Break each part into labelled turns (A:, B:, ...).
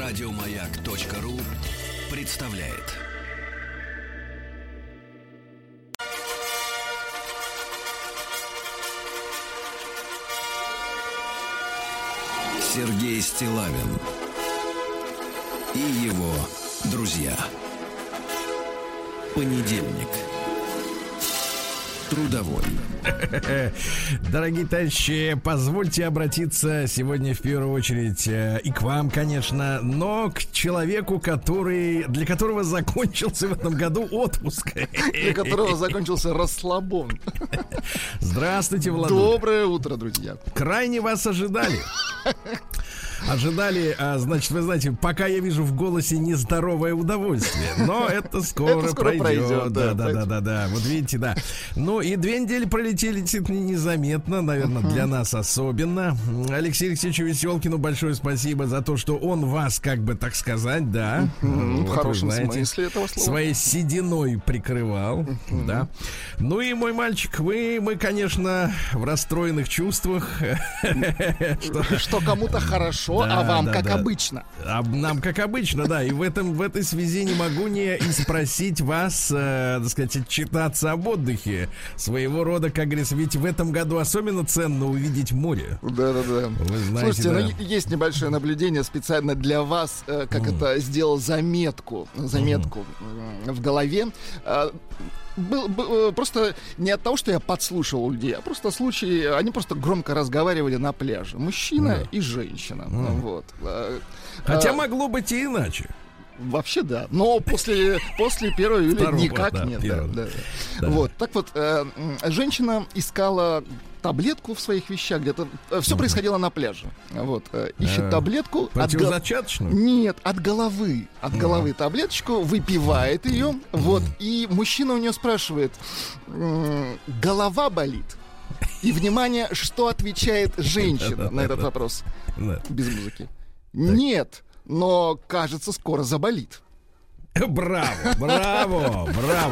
A: Радиомаяк.ру представляет. Сергей Стиллавин и его друзья. Понедельник. Трудовой.
B: Дорогие товарищи, позвольте обратиться сегодня в первую очередь и к вам, конечно, но к человеку, для которого закончился в этом году отпуск.
C: Для которого закончился расслабон.
B: Здравствуйте, Владимир.
C: Доброе утро, друзья.
B: Крайне вас ожидали. Значит, вы знаете, пока я вижу в голосе нездоровое удовольствие, но это скоро пройдет. Да. Вот видите, да. Ну и 2 недели пролетели незаметно, наверное, для нас особенно. Алексею Алексеевичу Веселкину большое спасибо за то, что он вас, как бы так сказать, да,
C: в хорошем смысле этого слова,
B: своей сединой прикрывал, да. Ну и мой мальчик, мы, конечно, в расстроенных чувствах.
C: Что кому-то хорошо, а вам как обычно.
B: А нам как обычно, да. И в этой связи не могу не спросить вас, так сказать, отчитаться об отдыхе. Своего рода, как говорится, ведь в этом году особенно ценно увидеть море.
C: Да.
B: Вы знаете,
C: слушайте, есть небольшое наблюдение специально для вас, как это сделал заметку в голове. Просто не от того, что я подслушал у людей, а просто случай, они просто громко разговаривали на пляже. Мужчина и женщина. Вот.
B: Хотя могло быть и иначе.
C: Вообще да, но после 1 июля никак нет. Да. Вот, так вот, женщина искала таблетку в своих вещах, где-то все происходило на пляже. Вот, ищет таблетку.
B: Противозачаточную?
C: Нет, от головы таблеточку, выпивает ее. Вот, и мужчина у нее спрашивает: голова болит? И внимание, что отвечает женщина на этот вопрос? Без музыки. Нет. Но, кажется, скоро заболит.
B: Браво.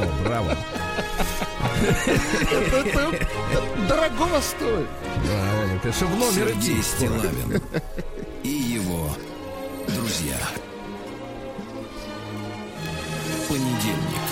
C: Это дорогого стоит.
B: Браво, конечно, в номере
A: Сергей Стиллавин и его друзья. Понедельник.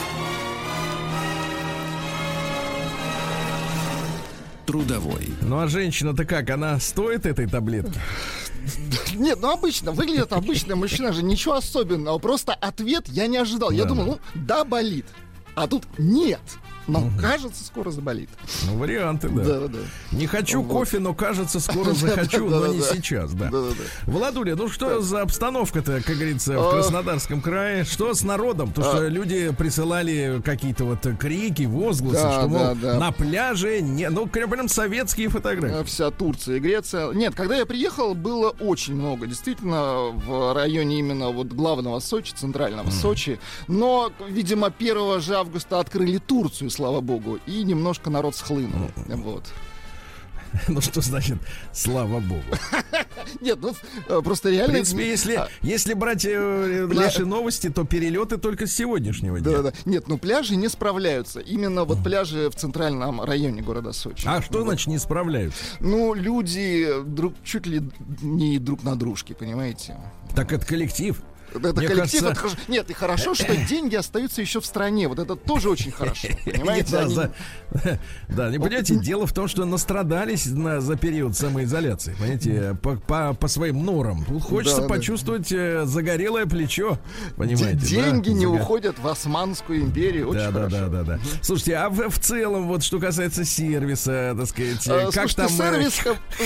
A: Трудовой.
B: Ну а женщина-то как? Она стоит этой таблетки?
C: Нет, обычно, выглядит обычно. Мужчина же ничего особенного. Просто ответ я не ожидал. Я думал, да, болит. А тут нет. Но, кажется, скоро заболит.
B: Ну, варианты, да. Не хочу кофе, но, кажется, скоро захочу, но не сейчас, да. Владуля, ну что за обстановка-то, как говорится, в Краснодарском крае? Что с народом? Потому что люди присылали какие-то вот крики, возгласы, что, мол, на пляже, прям советские фотографии.
C: Вся Турция и Греция. Нет, когда я приехал, было очень много. Действительно, в районе именно вот главного Сочи, центрального Сочи. Но, видимо, 1 же августа открыли Турцию, слава богу, и немножко народ схлынул. Вот.
B: Ну что значит слава богу?
C: Нет, просто реально.
B: В принципе, если брать наши новости, то перелеты только с сегодняшнего дня.
C: Да. Нет, пляжи не справляются. Именно вот пляжи в центральном районе города Сочи.
B: А что значит не справляются?
C: Люди чуть ли не друг на дружке, понимаете?
B: Так это коллектив.
C: Это мне коллектив, кажется... это хорошо. Нет, и хорошо, что деньги остаются еще в стране. Вот это тоже очень хорошо. Понимаете?
B: Да, не понимаете, дело в том, что настрадались за период самоизоляции. Понимаете, по своим норам. Хочется почувствовать загорелое плечо. Понимаете?
C: Деньги не уходят в Османскую империю. Очень хорошо.
B: Да. Слушайте, а в целом, вот что касается сервиса, так сказать, как там
C: сервис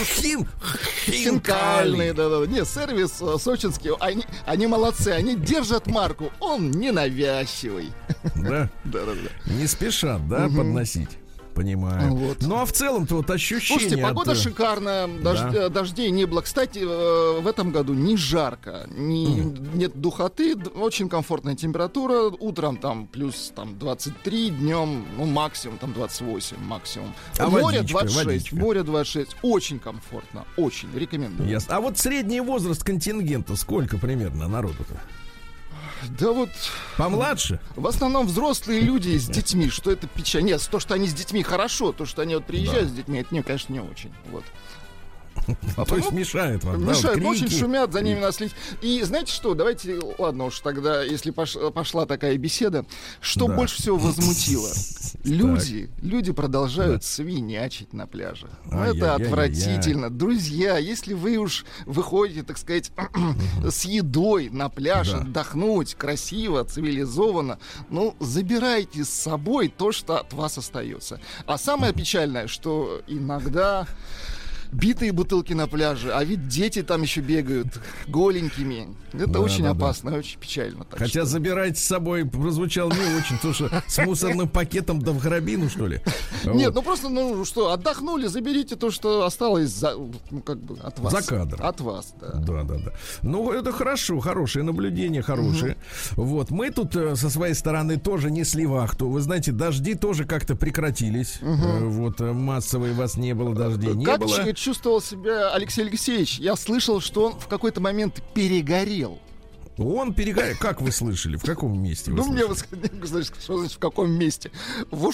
C: хинкальный, да. Нет, сервис сочинский, они молодцы. Они держат марку. Он ненавязчивый.
B: Да? Да. Не спешат, да, подносить. Понимаю. Вот. Ну а в целом-то вот ощущение.
C: Слушайте, погода шикарная, дождей не было. Кстати, в этом году не жарко, нет духоты, очень комфортная температура. Утром там плюс 23, днем максимум 28 максимум.
B: А
C: море 26, море 26. Очень комфортно, очень рекомендую.
B: Ясно. А вот средний возраст контингента сколько примерно народу-то?
C: Да вот...
B: Помладше?
C: В основном взрослые люди с детьми. Что это печально? Нет, то, что они с детьми, хорошо. То, что они вот приезжают с детьми, это мне, конечно, не очень. Вот.
B: То есть мешает вам.
C: Мешает, очень шумят, за ними надо следить. И знаете что, давайте, ладно уж тогда, если пошла такая беседа, что больше всего возмутило? Люди продолжают свинячить на пляже. Это отвратительно. Друзья, если вы уж выходите, так сказать, с едой на пляж, отдохнуть красиво, цивилизованно, забирайте с собой то, что от вас остается. А самое печальное, что иногда битые бутылки на пляже, а ведь дети там еще бегают голенькими. Это очень опасно, очень печально.
B: Хотя забирать с собой прозвучало не очень, потому что с мусорным пакетом да в грабину, что ли?
C: Нет, просто, отдохнули, заберите то, что осталось от вас.
B: За кадром.
C: От вас, да.
B: Да. Это хорошо, хорошее наблюдение, хорошее. Вот, мы тут со своей стороны тоже несли вахту. Вы знаете, дожди тоже как-то прекратились. Вот, массовые вас не было, дождей не было.
C: Как чувствовал себя Алексей Алексеевич? Я слышал, что он в какой-то момент перегорел.
B: Он перегорел. Как вы слышали? В каком месте вы слышали?
C: Что значит в каком месте? В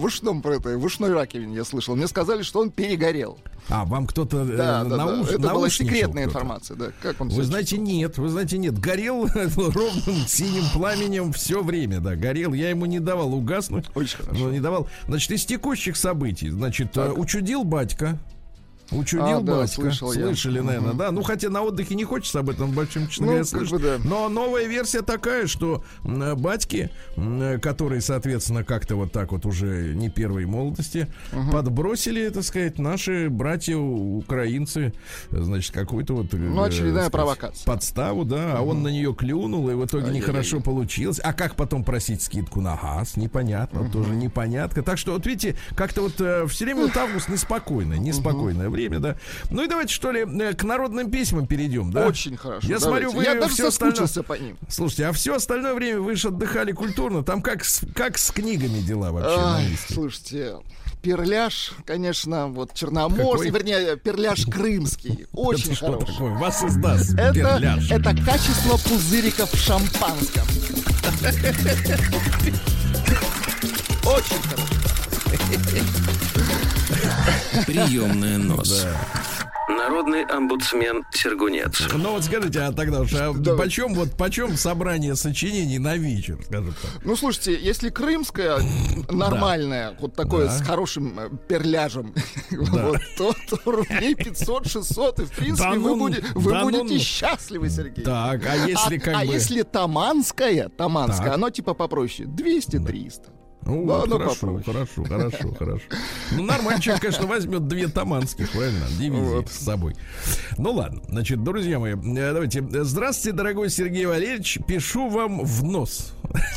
C: ушной раковине я слышал. Мне сказали, что он перегорел.
B: Вам кто-то
C: это была секретная информация. Да. Как он
B: Вы знаете, нет. Горел ровным синим пламенем все время. Да, горел. Я ему не давал угаснуть.
C: Очень хорошо.
B: Не давал. Значит, из текущих событий. Значит, учудил батька. Батька. Слышали, наверное, да. Хотя на отдыхе не хочется об этом большим слышать. Но новая версия такая, что батьки, которые, соответственно, как-то вот так вот уже не первой молодости, подбросили, так сказать, наши братья украинцы, значит, какую-то вот
C: очередная провокация.
B: Подставу, да. А он на нее клюнул, и в итоге нехорошо получилось. А как потом просить скидку на газ? Непонятно, тоже непонятно. Так что, вот видите, как-то вот все время вот август неспокойное время, да. И давайте, что ли, к народным письмам перейдем, да?
C: Очень хорошо.
B: Я смотрю, вы
C: даже
B: все
C: соскучился по ним.
B: Слушайте, а все остальное время вы же отдыхали культурно. Там как с книгами дела вообще на месте?
C: Слушайте, перляж, конечно, черноморский, вернее, перляж крымский. Очень хороший.
B: Что такое? Вас издаст перляж.
C: Это качество пузыриков в шампанском. Очень хорошо.
A: Приемная нос. Народный омбудсмен Сергунец.
B: Скажите, а тогда уж почем собрание сочинений на вечер, скажем так?
C: Слушайте, если крымское нормальное, вот такое с хорошим перляжем, то рублей 500-600, и в принципе вы будете счастливы, Сергей.
B: Так, а если
C: если таманское, оно типа попроще, 200-300.
B: Хорошо. Нормальный человек, конечно, возьмет 2 таманских, правильно? Дивизии с собой. Ладно, значит, друзья мои, давайте. Здравствуйте, дорогой Сергей Валерьевич. Пишу вам в нос.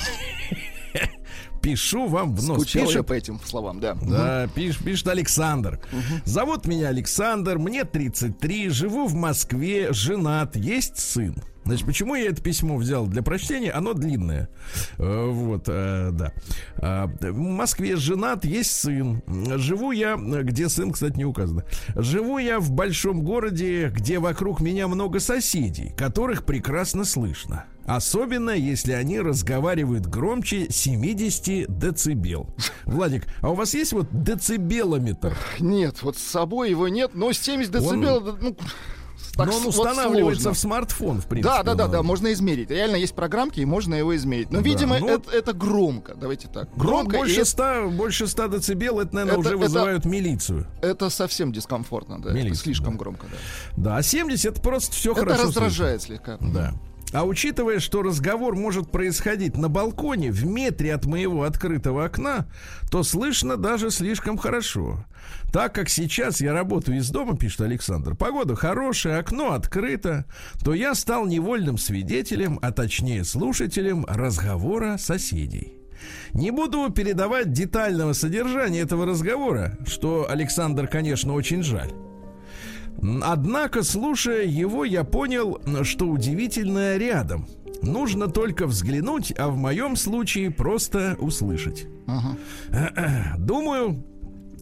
B: Пишу вам в нос.
C: Скучал я по этим словам, да.
B: Да, пишет Александр. Зовут меня Александр, мне 33, живу в Москве, женат, есть сын. Значит, почему я это письмо взял для прочтения? Оно длинное. Да. В Москве женат, есть сын. Живу я, где сын, кстати, не указано. Живу я в большом городе, где вокруг меня много соседей, которых прекрасно слышно. Особенно, если они разговаривают громче 70 децибел. Владик, а у вас есть децибелометр?
C: Нет, с собой его нет, но 70 децибел...
B: Но он устанавливается в смартфон, в принципе.
C: Да, можно измерить. Реально есть программки, и можно его измерить. Но, видимо, это громко. Давайте так. Громко.
B: Больше 100 децибел, это, наверное, уже вызывают милицию.
C: Это совсем дискомфортно, да. Это слишком громко, да.
B: Да, а 70 это просто все хорошо.
C: Это раздражает слегка.
B: Да. А учитывая, что разговор может происходить на балконе в метре от моего открытого окна, то слышно даже слишком хорошо. Так как сейчас я работаю из дома, пишет Александр, погода хорошая, окно открыто, то я стал невольным свидетелем, а точнее слушателем разговора соседей. Не буду передавать детального содержания этого разговора, что Александр, конечно, очень жаль. Однако, слушая его, я понял, что удивительное рядом. Нужно только взглянуть, а в моем случае просто услышать. Думаю,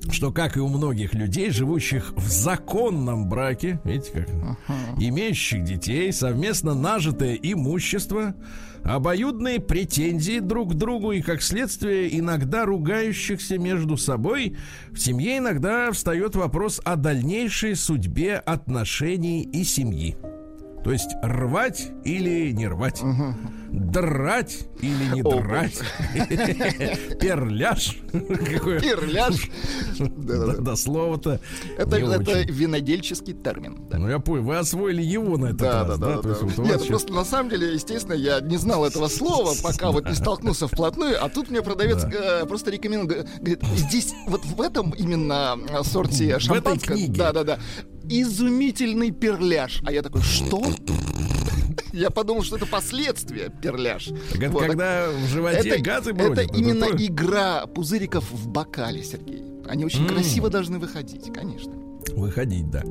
B: что, как и у многих людей, живущих в законном браке, видите как, имеющих детей, совместно нажитое имущество, обоюдные претензии друг к другу и, как следствие, иногда ругающихся между собой, в семье иногда встает вопрос о дальнейшей судьбе отношений и семьи. То есть рвать или не рвать, драть или не драть, перляж.
C: Перляж.
B: Да, слово-то.
C: Это винодельческий термин.
B: Ну, я понял, вы освоили его на этот раз.
C: Да. Нет, просто на самом деле, естественно, я не знал этого слова, пока вот не столкнулся вплотную, а тут мне продавец просто рекомендует, говорит, здесь вот в этом именно сорте шампанского. Да. Изумительный перляж. А я такой, что? Я подумал, что это последствия перляж.
B: Так вот, когда в животе газы бродят.
C: Это именно игра пузыриков в бокале, Сергей. Они очень красиво должны выходить, конечно.
B: Выходить, да.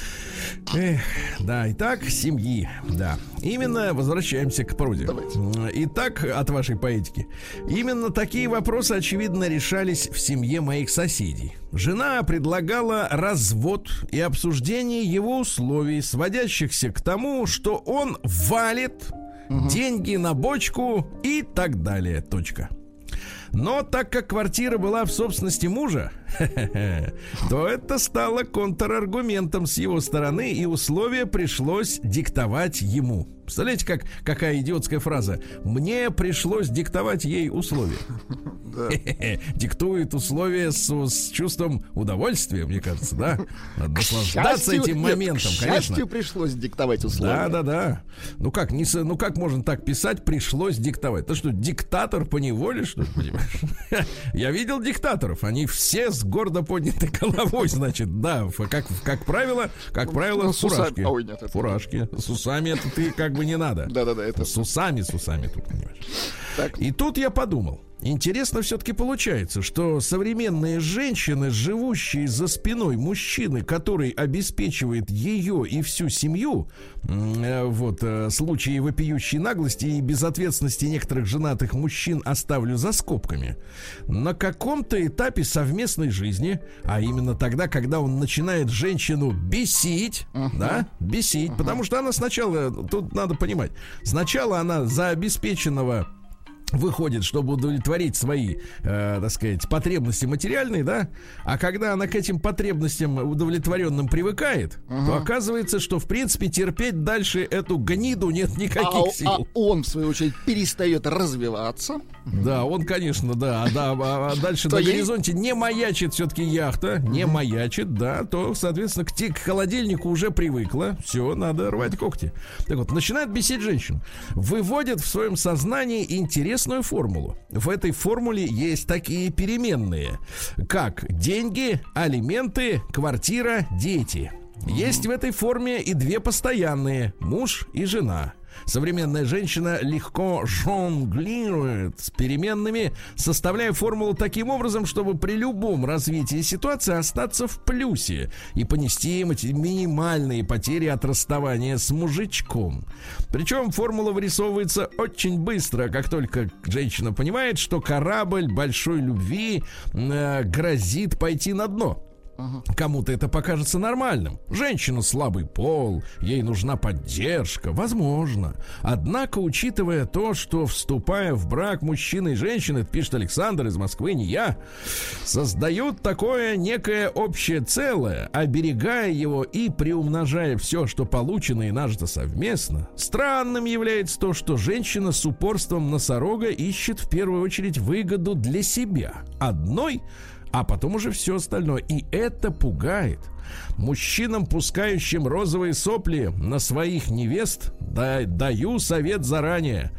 B: Да, итак, семьи, да. Именно возвращаемся к прозе.
C: Давайте.
B: Итак, от вашей поэтики. Именно такие вопросы, очевидно, решались в семье моих соседей. Жена предлагала развод и обсуждение его условий, сводящихся к тому, что он валит деньги на бочку и так далее. Точка. Но так как квартира была в собственности мужа, то это стало контраргументом с его стороны, и условия пришлось диктовать ему. Представляете, какая идиотская фраза? Мне пришлось диктовать ей условия. Диктует условия с чувством удовольствия, мне кажется, да? Надо наслаждаться этим моментом, конечно.
C: К счастью, пришлось диктовать условия.
B: Да. Ну как можно так писать? Пришлось диктовать. Это что, диктатор поневоле, что ли, понимаешь? Я видел диктаторов. Они все с гордо поднятой головой, значит, да. Как правило, фуражки. Фуражки. С усами это ты как бы не надо.
C: Да, это
B: с усами тут, понимаешь. Так. И тут я подумал, интересно все-таки получается, что современные женщины, живущие за спиной мужчины, который обеспечивает ее и всю семью, случаи вопиющей наглости и безответственности некоторых женатых мужчин оставлю за скобками, на каком-то этапе совместной жизни, а именно тогда, когда он начинает женщину бесить, бесить, потому что она сначала, тут надо понимать, сначала она за обеспеченного выходит, чтобы удовлетворить свои, так сказать, потребности материальные, да? А когда она к этим потребностям удовлетворенным привыкает, то оказывается, что, в принципе, терпеть дальше эту гниду нет никаких сил.
C: А он, в свою очередь, перестает развиваться.
B: Да, он, конечно, да. А дальше на горизонте не маячит все-таки яхта, не маячит, да, то, соответственно, к холодильнику уже привыкла. Все, надо рвать когти. Так вот, начинает бесить женщин. Выводит в своем сознании интересную формулу. В этой формуле есть такие переменные, как деньги, алименты, квартира, дети. Есть в этой форме и две постоянные: муж и жена. Современная женщина легко жонглирует с переменными, составляя формулу таким образом, чтобы при любом развитии ситуации остаться в плюсе и понести минимальные потери от расставания с мужичком. Причем формула вырисовывается очень быстро, как только женщина понимает, что корабль большой любви грозит пойти на дно. Кому-то это покажется нормальным. Женщина слабый пол, ей нужна поддержка, возможно. Однако, учитывая то, что, вступая в брак мужчины и женщины, это пишет Александр из Москвы, не я, создают такое некое общее целое, оберегая его и приумножая все, что получено и нажито совместно, странным является то, что женщина с упорством носорога ищет в первую очередь выгоду для себя одной, а потом уже все остальное. И это пугает. Мужчинам, пускающим розовые сопли на своих невест, даю совет заранее.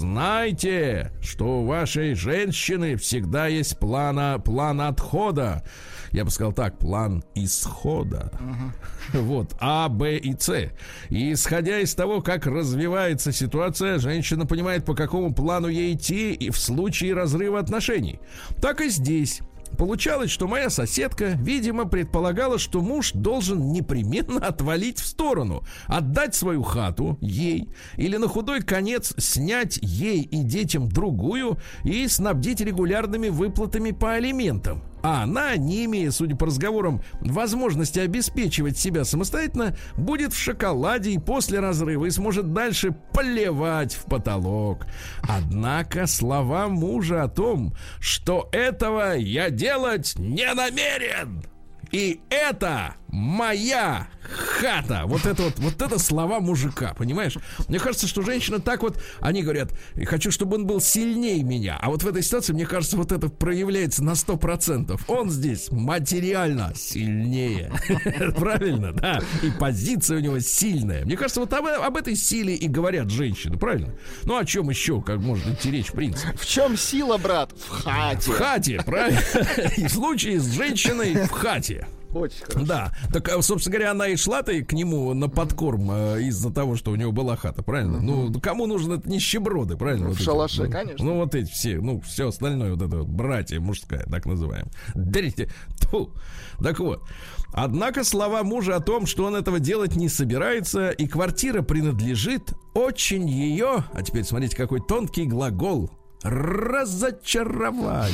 B: Знайте, что у вашей женщины всегда есть план отхода. Я бы сказал так, план исхода. Вот, А, Б и С. И исходя из того, как развивается ситуация, женщина понимает, по какому плану ей идти и в случае разрыва отношений. Так и здесь. Получалось, что моя соседка, видимо, предполагала, что муж должен непременно отвалить в сторону, отдать свою хату ей или на худой конец снять ей и детям другую и снабдить регулярными выплатами по алиментам. А она, не имея, судя по разговорам, возможности обеспечивать себя самостоятельно, будет в шоколаде и после разрыва и сможет дальше поливать в потолок. Однако слова мужа о том, что этого я делать не намерен, и это моя хата. Вот это слова мужика, понимаешь? Мне кажется, что женщина так вот, они говорят, хочу, чтобы он был сильнее меня. А вот в этой ситуации, мне кажется, вот это проявляется на 100%. Он здесь материально сильнее. Правильно, да. И позиция у него сильная. Мне кажется, вот об этой силе и говорят женщины, правильно? Ну, о чем еще, как может идти речь, в принципе?
C: В чем сила, брат? В хате.
B: В хате, правильно. И в случае с женщиной в хате.
C: Очень хорошо.
B: Да, так, собственно говоря, она и шла-то к нему на подкорм из-за того, что у него была хата, правильно? Ну, кому нужны это нищеброды, правильно?
C: В
B: вот
C: шалаше,
B: эти,
C: конечно.
B: Ну, вот эти все, ну, все остальное, вот это вот, братья мужская, так называем. Так вот, однако слова мужа о том, что он этого делать не собирается, и квартира принадлежит очень ее, а теперь смотрите, какой тонкий глагол, разочаровали.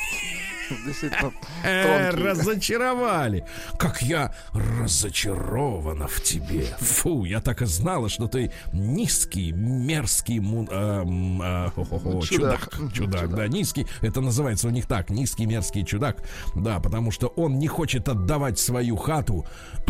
B: Разочаровали. Как я разочарована в тебе. Фу, я так и знала, что ты низкий, мерзкий чудак, да, низкий. Это называется у них так, низкий, мерзкий чудак. Да, потому что он не хочет отдавать свою хату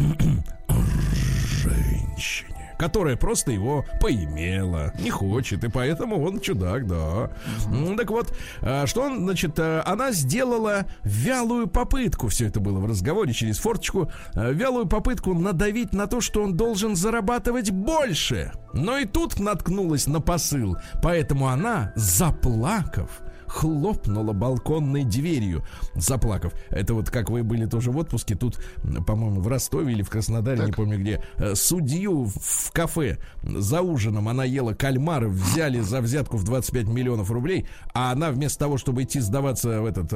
B: женщине, которая просто его поимела, не хочет, и поэтому он чудак, да. Так вот, что он, значит, она сделала вялую попытку, все это было в разговоре через форточку, вялую попытку надавить на то, что он должен зарабатывать больше. Но и тут наткнулась на посыл, поэтому она, заплакав, хлопнула балконной дверью, заплакав. Это вот как вы были тоже в отпуске, тут, по-моему, в Ростове или в Краснодаре, так, не помню где, судью в кафе за ужином, она ела кальмары, взяли за взятку в 25 миллионов рублей, а она вместо того, чтобы идти сдаваться в этот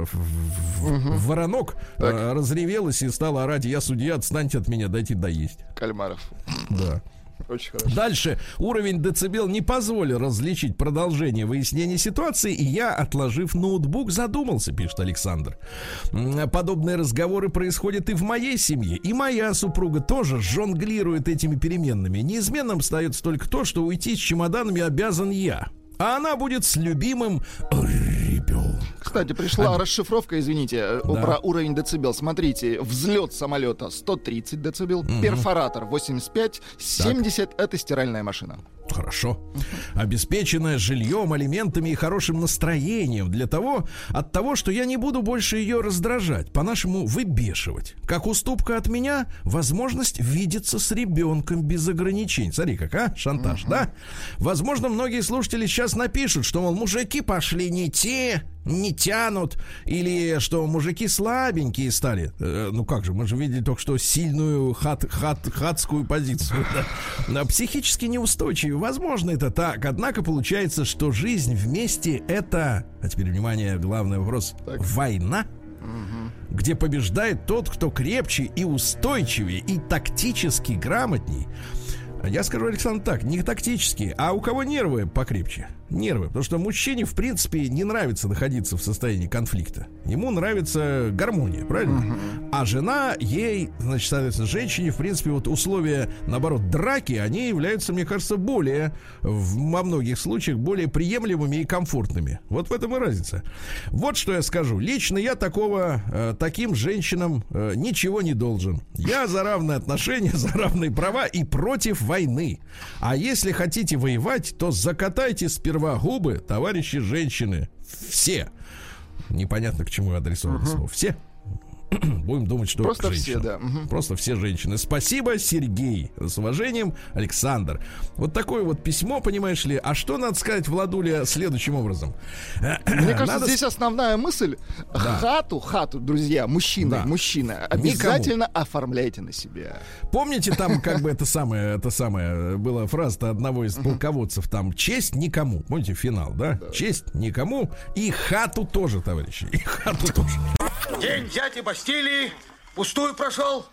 B: в Воронок, разревелась и стала орать: я судья, отстаньте от меня, дайте доесть.
C: Кальмаров.
B: Да.
C: Очень хорошо.
B: Дальше уровень децибел не позволил различить продолжение выяснения ситуации, и я, отложив ноутбук, задумался, пишет Александр. Подобные разговоры происходят и в моей семье, и моя супруга тоже жонглирует этими переменными. Неизменным остается только то, что уйти с чемоданами обязан я, а она будет с любимым ребенком.
C: Кстати, пришла расшифровка, извините, про уровень децибел. Смотрите, взлет самолета 130 децибел, перфоратор 85, 70 — это стиральная машина.
B: Хорошо. Обеспеченная жильем, алиментами и хорошим настроением от того, что я не буду больше ее раздражать, по-нашему выбешивать. Как уступка от меня, возможность видеться с ребенком без ограничений. Смотри, как, шантаж, да? Возможно, многие слушатели сейчас напишут, что, мол, мужики пошли не те, не тянут, или что мужики слабенькие стали. Ну как же, мы же видели только что сильную хатскую позицию. Да? Психически неустойчивые. Возможно, это так. Однако получается, что жизнь вместе — это, а теперь, внимание, главный вопрос, так, война, где побеждает тот, кто крепче и устойчивее, и тактически грамотней. Я скажу, Александр, так, не тактически, а у кого нервы покрепче. Нервы, потому что мужчине, в принципе, не нравится находиться в состоянии конфликта. Ему нравится гармония, правильно? А жена, ей, значит, соответственно, женщине, в принципе, вот условия, наоборот, драки, они являются, мне кажется, более, во многих случаях, более приемлемыми и комфортными. Вот в этом и разница. Вот что я скажу. Лично я таким женщинам ничего не должен. Я за равные отношения, за равные права и против войны. А если хотите воевать, то закатайте сперва губы, товарищи женщины. Все. Непонятно, к чему адресовано слово. Все. Будем думать, что
C: просто
B: женщины.
C: Все, да.
B: Просто все женщины. Спасибо, Сергей. С уважением, Александр. Вот такое вот письмо, понимаешь ли. А что надо сказать, Владуля, следующим образом?
C: Мне кажется, здесь основная мысль. Да. Хату, друзья, мужчина, обязательно оформляйте на себя.
B: Помните, там как бы это самое была фраза одного из полководцев, там: честь никому. Помните, финал, да? Честь никому. И хату тоже, товарищи. И хату тоже.
D: День дяди Бастилии пустую прошел.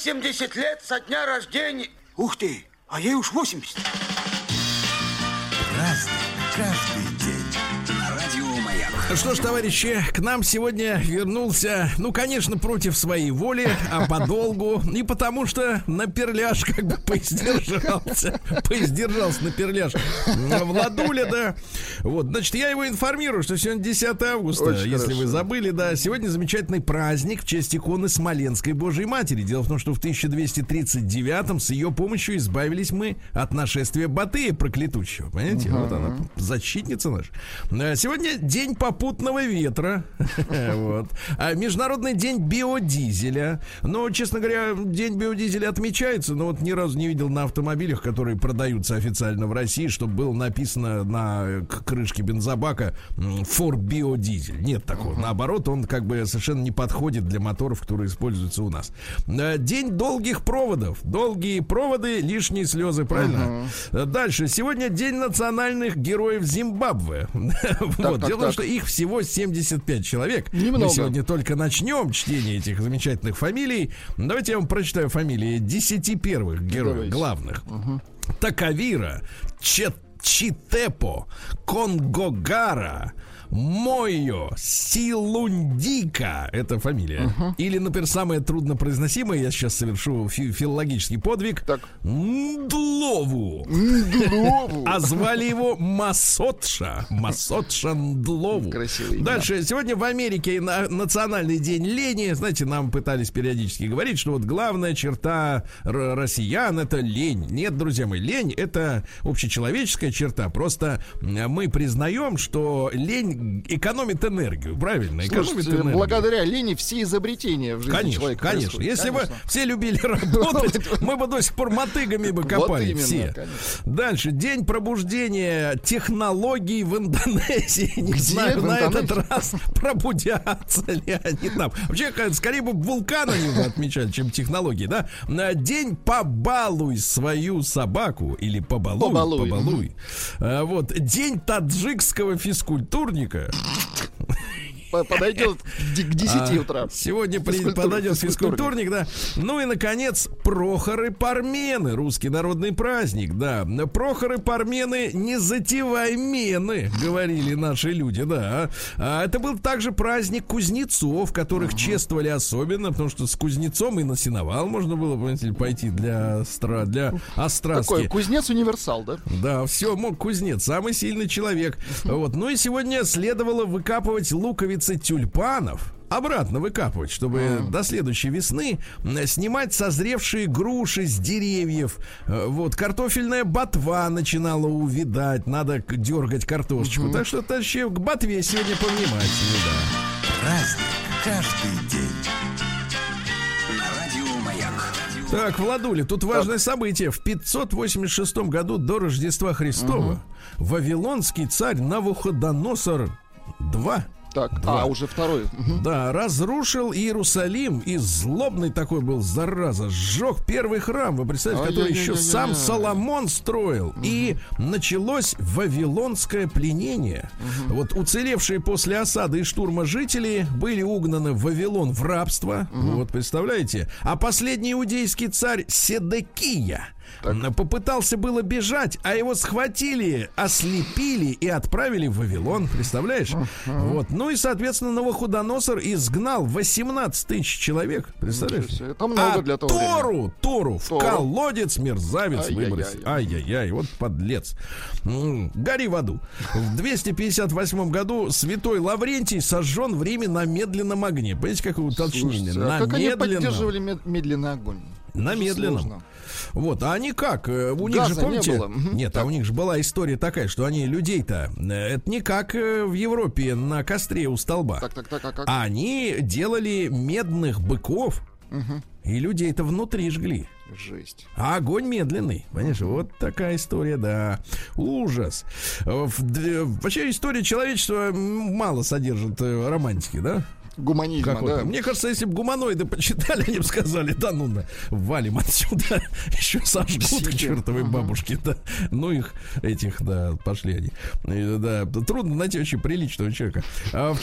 D: 80 лет со дня рождения. Ух ты, а ей уж 80.
A: Разный каждый день. Радио Маяк.
B: Что ж, товарищи, к нам сегодня вернулся, ну, конечно, против своей воли, а подолгу. И потому что на перляж как бы поиздержался на перляж Владуля, да. Вот, значит, я его информирую, что сегодня 10 августа, очень если хорошо. Вы забыли, да. Сегодня замечательный праздник в честь иконы Смоленской Божией Матери. Дело в том, что в 1239-м с ее помощью избавились мы от нашествия Батыя проклятущего. Понимаете? Вот она, защитница наша. Сегодня день попутного ветра. Вот. А Международный день биодизеля. Ну, честно говоря, день биодизеля отмечается, но вот ни разу не видел на автомобилях, которые продаются официально в России, чтобы было написано на крышке бензобака «For биодизель». Нет такого. Наоборот, он как бы совершенно не подходит для моторов, которые используются у нас. День долгих проводов. Долгие проводы, лишние слезы, правильно? Дальше. Сегодня день национальных героев Зимбабве. Вот. Дело в том, что их всего 75 человек. Немного. Мы сегодня только начнем чтение этих замечательных фамилий. Давайте я вам прочитаю фамилии 10 первых героев, главных. Такавира, Читепо, Конгогара, Мойо, Силундика. Это фамилия. Или, например, самое труднопроизносимое, я сейчас совершу филологический подвиг. Так. Ндлову. А звали его Масотша. Масотша Ндлову. Красивый. Дальше. Сегодня в Америке национальный день лени. Знаете, нам пытались периодически говорить, что вот главная черта россиян — это лень. Нет, друзья мои, лень — это общечеловеческая черта. Просто мы признаем, что лень экономит энергию, правильно?
C: Слушайте, энергию. Благодаря лени все изобретения в жизни человека
B: происходят. Конечно. Если бы все любили работать, мы бы до сих пор мотыгами бы копали все. Дальше. День пробуждения технологий в Индонезии. Не знаю, на этот раз пробудятся ли они там. Вообще, скорее бы вулканы они отмечали, чем технологии, да? День побалуй свою собаку. Или побалуй. Вот. День таджикского физкультурника.
C: Подойдет к 10 утра.
B: Сегодня подойдет физкультурник, да. Ну и, наконец, Прохоры-Пармены. Русский народный праздник, да. Прохоры-Пармены, не затевай мены, говорили наши люди, да. Это был также праздник кузнецов, которых чествовали особенно, потому что с кузнецом и на сеновал можно было, понимаете ли, пойти для остраски.
C: Такой кузнец-универсал, да?
B: Да, все, мог кузнец, самый сильный человек. Вот. Ну и сегодня следовало выкапывать луковицы тюльпанов, обратно выкапывать, чтобы до следующей весны снимать созревшие груши с деревьев. Вот, картофельная ботва начинала увядать, надо дергать картошечку. Так что, товарищи, к ботве сегодня повнимательнее, да.
A: Праздник каждый день. На радио Маяк.
B: Так, Владуля, тут важное событие. В 586 году до Рождества Христова вавилонский царь Навуходоносор II.
C: Так, уже второй.
B: Да, разрушил Иерусалим и злобный такой был, зараза, сжег первый храм, вы представляете, который еще сам Соломон строил. И началось вавилонское пленение. Вот уцелевшие после осады и штурма жители были угнаны в Вавилон в рабство. Вот, представляете? А последний иудейский царь Седекия попытался было бежать, а его схватили, ослепили и отправили в Вавилон. Представляешь? Вот. Ну и, соответственно, Навуходоносор изгнал 18 тысяч человек. Представляешь?
C: Это много для того
B: Тору в колодец мерзавец выбросил. Ай-яй-яй, вот подлец. Гори в аду. В 258 году святой Лаврентий сожжен в Риме на медленном огне. Понимаете, какое уточнение?
C: На как медленном. Они поддерживали медленный огонь?
B: На медленном. Сложно. Вот, а они как? У них же, помните? Нет, у них же была история такая, что они людей-то, это не как в Европе на костре у столба.
C: Так.
B: Они делали медных быков, и людей-то внутри жгли.
C: Жесть.
B: А огонь медленный. Понимаешь, вот такая история, да. Ужас. Вообще история человечества мало содержит романтики, да?
C: гуманизма, да.
B: Мне кажется, если бы гуманоиды почитали, они бы сказали, да ну, валим отсюда, еще сожгут к чертовой бабушке, да. Ну их, этих, да, пошли они. Да, трудно найти очень приличного человека. В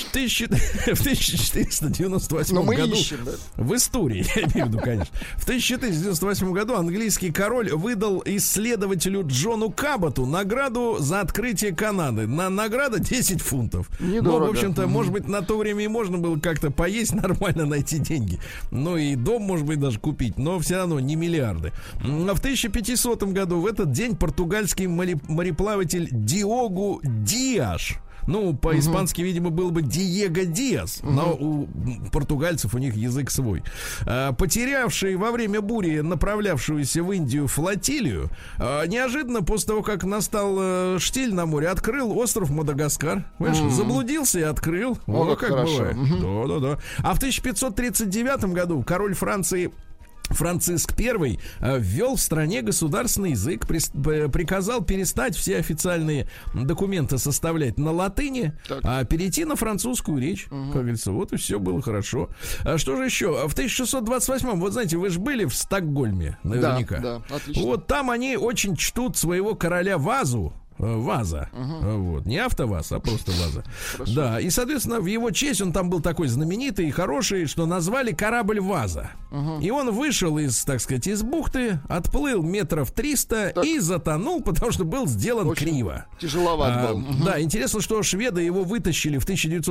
B: 1498 году,
C: ищем, да?
B: в истории, я имею в виду, конечно, в 1498 году английский король выдал исследователю Джону Кабботу награду за открытие Канады. Награда 10 фунтов.
C: Недорого.
B: Ну, в общем-то, может быть, на то время и можно было как-то поесть нормально, найти деньги. Ну, и дом, может быть, даже купить, но все равно не миллиарды. А в 1500 году в этот день португальский мореплаватель Диогу Диаш, ну, по-испански, видимо, был бы Диего Диас, но у португальцев у них язык свой. Потерявший во время бури направлявшуюся в Индию флотилию, неожиданно после того, как настал штиль на море, открыл остров Мадагаскар. Понимаешь, заблудился и открыл. Вот как бывает. Да. А в 1539 году король Франции Франциск I ввел в стране государственный язык, приказал перестать все официальные документы составлять на латыни, а перейти на французскую речь. Как говорится, вот и все было хорошо. А что же еще? В 1628-м, вот знаете, вы же были в Стокгольме, наверняка.
C: Да, отлично.
B: Вот там они очень чтут своего короля Ваза. Вот. Не АвтоВАЗ, а просто Ваза.
C: Хорошо.
B: Да, и, соответственно, в его честь он там был такой знаменитый и хороший, что назвали корабль Ваза. И он вышел из, так сказать, из бухты, отплыл метров 300 и затонул, потому что был сделан
C: очень
B: криво.
C: Тяжеловат был.
B: Да, интересно, что шведы его вытащили в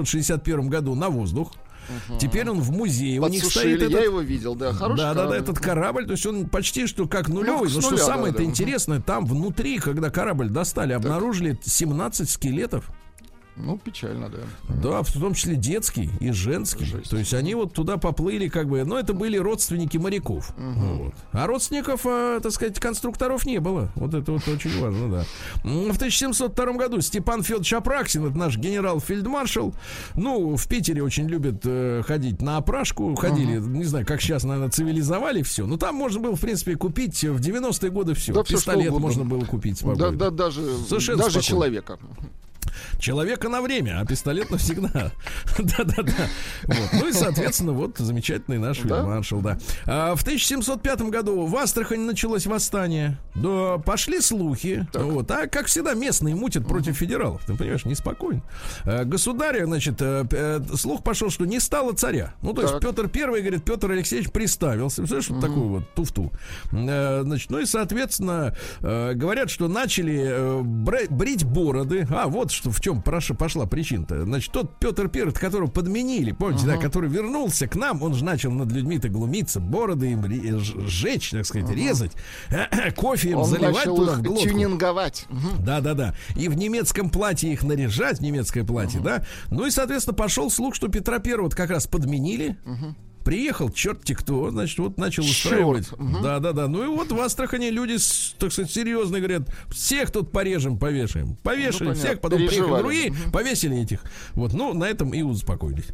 B: 1961 году на воздух. Теперь он в музее. У них стоит
C: я его видел, да, хороший
B: корабль. Да, этот корабль, то есть он почти что как нулевый. Но что самое-то интересное, там внутри, когда корабль достали, обнаружили 17 скелетов.
C: Ну, печально, да.
B: Да, в том числе детский и женский.
C: Жесть.
B: То есть они вот туда поплыли, как бы, но это были родственники моряков. Вот. А родственников, так сказать, конструкторов не было. Вот это вот очень важно, да. В 1702 году Степан Федорович Апраксин, это наш генерал-фельдмаршал, ну, в Питере очень любят ходить на опрашку. Ходили, не знаю, как сейчас, наверное, цивилизовали все. Но там можно было, в принципе, купить в 90-е годы все.
C: Да,
B: пистолет можно было купить спокойно.
C: Да, даже
B: спокойно.
C: человека.
B: Человека на время, а пистолет навсегда. Да-да-да. Вот. Ну и, соответственно, вот замечательный наш фельдмаршал, да. В 1705 году в Астрахани началось восстание. Да, пошли слухи. Вот. А, как всегда, местные мутят против федералов. Ты понимаешь, неспокойно. Государя, значит, слух пошел, что не стало царя. Ну, то есть Петр I, говорит, Петр Алексеевич приставился. Представляешь, вот такую вот туфту. Значит, ну и, соответственно, говорят, что начали брить бороды. А, вот что в чем пошла причина-то. Значит, тот Петр I, которого подменили, помните, да, который вернулся к нам, он же начал над людьми-то глумиться, бороды им сжечь, так сказать, резать, кофе им заливать туда в глотку.
C: Тюнинговать.
B: Да-да-да. И в немецком платье их наряжать, немецкое платье, да. Ну и, соответственно, пошел слух, что Петра I вот как раз подменили. Приехал черт-те кто, значит, вот начал устраивать. Да-да-да. Ну и вот в Астрахани люди, так сказать, серьезно говорят, всех тут порежем, повешаем. Повешали всех, потом приехали другие, повесили этих. Вот, ну, на этом и успокоились.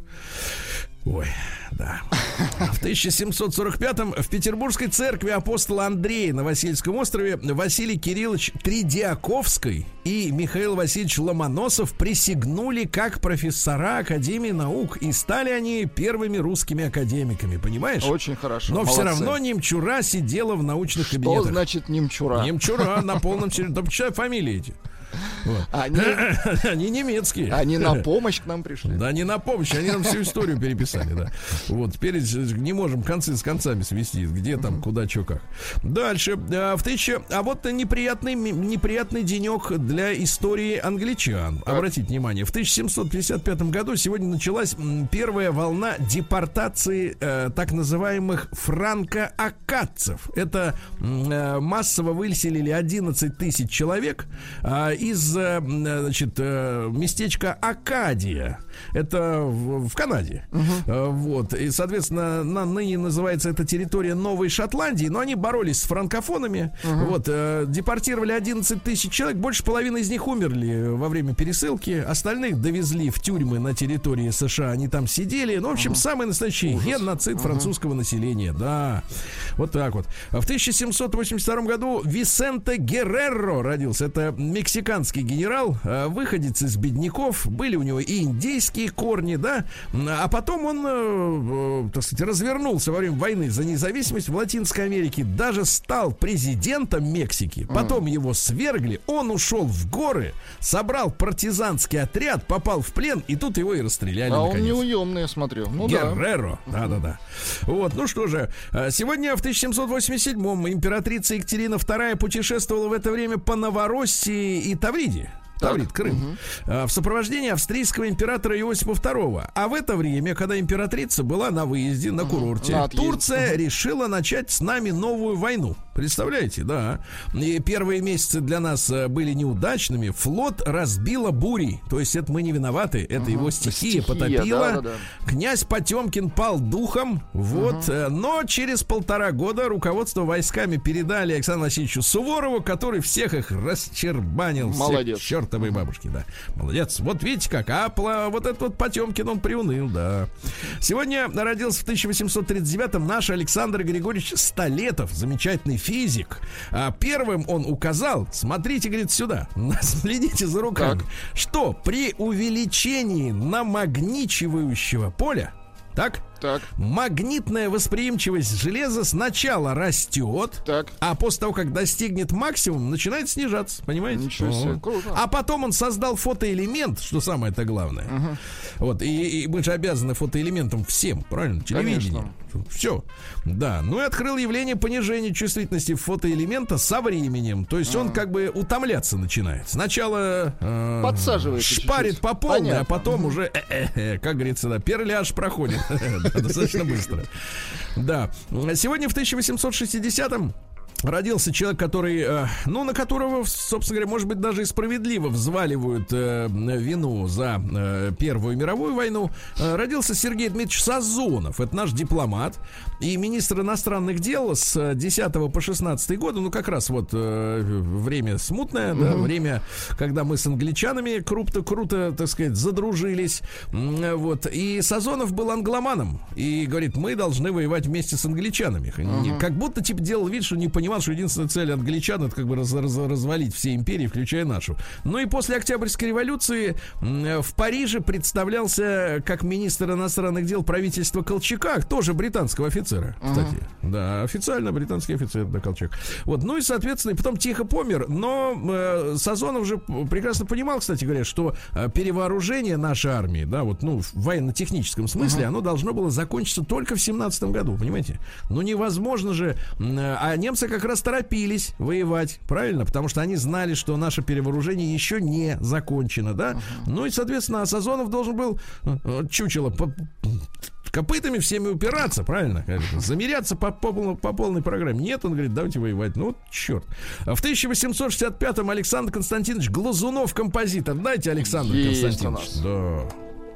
B: Ой, да. В 1745-м в Петербургской церкви апостола Андрея на Васильевском острове Василий Кириллович Тридиаковский и Михаил Васильевич Ломоносов присягнули как профессора Академии наук. И стали они первыми русскими академиками, понимаешь?
C: Очень хорошо.
B: Но все равно немчура сидела в научных кабинетах.
C: Что значит немчура?
B: Немчура на полном серьезе. Да почитай фамилии эти. Вот. Они немецкие.
C: Они на помощь к нам пришли.
B: Да, не на помощь, они нам всю историю переписали, да. Вот, теперь не можем концы с концами свести, где там, куда, что, как. Дальше. А вот неприятный денек для истории англичан. Обратите внимание, в 1755 году сегодня началась первая волна депортации так называемых франко-аккадцев. Это массово выселили 11 тысяч человек из, значит, местечка Акадия. Это в Канаде. Вот. И, соответственно, ныне называется эта территория Новой Шотландии. Но они боролись с франкофонами. Вот. Депортировали 11 тысяч человек. Больше половины из них умерли во время пересылки. Остальных довезли в тюрьмы на территории США. Они там сидели. Ну, в общем, самый настоящий геноцид французского населения. Да. Вот так вот. В 1782 году Висенте Герреро родился. Это мексиканский американский генерал, выходец из бедняков, были у него и индейские корни, да, а потом он, так сказать, развернулся во время войны за независимость в Латинской Америке, даже стал президентом Мексики, потом его свергли, он ушел в горы, собрал партизанский отряд, попал в плен, и тут его и расстреляли.
C: А
B: наконец.
C: он неуемный, я смотрю. Ну,
B: Герреро, да. Вот, ну что же, сегодня в 1787-м императрица Екатерина II путешествовала в это время по Новороссии и Тавриде. Таврид, Крым. В сопровождении австрийского императора Иосифа II. А в это время, когда императрица была на выезде, на курорте, Турция решила начать с нами новую войну. Представляете, да. И первые месяцы для нас были неудачными. Флот разбила бурей. То есть это мы не виноваты. Это его стихия потопила. Да. Князь Потемкин пал духом. Вот. Но через 1,5 года руководство войсками передали Александру Васильевичу Суворову, который всех их расчербанил.
C: Молодец.
B: Чертовой бабушки, да. Молодец. Вот видите как. А вот этот вот Потемкин, он приуныл, да. Сегодня родился в 1839-м наш Александр Григорьевич Столетов. Замечательный физик. Первым он указал, смотрите, говорит, сюда, следите за руками, что при увеличении намагничивающего поля, так, магнитная восприимчивость железа сначала растет, а после того, как достигнет максимума, начинает снижаться, понимаете?
C: Ничего себе, круто.
B: А потом он создал фотоэлемент, что самое-то главное. Вот, и мы же обязаны фотоэлементам всем, правильно? Телевидение. Все. Да. Ну и открыл явление понижения чувствительности фотоэлемента со временем. То есть он как бы утомляться начинает. Сначала шпарит по полной, а потом уже, как говорится, да, перляж проходит. Достаточно быстро. Да. Сегодня в 1860-м родился человек, который, на которого, собственно говоря, может быть, даже и справедливо взваливают вину за Первую мировую войну. Родился Сергей Дмитриевич Сазонов. Это наш дипломат и министр иностранных дел с 10 по 16 годы. Ну, как раз вот время смутное, да, время, когда мы с англичанами круто, так сказать, задружились. Вот. И Сазонов был англоманом. И говорит, мы должны воевать вместе с англичанами. Как будто, типа, делал вид, что не понимал, что единственная цель англичан — это как бы развалить все империи, включая нашу. Ну и после Октябрьской революции в Париже представлялся как министр иностранных дел правительства Колчака, тоже британского офицера, кстати. Да, официально британский офицер, да, Колчак. Вот, ну и, соответственно, и потом тихо помер, но Сазонов же прекрасно понимал, кстати говоря, что перевооружение нашей армии, да, вот, ну, в военно-техническом смысле, оно должно было закончиться только в 17 году, понимаете? Ну, невозможно же, а немцы как раз торопились воевать, правильно? Потому что они знали, что наше перевооружение еще не закончено, да? Ну и, соответственно, Сазонов должен был чучело копытами всеми упираться, правильно? Замеряться по полной программе. Нет, он говорит, давайте воевать. Ну, вот черт. В 1865-м Александр Константинович Глазунов, композитор. Дайте, Александр Константинович. Да.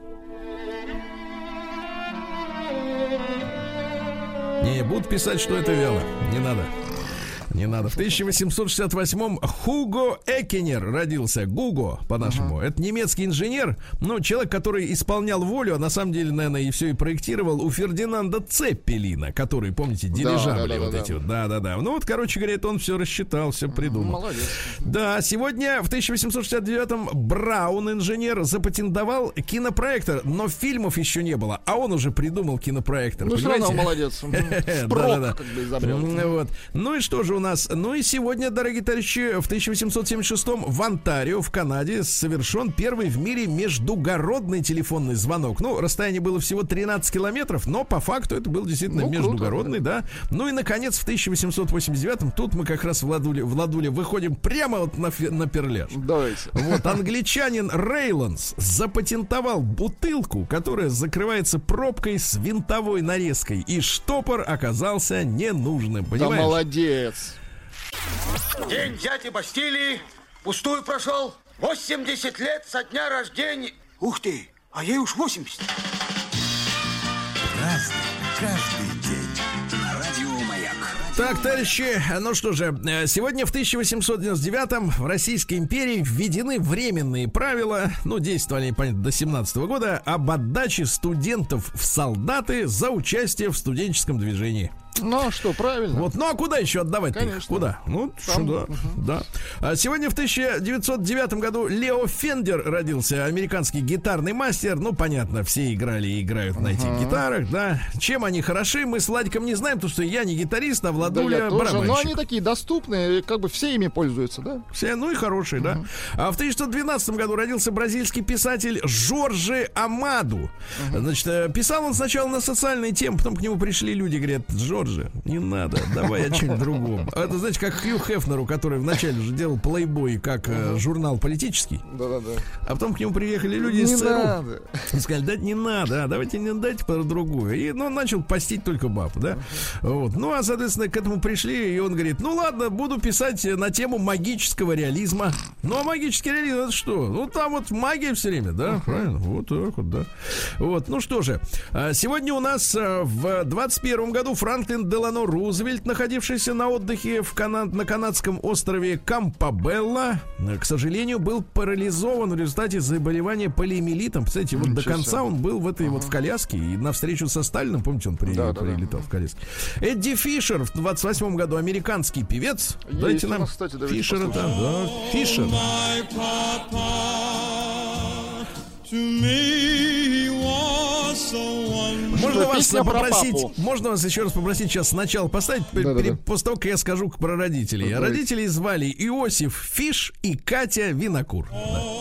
B: Не, будут писать, что это вяло. Не надо. Не надо. В 1868-м Хуго Эккенер родился. Гуго, по-нашему. Это немецкий инженер. Ну, человек, который исполнял волю, а на самом деле, наверное, и все и проектировал у Фердинанда Цеппелина, который, помните, дирижабли эти вот. Да. Ну, вот, короче говоря, это он все рассчитал, все придумал.
C: Молодец.
B: Да, сегодня в 1869-м Браун, инженер, запатентовал кинопроектор, но фильмов еще не было, а он уже придумал кинопроектор.
C: Ну, все равно молодец.
B: Да. Ну и что же у нас? Ну и сегодня, дорогие товарищи, в 1876-м в Онтарио, в Канаде, совершен первый в мире междугородный телефонный звонок. Ну, расстояние было всего 13 километров, но по факту это был действительно междугородный, да. Ну и, наконец, в 1889-м, тут мы как раз, Владуля, выходим прямо вот на перляж.
C: Давайте.
B: Вот, англичанин Рейланс запатентовал бутылку, которая закрывается пробкой с винтовой нарезкой, и штопор оказался ненужным, понимаешь?
C: Да молодец.
D: День дяди Бастилии пустую прошел. 80 лет со дня рождения. Ух ты, а ей уж 80.
A: Разный, каждый день. На радио Маяк.
B: Так, товарищи, ну что же, сегодня в 1899-м в Российской империи введены временные правила, ну, действовали они, понятно, до 17 года, об отдаче студентов в солдаты за участие в студенческом движении.
C: Ну, что, правильно.
B: Вот, ну, а куда еще отдавать-то?
C: Конечно.
B: Куда? Ну, сюда, да. А сегодня в 1909 году Лео Фендер родился, американский гитарный мастер. Ну, понятно, все играли и играют на этих гитарах, да. Чем они хороши, мы с Владиком не знаем, потому что я не гитарист, а Владуля барабанщик.
C: Но они такие доступные, как бы все ими пользуются, да?
B: Все, ну и хорошие, да. А в 1912 году родился бразильский писатель Жорже Амаду. Значит, писал он сначала на социальные темы, потом к нему пришли люди, говорят: Джорджи, не надо, давай о чем-нибудь другом. Это, знаете, как Хью Хефнеру, который вначале же делал Playboy как журнал политический.
C: Да-да-да.
B: А потом к нему приехали люди из ЦРУ. И сказали: да не надо, давайте не дайте про другую. И он начал постить только баб, да. Вот. Ну, а, соответственно, к этому пришли, и он говорит: ну ладно, буду писать на тему магического реализма. Ну, а магический реализм — это что? Ну, там вот магия все время, да, правильно? Вот так вот, да. Вот, ну что же, сегодня у нас в 21 году Франклин Делано Рузвельт, находившийся на отдыхе на канадском острове Кампабелла, к сожалению, был парализован в результате заболевания полиомиелитом. Кстати, вот до конца он был в этой вот в коляске, и на встречу со Сталиным, помните, он прилетал в коляске. Эдди Фишер в 28 году, американский певец.
C: Есть.
B: Дайте нам
C: кстати,
B: Фишера там, да, Фишер. Можно вас еще раз попросить сейчас сначала поставить, после того, как я скажу про родителей. Родителей звали Иосиф Фиш и Катя Винокур.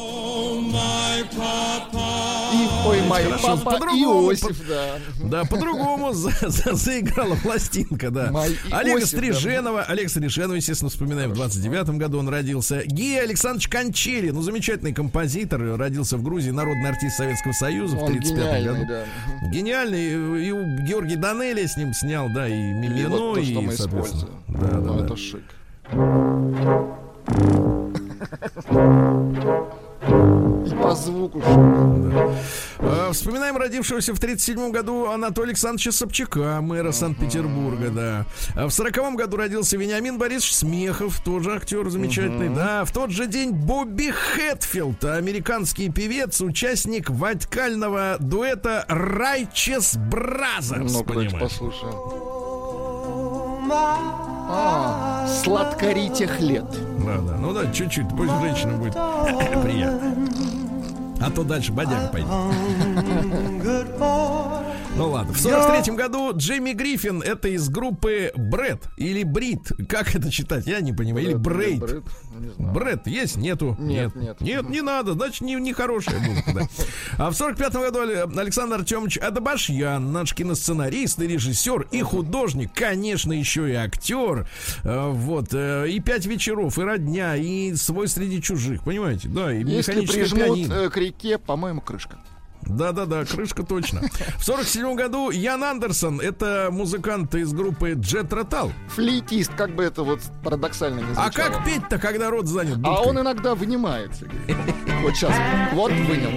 C: Ой, мой папа Иосиф,
B: да, по-другому заиграла пластинка, да. Олега Стриженова, естественно, вспоминаем, в 29-м году он родился. Гия Александрович Кончели, ну, замечательный композитор, родился в Грузии, народный артист Советского Союза в 35-м году. Да. Гениальный, и Георгий Данелия с ним снял, да, и Мимино,
C: вот то, что мы
B: соответственно.
C: Да. Это шик. И по звуку.
B: Да. Вспоминаем родившегося в 1937 году Анатолия Александровича Собчака, мэра Санкт-Петербурга, да. В 1940 году родился Вениамин Борисович Смехов, тоже актер замечательный, да. В тот же день Бобби Хэтфилд, американский певец, участник вокального дуэта Righteous Brothers.
C: Ну, давайте послушаем. Сладкоритих лет.
B: Да. Ну да, чуть-чуть, пусть женщина будет приятно. А то дальше бодяга пойдет. Ну ладно. В 1943 году Джимми Гриффин, это из группы Брэд или Брит. Как это читать? Я не понимаю. Или Брейд. Брэд есть? Нету?
C: Нет,
B: не надо. Значит, не хорошая музыка, да. А в 1945 году Александр Артемович Адабашьян, наш киносценарист и режиссер, и художник, конечно, еще и актер. Вот. И 5 вечеров, и родня, и свой среди чужих. Понимаете? Да, и механическое пианино.
C: Если прижмут к реке, по-моему, крышка.
B: Да, крышка точно. В 1947 году Ян Андерсон, это музыкант из группы Джет Ротал.
C: Флейтист, как бы это вот парадоксально не звучало.
B: А как петь-то, когда рот занят дудкой?
C: А он иногда вынимает. Вот сейчас, вот вынял.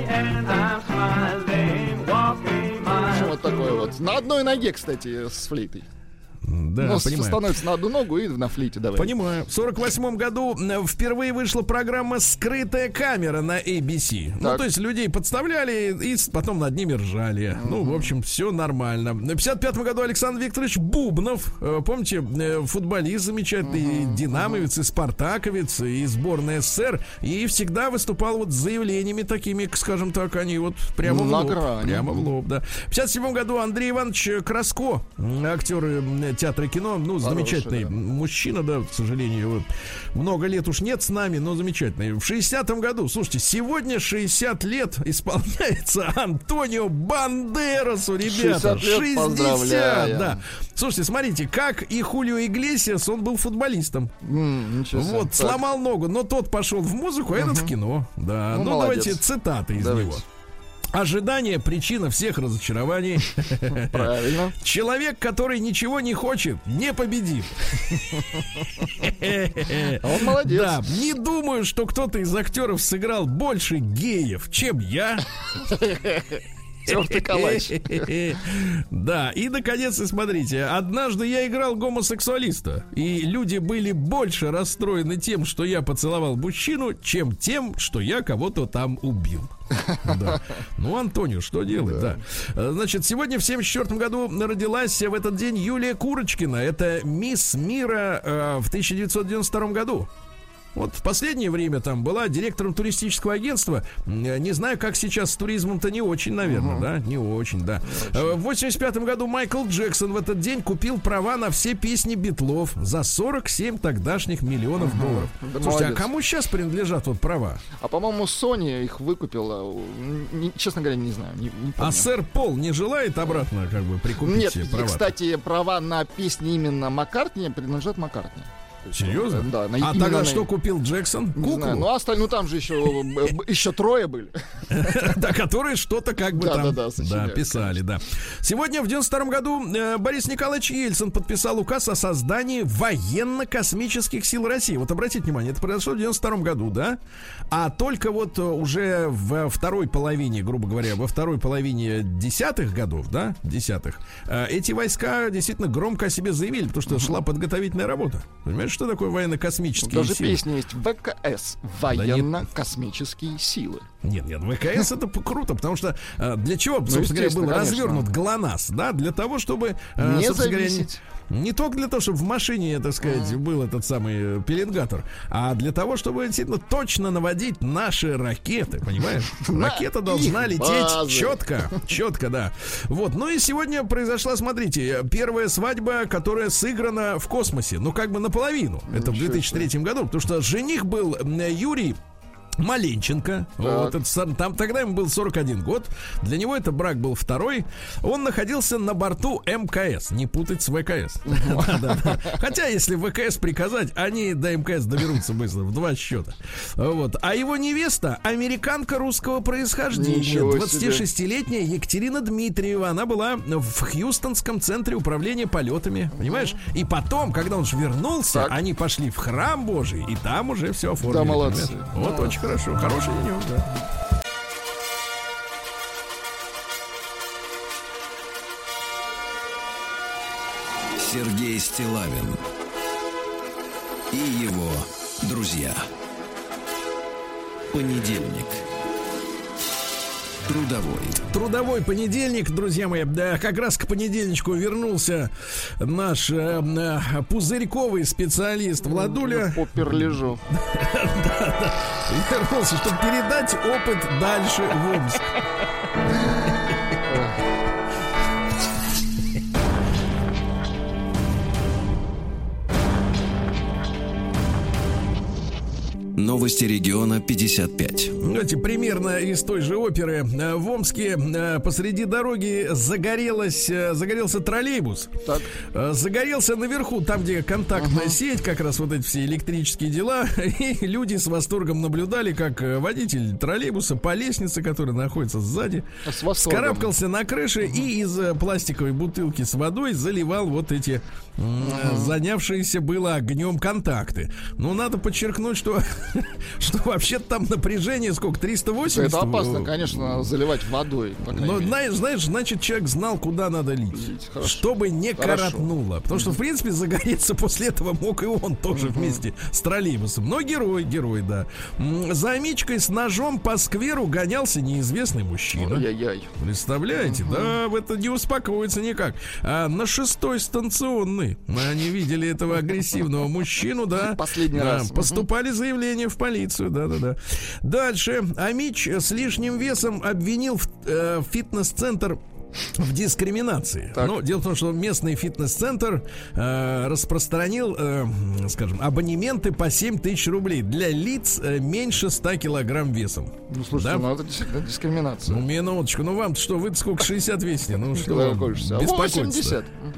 C: Вот такое вот. На одной ноге, кстати, с флейтой.
B: Да,
C: но
B: понимаю.
C: становится на одну ногу и на флейте давай.
B: Понимаю. В 1948 году впервые вышла программа «Скрытая камера» на ABC. Так. Ну, то есть людей подставляли и потом над ними ржали. Ну, в общем, все нормально. В 1955 году Александр Викторович Бубнов, помните, футболист замечательный, динамовец и спартаковец, и сборная СССР, и всегда выступал вот с заявлениями такими, скажем так, они вот прямо в лоб. Прямо в лоб, да. В 1957 году Андрей Иванович Краско, актер театра и кино, ну, замечательный мужчина, да, к сожалению, много лет уж нет с нами, но замечательный. В 60-м году, слушайте, сегодня 60 лет исполняется Антонио Бандерасу, ребята. 60, да. Слушайте, смотрите, как и Хулио Иглесиас, он был футболистом. Вот, сломал ногу, но тот пошел в музыку, а этот в кино. Да, ну давайте цитаты из него. Ожидание — причина всех разочарований.
C: Правильно.
B: Человек, который ничего не хочет, непобедим.
C: Он молодец.
B: Да, не думаю, что кто-то из актеров сыграл больше геев, чем я.
C: Тёртый калач.
B: Да, и наконец, смотрите, однажды я играл гомосексуалиста, и люди были больше расстроены тем, что я поцеловал мужчину, чем тем, что я кого-то там убил. Да. Ну, Антонио, что делать, да. Значит, сегодня в 1974 году родилась в этот день Юлия Курочкина. Это мисс мира в 1992 году. Вот в последнее время там была директором туристического агентства. Не знаю, как сейчас с туризмом-то, не очень, наверное, да? Не очень, да. В 85-м году Майкл Джексон в этот день купил права на все песни Битлов за 47 тогдашних миллионов долларов. Да. Слушайте, молодец. А кому сейчас принадлежат вот права?
C: А, по-моему, Sony их выкупила. Честно говоря, не знаю. Не
B: а сэр Пол не желает обратно как бы прикупить?
C: Нет,
B: все права?
C: Кстати, права на песни именно Маккартни принадлежат Маккартни.
B: Серьезно?
C: Да,
B: а тогда что купил Джексон?
C: Не знаю, ну остальное, там же еще трое были.
B: Да, которые что-то как бы там писали, да. Сегодня в 92-м году Борис Николаевич Ельцин подписал указ о создании военно-космических сил России. Вот обратите внимание, это произошло в 92-м году, да? А только вот уже во второй половине, грубо говоря, во второй половине десятых годов, да, эти войска действительно громко о себе заявили, потому что шла подготовительная работа. Понимаешь? Что такое военно-космические
C: даже
B: силы?
C: Даже песня есть ВКС. Военно-космические силы.
B: Нет, ВКС это круто, потому что для чего, собственно говоря, был развернут ГЛОНАСС, да? Для того, чтобы, собственно говоря, не только для того, чтобы в машине, так сказать, был этот самый пеленгатор, а для того, чтобы действительно точно наводить наши ракеты, понимаешь? Ракета должна лететь четко, да. Вот, ну и сегодня произошла, смотрите, первая свадьба, которая сыграна в космосе, ну как бы наполовину. Это в 2003 году, потому что жених был Юрий Маленченко. Вот, там тогда ему был 41 год. Для него это брак был второй. Он находился на борту МКС. Не путать с ВКС. Хотя, если ВКС приказать, они до МКС доберутся быстро, в 2 счета. Вот. А его невеста американка русского происхождения, 26-летняя Екатерина Дмитриева. Она была в Хьюстонском центре управления полетами. Понимаешь? И потом, когда он вернулся, они пошли в храм Божий, и там уже все оформили.
C: Да, молодцы.
B: Вот очень хорошо, хороший денек, да.
A: Сергей Стиллавин и его друзья. Понедельник.
B: Трудовой понедельник, друзья мои. Да, как раз к понедельничку вернулся наш пузырьковый специалист Владуля.
C: Поперлежу.
B: Да. Вернулся, чтобы передать опыт дальше в Омск.
A: Новости региона 55.
B: Знаете, примерно из той же оперы. В Омске посреди дороги загорелся троллейбус. Так. Загорелся наверху, там, где контактная сеть, как раз вот эти все электрические дела. И люди с восторгом наблюдали, как водитель троллейбуса по лестнице, которая находится сзади, вскарабкался на крыше и из пластиковой бутылки с водой заливал вот эти занявшиеся было огнем контакты. Но надо подчеркнуть, что вообще-то там напряжение сколько? 380?
C: Это опасно, конечно, заливать водой.
B: Но знаешь, значит, человек знал, куда надо лить. Чтобы не коротнуло. Потому что, в принципе, загореться после этого мог и он тоже вместе с троллейбусом. Но герой, да. За Мичкой с ножом по скверу гонялся неизвестный мужчина.
C: Ой-ой-ой.
B: Представляете? Да, это не успокоится никак. А на 6-й станционной они видели этого агрессивного мужчину, да.
C: Последний раз.
B: Поступали заявления в полицию, да. Дальше. Амич с лишним весом обвинил фитнес-центр в дискриминации. Но дело в том, что местный фитнес-центр распространил, скажем, абонементы по 7 тысяч рублей для лиц меньше 100 килограмм весом.
C: Ну, слушайте, да? Это действительно дискриминация.
B: Ну, минуточку, вам-то что, вы сколько, 60 весите? Ну, что вам беспокойтесь?
C: 80.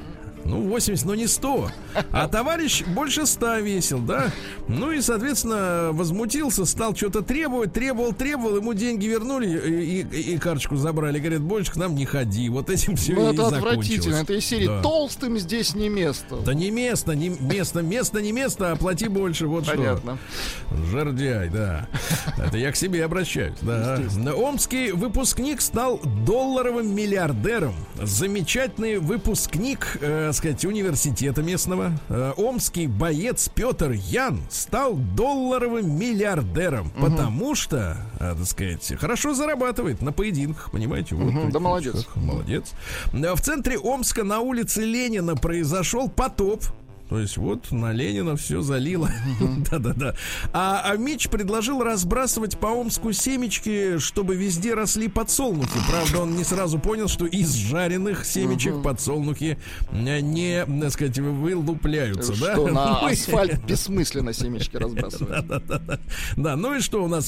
B: Ну, 80, но не 100. А товарищ больше 100 весил, да? Ну и, соответственно, возмутился, стал что-то требовать, требовал, ему деньги вернули и карточку забрали. Говорят, больше к нам не ходи. Вот этим все и
C: это
B: закончилось.
C: отвратительно. Это из серии толстым здесь не место.
B: Да не место, не место, а плати больше. Вот
C: понятно.
B: Что. Жердяй, да. Это я к себе обращаюсь. Да. Омский выпускник стал долларовым миллиардером. Замечательный выпускник, сказать, университета местного. Омский боец Петр Ян стал долларовым миллиардером, потому что, так сказать, хорошо зарабатывает на поединках, понимаете? Вот,
C: да, молодец.
B: Молодец. В центре Омска на улице Ленина произошел потоп. То есть вот на Ленина все залило. Да-да-да. А Мич предложил разбрасывать по Омску семечки, чтобы везде росли подсолнухи. Правда, он не сразу понял, что из жареных семечек подсолнухи не, так сказать, вылупляются.
C: Что на асфальт бессмысленно семечки разбрасывать.
B: Да, ну и что у нас?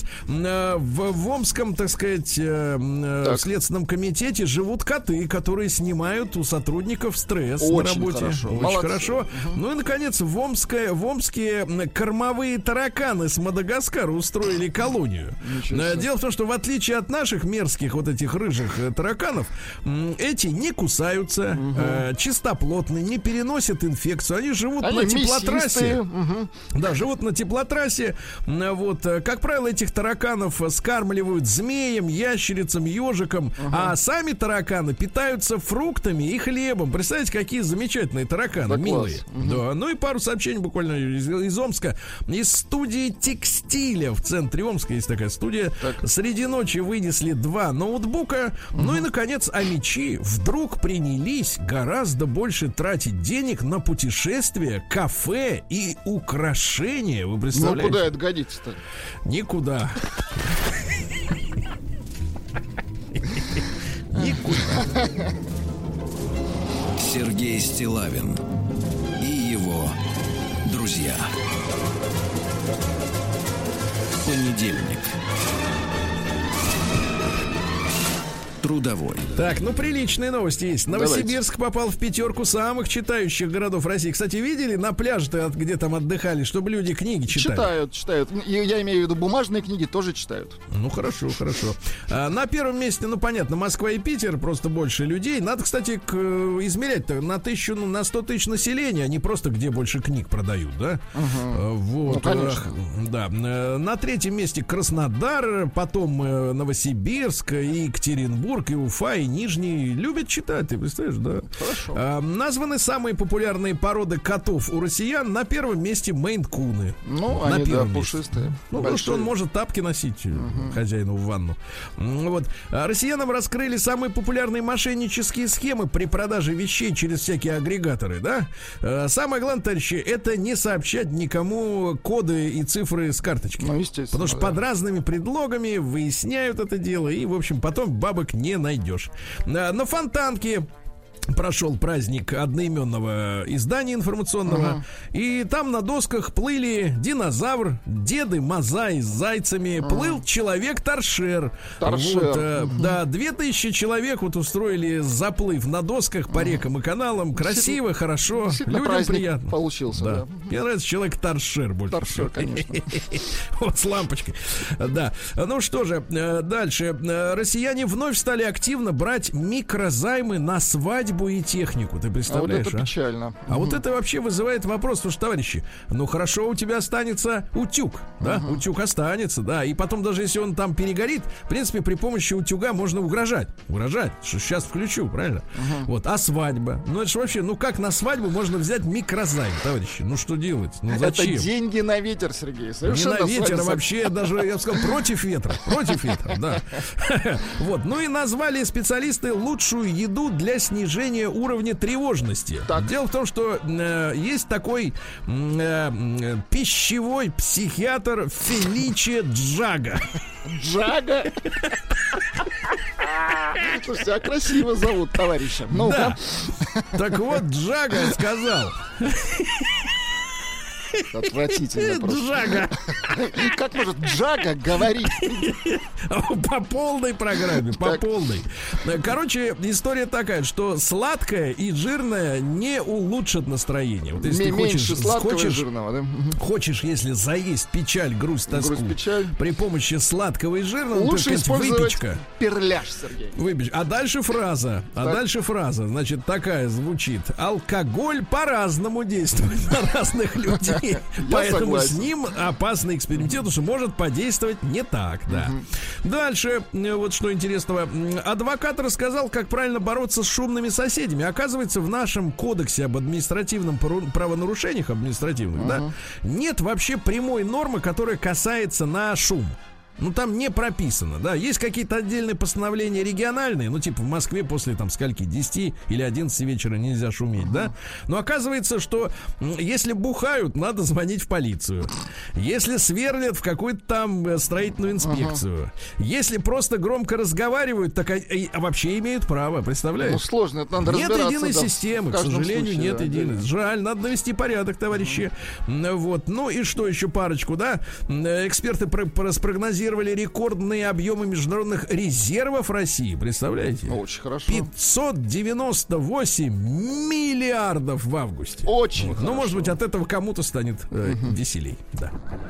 B: В Омском, так сказать, следственном комитете живут коты, которые снимают у сотрудников стресс на работе. Очень хорошо. Ну и, наконец, в Омске кормовые тараканы с Мадагаскара устроили колонию. Дело в том, что в отличие от наших мерзких вот этих рыжих тараканов, эти не кусаются, чистоплотные, не переносят инфекцию. Они живут на теплотрассе. Да, живут на теплотрассе. Вот, как правило, этих тараканов скармливают змеям, ящерицам, ежикам, а сами тараканы питаются фруктами и хлебом. Представляете, какие замечательные тараканы, милые. Да, ну и пару сообщений буквально из Омска. Из студии текстиля в центре Омска есть такая студия. Среди ночи вынесли 2 ноутбука. Ну и, наконец, амичи вдруг принялись гораздо больше тратить денег на путешествия, кафе и украшения. Вы представляете?
C: Ну, куда это годится-то?
B: Никуда. Никуда.
A: Сергей Стиллавин и его друзья. Понедельник. Трудовой.
B: Так, ну приличные новости есть. Новосибирск попал в 5 самых читающих городов России. Кстати, видели на пляже-то, где там отдыхали, чтобы люди книги читали?
C: Читают. Я имею в виду бумажные книги тоже читают.
B: Ну хорошо. На первом месте, ну понятно, Москва и Питер, просто больше людей. Надо, кстати, измерять-то на 100 тысяч населения, а не просто где больше книг продают, да? Вот.
C: Ну, конечно.
B: Да. На 3-м месте Краснодар, потом Новосибирск, Екатеринбург, и Уфа, и Нижний. Любят читать, ты представляешь, да?
C: Хорошо.
B: Названы самые популярные породы котов у россиян. На 1-м месте мейн-куны.
C: Ну, они, да, пушистые.
B: Ну, потому что он может тапки носить хозяину в ванну. Вот. Россиянам раскрыли самые популярные мошеннические схемы при продаже вещей через всякие агрегаторы, да? Самое главное, товарищи, это не сообщать никому коды и цифры с карточки.
C: Ну, естественно.
B: Потому что под разными предлогами выясняют это дело, и, в общем, потом бабок не найдешь. На Фонтанке прошел праздник одноименного издания информационного, и там на досках плыли динозавр, Деды Мазай с зайцами, плыл человек-торшер. Вот, да, 2000 человек вот устроили заплыв на досках по рекам и каналам. Красиво, хорошо, людям приятно.
C: Получился, да.
B: Мне нравится человек-торшер больше.
C: Торшер, конечно.
B: Вот с лампочкой. Да. Ну что же, дальше. Россияне вновь стали активно брать микрозаймы на свадьбу и технику, ты представляешь?
C: А вот это печально.
B: А вот это вообще вызывает вопрос, слушай, товарищи, ну хорошо, у тебя останется утюг, да? Утюг останется, да, и потом даже если он там перегорит, в принципе, при помощи утюга можно угрожать, что сейчас включу, правильно? Вот, а свадьба? Ну это же вообще, ну как на свадьбу можно взять микрозайм, товарищи? Ну что делать? Ну зачем?
C: Это деньги на ветер, Сергей.
B: Совершенно не на ветер, а вообще даже, я бы сказал, против ветра, да. Вот, ну и назвали специалисты лучшую еду для снижения уровня тревожности. Так. Дело в том, что есть такой пищевой психиатр Феличе Джага.
C: Джага? Слушайте, а красиво зовут товарища.
B: Да. Так вот, Джага сказал.
C: Отвратительно просто.
B: Джага.
C: Как может Джага говорить?
B: По полной программе, по полной. Короче, история такая, что сладкое и жирное не улучшат настроение. Вот если ты хочешь, если заесть печаль, грусть, тоску при помощи сладкого и жирного,
C: лучше использовать
B: выпечка.
C: Перляж, Сергей.
B: А дальше фраза, значит, такая звучит: алкоголь по-разному действует на разных людей, поэтому с ним опасно экспериментировать, потому что может подействовать не так, да. Дальше, вот что интересного. Адвокат рассказал, как правильно бороться с шумными соседями. Оказывается, в нашем кодексе об административном правонарушениях административных, да, нет вообще прямой нормы, которая касается на шум. Ну, там не прописано, да. Есть какие-то отдельные постановления региональные, ну, типа в Москве после, там, скольки, 10 или 11 вечера нельзя шуметь, да. Но оказывается, что если бухают, надо звонить в полицию. Если сверлят, в какую-то там строительную инспекцию. Если просто громко разговаривают, так вообще имеют право, представляешь?
C: Ну, сложно, это надо
B: разбираться. Нет единой системы, к сожалению,
C: случае,
B: нет единой. Жаль, надо навести порядок, товарищи. Вот. Ну и что еще парочку, да? Эксперты спрогнозировали рекордные объемы международных резервов России. Представляете?
C: Очень хорошо.
B: 598 миллиардов в августе.
C: Очень
B: вот.
C: хорошо.
B: Ну, может быть, от этого кому-то станет веселей. Да.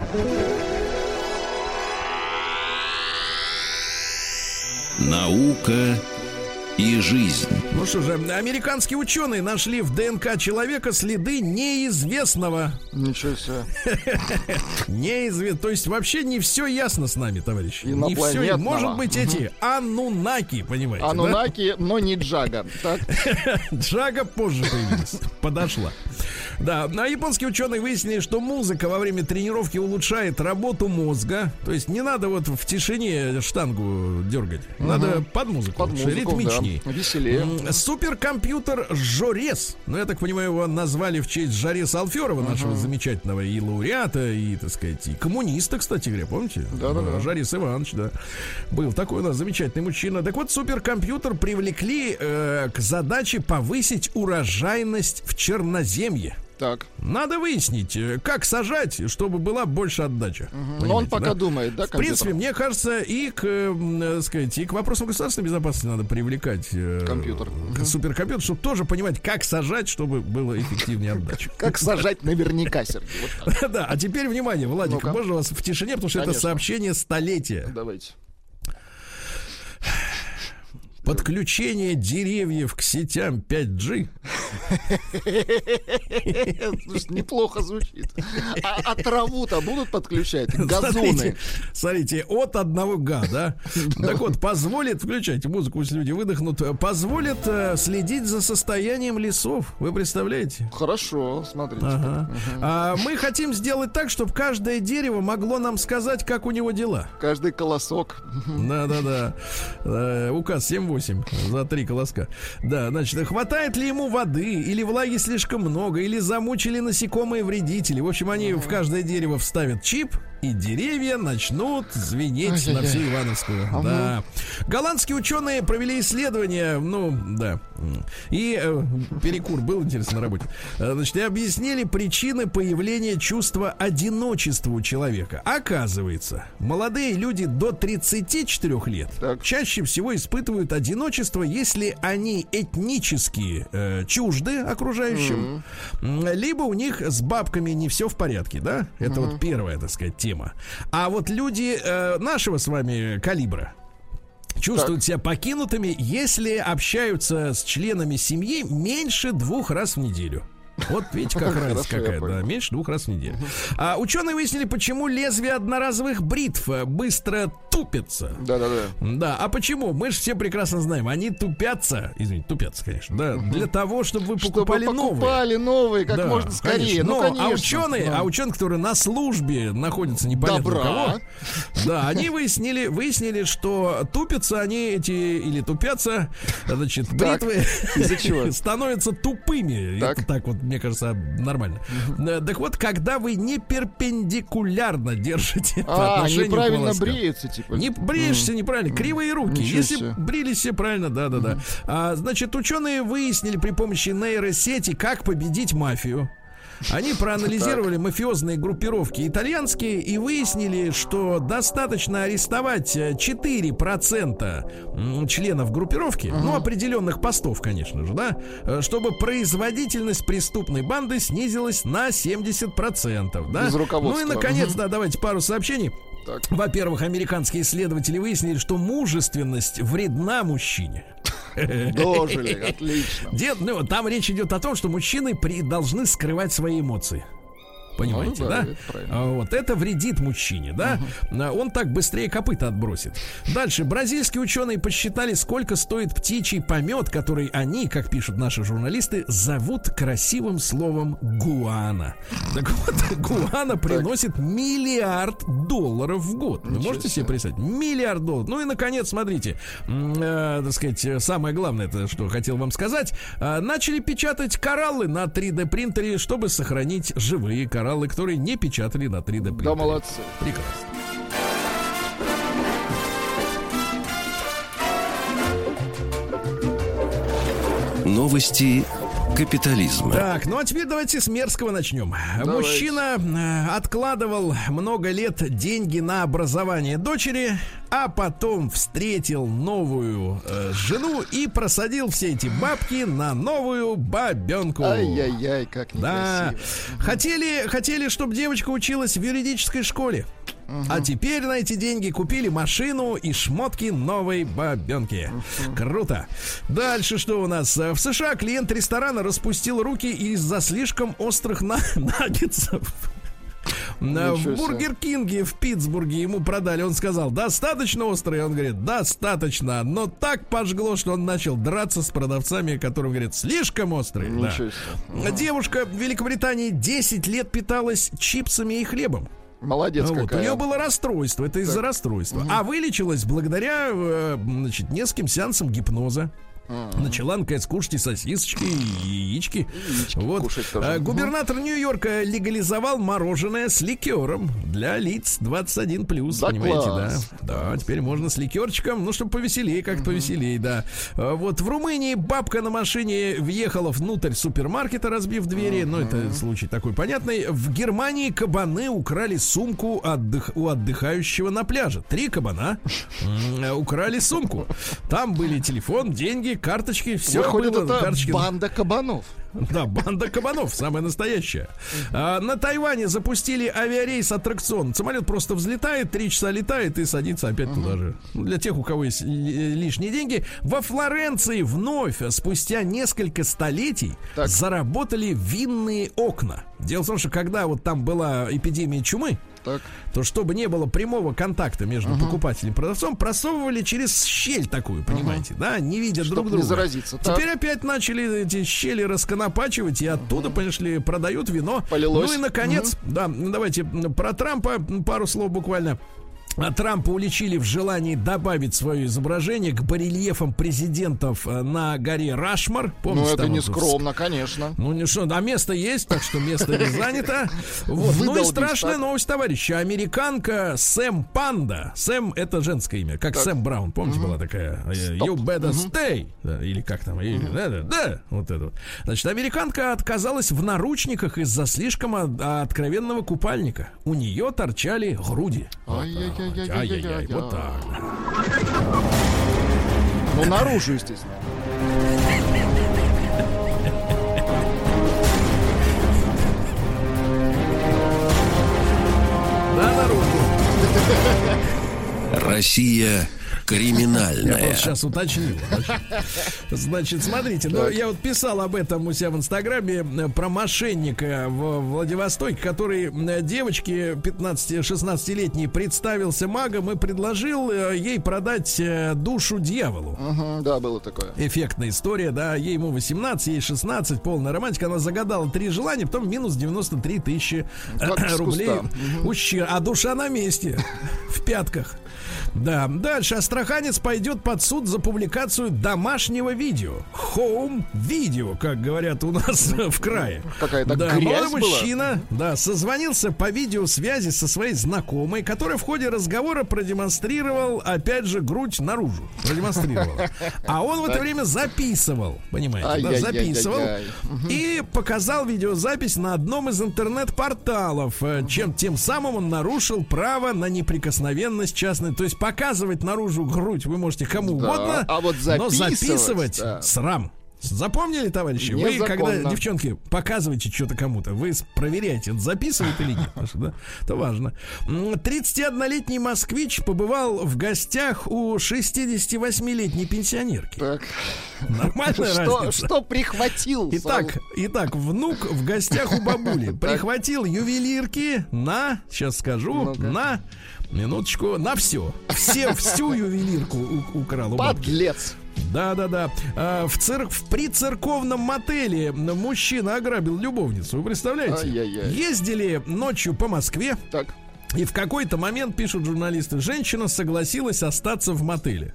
A: Наука и жизнь.
B: Ну что же, американские ученые нашли в ДНК человека следы неизвестного.
C: Ничего себе.
B: Неизвестно. То есть вообще не все ясно с нами, товарищи. Не все. Может быть, эти анунаки, понимаете?
C: Анунаки, да? Но не Джага. Так?
B: Джага позже появилась. Подошла. Да, а японские ученые выяснили, что музыка во время тренировки улучшает работу мозга. То есть не надо вот в тишине штангу дергать. Надо под музыку. Ритмичней.
C: Да, веселее.
B: Суперкомпьютер Жорес. Ну, я так понимаю, его назвали в честь Жореса Алферова, нашего замечательного и лауреата, и, так сказать, и коммуниста, кстати говоря, помните?
C: Да.
B: Жорес Иванович, да. Был такой у нас замечательный мужчина. Так вот, суперкомпьютер привлекли к задаче повысить урожайность в Черноземье.
C: Так.
B: Надо выяснить, как сажать, чтобы была больше отдача.
C: Но он пока думает, да, компьютер?
B: В принципе, мне кажется, и к вопросам государственной безопасности надо привлекать
C: компьютер.
B: Суперкомпьютер, чтобы тоже понимать, как сажать, чтобы было эффективнее отдача.
C: Как сажать наверняка, Сергей.
B: Да, а теперь, внимание, Владик, можно вас в тишине, потому что это сообщение столетия.
C: Давайте.
B: Подключение деревьев к сетям 5G.
C: Неплохо звучит. А траву-то будут подключать? Газоны.
B: Смотрите, от 1 га, да? Так вот, позволит, включайте музыку, если люди выдохнут, позволит следить за состоянием лесов. Вы представляете?
C: Хорошо, смотрите.
B: Мы хотим сделать так, чтобы каждое дерево могло нам сказать, как у него дела.
C: Каждый колосок.
B: Да. Указ 7.8 за 3 колоска. Да, значит, хватает ли ему воды, или влаги слишком много, или замучили насекомые вредители. В общем, они в каждое дерево вставят чип, и деревья начнут звенеть на всю Ивановскую. Да. Голландские ученые провели исследование, и перекур был, интересно, на работе. Значит, и объяснили причины появления чувства одиночества у человека. Оказывается, молодые люди до 34 лет чаще всего испытывают одиночество, если они этнически чужды окружающим, либо у них с бабками не все в порядке, да? Это вот первая, так сказать, тема. А вот люди нашего с вами калибра чувствуют себя покинутыми, если общаются с членами семьи меньше 2 раз в неделю. Вот видите, как разница какая, да, меньше 2 раз в неделю. Ученые выяснили, почему лезвия одноразовых бритв быстро тупятся. Да, а почему? Мы же все прекрасно знаем, они тупятся, конечно, да, для того, чтобы вы покупали
C: новые как можно скорее.
B: А ученые, которые на службе находятся непонятно у кого, да, они выяснили, что тупятся они или тупятся, значит, бритвы становятся тупыми. Это так вот, мне кажется, нормально. Так вот, когда вы не перпендикулярно держите по отношению к волоскам.
C: Неправильно бреются, типа.
B: Не бреешься неправильно, кривые руки. Если брились все правильно, да. Значит, ученые выяснили при помощи нейросети, как победить мафию. Они проанализировали мафиозные группировки итальянские и выяснили, что достаточно арестовать 4% членов группировки, ну, определенных постов, конечно же, да, чтобы производительность преступной банды снизилась на 70%, да. Ну и, наконец, да, давайте пару сообщений. Так. Во-первых, американские исследователи выяснили, что мужественность вредна мужчине.
C: Дожили, отлично.
B: Там речь идет о том, что мужчины должны скрывать свои эмоции. Понимаете, ну, да? Вот это вредит мужчине, да? Он так быстрее копыта отбросит. Дальше. Бразильские ученые посчитали, сколько стоит птичий помет, который они, как пишут наши журналисты, зовут красивым словом гуана. Так вот, гуана приносит $1 миллиард в год. Вы можете себе представить? $1 миллиард. Ну и, наконец, смотрите, так сказать, самое главное, это что хотел вам сказать. Начали печатать кораллы на 3D принтере, чтобы сохранить живые кораллы, которые не печатали на 3D принтере.
C: Да, молодцы.
B: Прекрасно.
A: Новости капитализма.
B: Так, ну а теперь давайте с мерзкого начнем. Давайте. Мужчина откладывал много лет деньги на образование дочери, а потом встретил новую жену и просадил все эти бабки на новую бабенку.
C: Ай-яй-яй, как некрасиво.
B: Да. Хотели, чтобы девочка училась в юридической школе. А теперь на эти деньги купили машину и шмотки новой бабенки. Круто. Дальше что у нас? В США клиент ресторана распустил руки из-за слишком острых наггетсов. В Бургер Кинге в Питтсбурге ему продали. Он сказал, достаточно острый? Он говорит, достаточно. Но так пожгло, что он начал драться с продавцами, которым говорят, слишком острый. Да. Девушка в Великобритании 10 лет питалась чипсами и хлебом.
C: Молодец, вот, какая.
B: У нее было расстройство, это из-за расстройства. А вылечилась благодаря, значит, нескольким сеансам гипноза. Начала, наконец, кушать и сосисочки, и яички. Вот. Губернатор Нью-Йорка легализовал мороженое с ликером для лиц 21+. Да, понимаете, класс. Да, теперь можно с ликерчиком, ну, чтобы повеселее, как-то повеселее, да. Вот в Румынии бабка на машине въехала внутрь супермаркета, разбив двери. Ну, это случай такой понятный. В Германии кабаны украли сумку у отдыхающего на пляже. 3 кабана украли сумку. Там были телефон, деньги, карточки, все.
C: Выходит,
B: было.
C: Это
B: карточки.
C: Банда кабанов.
B: Да, банда кабанов, самая настоящая. На Тайване запустили авиарейс-аттракцион. Самолет просто взлетает, 3 часа летает и садится опять туда же. Для тех, у кого есть лишние деньги. Во Флоренции вновь, спустя несколько столетий, заработали винные окна. Дело в том, что когда вот там была эпидемия чумы, то чтобы не было прямого контакта между покупателем и продавцом, просовывали через щель такую, понимаете, да, не видя друг друга.
C: Не заразиться.
B: Теперь опять начали эти щели расконопачивать, и оттуда, пошли, продают вино.
C: Полилось.
B: Ну и, наконец, да, давайте про Трампа пару слов буквально. Трампа уличили в желании добавить свое изображение к барельефам президентов на горе Рашмор.
C: Помните, это не скромно, конечно.
B: Ну, не что, а место есть, так что место не занято. Вот. Ну и страшная новость, товарищи. Американка Сэм Панда. Сэм — это женское имя, как Сэм Браун. Помните, была такая You better stay. Или как там? Да, вот это вот. Значит, американка отказалась в наручниках из-за слишком откровенного купальника. У нее торчали груди. Ай-яй-яй, вот так.
C: Ну, наружу, естественно.
B: Да, наружу.
A: Россия криминальная.
B: Я сейчас уточнил. Значит, смотрите, ну, я вот писал об этом у себя в Инстаграме про мошенника в Владивостоке, который девочке 15-16-летней представился магом и предложил ей продать душу дьяволу.
C: Да, было такое.
B: Эффектная история, да. Ему 18, ей 16, полная романтика. Она загадала 3 желания, потом минус 93 тысячи рублей. А душа на месте, в пятках. Да, дальше. Астраханец пойдет под суд за публикацию домашнего видео. Хоум-видео, как говорят у нас в крае.
C: Какая-то
B: да,
C: грязь
B: молодой мужчина, да, созвонился по видеосвязи со своей знакомой, которая в ходе разговора продемонстрировал, опять же, грудь наружу. Продемонстрировал. А он в это время записывал, понимаете, да, записывал и показал видеозапись на одном из интернет-порталов, чем тем самым он нарушил право на неприкосновенность частной. То есть показывать наружу грудь вы можете кому угодно,
C: а вот
B: но записывать срам. Запомнили, товарищи?
C: Незаконно.
B: Вы, когда, девчонки, показываете что-то кому-то, вы проверяете, он записывает или нет. Да? Это важно. 31-летний москвич побывал в гостях у 68-летней пенсионерки.
C: Так.
B: Нормальная разница.
C: Что прихватил?
B: Итак, внук в гостях у бабули. Прихватил ювелирки на, сейчас скажу, на, минуточку, на все. Всю ювелирку украл у бабки.
C: Подлец.
B: Да. В прицерковном мотеле мужчина ограбил любовницу. Вы представляете? Ездили ночью по Москве.
C: Так.
B: И в какой-то момент, пишут журналисты, женщина согласилась остаться в мотеле.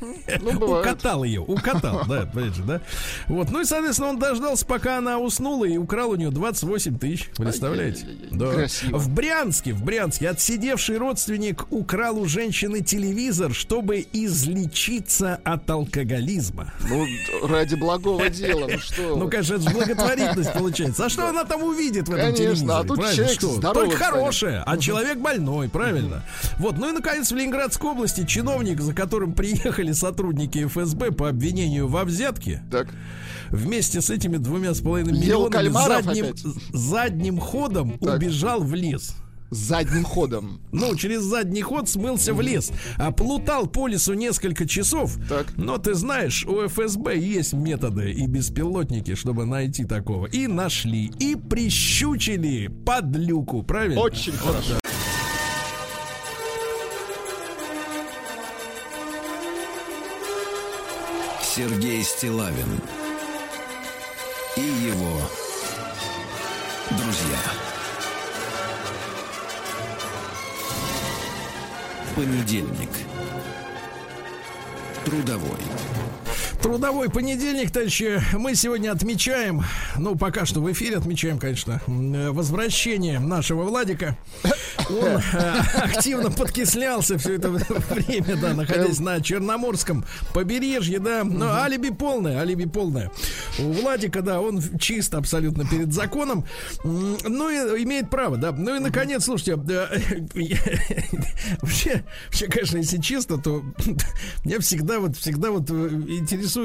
B: Укатал, да, опять же, да. Вот, ну и, соответственно, он дождался, пока она уснула, и украл у нее 28 тысяч. Представляете? Да. В Брянске отсидевший родственник украл у женщины телевизор, чтобы излечиться от алкоголизма.
C: Ну, ради благого дела, ну что?
B: Ну, конечно, это же благотворительность получается. А что она там увидит в этом телевизоре?
C: А тут человек здоровый.
B: Только хорошее, а человек больной, правильно? Вот, ну и, наконец, в Ленинградской области чиновник, за которым приехали сотрудники ФСБ по обвинению во взятке, вместе с этими 2,5 миллионами задним ходом убежал в лес.
C: Задним ходом.
B: Ну, через задний ход смылся в лес. А плутал по лесу несколько часов. Но ты знаешь, у ФСБ есть методы и беспилотники, чтобы найти такого. И нашли. И прищучили подлюку. Правильно?
C: Очень хорошо.
A: Сергей Стиллавин и его друзья. Понедельник. Трудовой
B: понедельник, товарищи. Мы сегодня отмечаем, ну, пока что в эфире отмечаем, конечно, возвращение нашего Владика. Он активно подкислялся все это время, да, находясь на Черноморском побережье, да. Но алиби полное. У Владика, да, он чист абсолютно перед законом. Ну, и имеет право, да. Ну, и, наконец, слушайте, вообще, конечно, если честно, то меня всегда интересует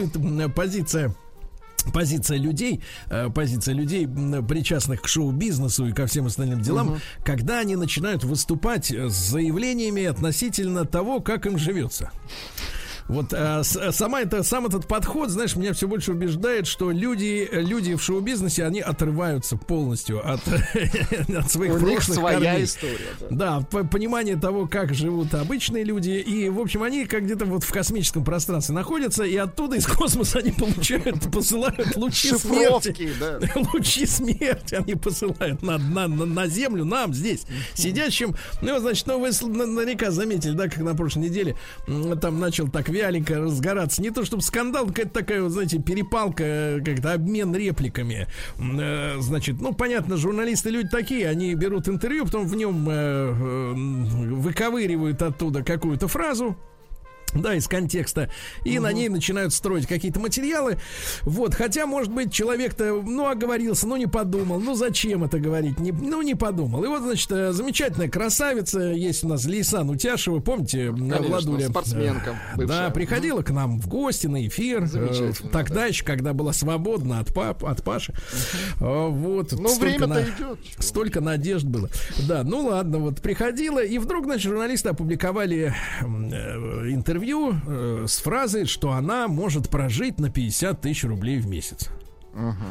B: позиция людей, причастных к шоу-бизнесу и ко всем остальным делам, когда они начинают выступать с заявлениями относительно того, как им живется. Вот сам этот подход, знаешь, меня все больше убеждает, что люди в шоу-бизнесе, они отрываются полностью от своих прошлых. У них
C: своя история.
B: Да, понимание того, как живут обычные люди. И, в общем, они как где-то вот в космическом пространстве находятся, и оттуда из космоса они посылают лучи смерти. Да. Лучи смерти они посылают на Землю, нам здесь, сидящим. Ну, значит, вы наверняка заметили, да, как на прошлой неделе там начал так вяленько разгораться. Не то чтобы скандал, какая-то такая, вот, знаете, перепалка, как-то обмен репликами. Значит, ну, понятно, журналисты люди такие, они берут интервью, потом в нем выковыривают оттуда какую-то фразу, да, из контекста, и на ней начинают строить какие-то материалы. Вот, хотя, может быть, человек-то, оговорился, не подумал, зачем это говорить, не подумал. И вот, значит, замечательная красавица есть у нас, Лейсан Утяшева, помните, Владуля?
C: Спортсменка бывшая.
B: Да, приходила к нам в гости на эфир, тогда еще, когда была свободна от Паши. Вот.
C: Время-то идет.
B: Столько надежд было. Да, ладно, вот приходила, и вдруг, значит, журналисты опубликовали интервью с фразой, что она может прожить на 50 тысяч рублей в месяц.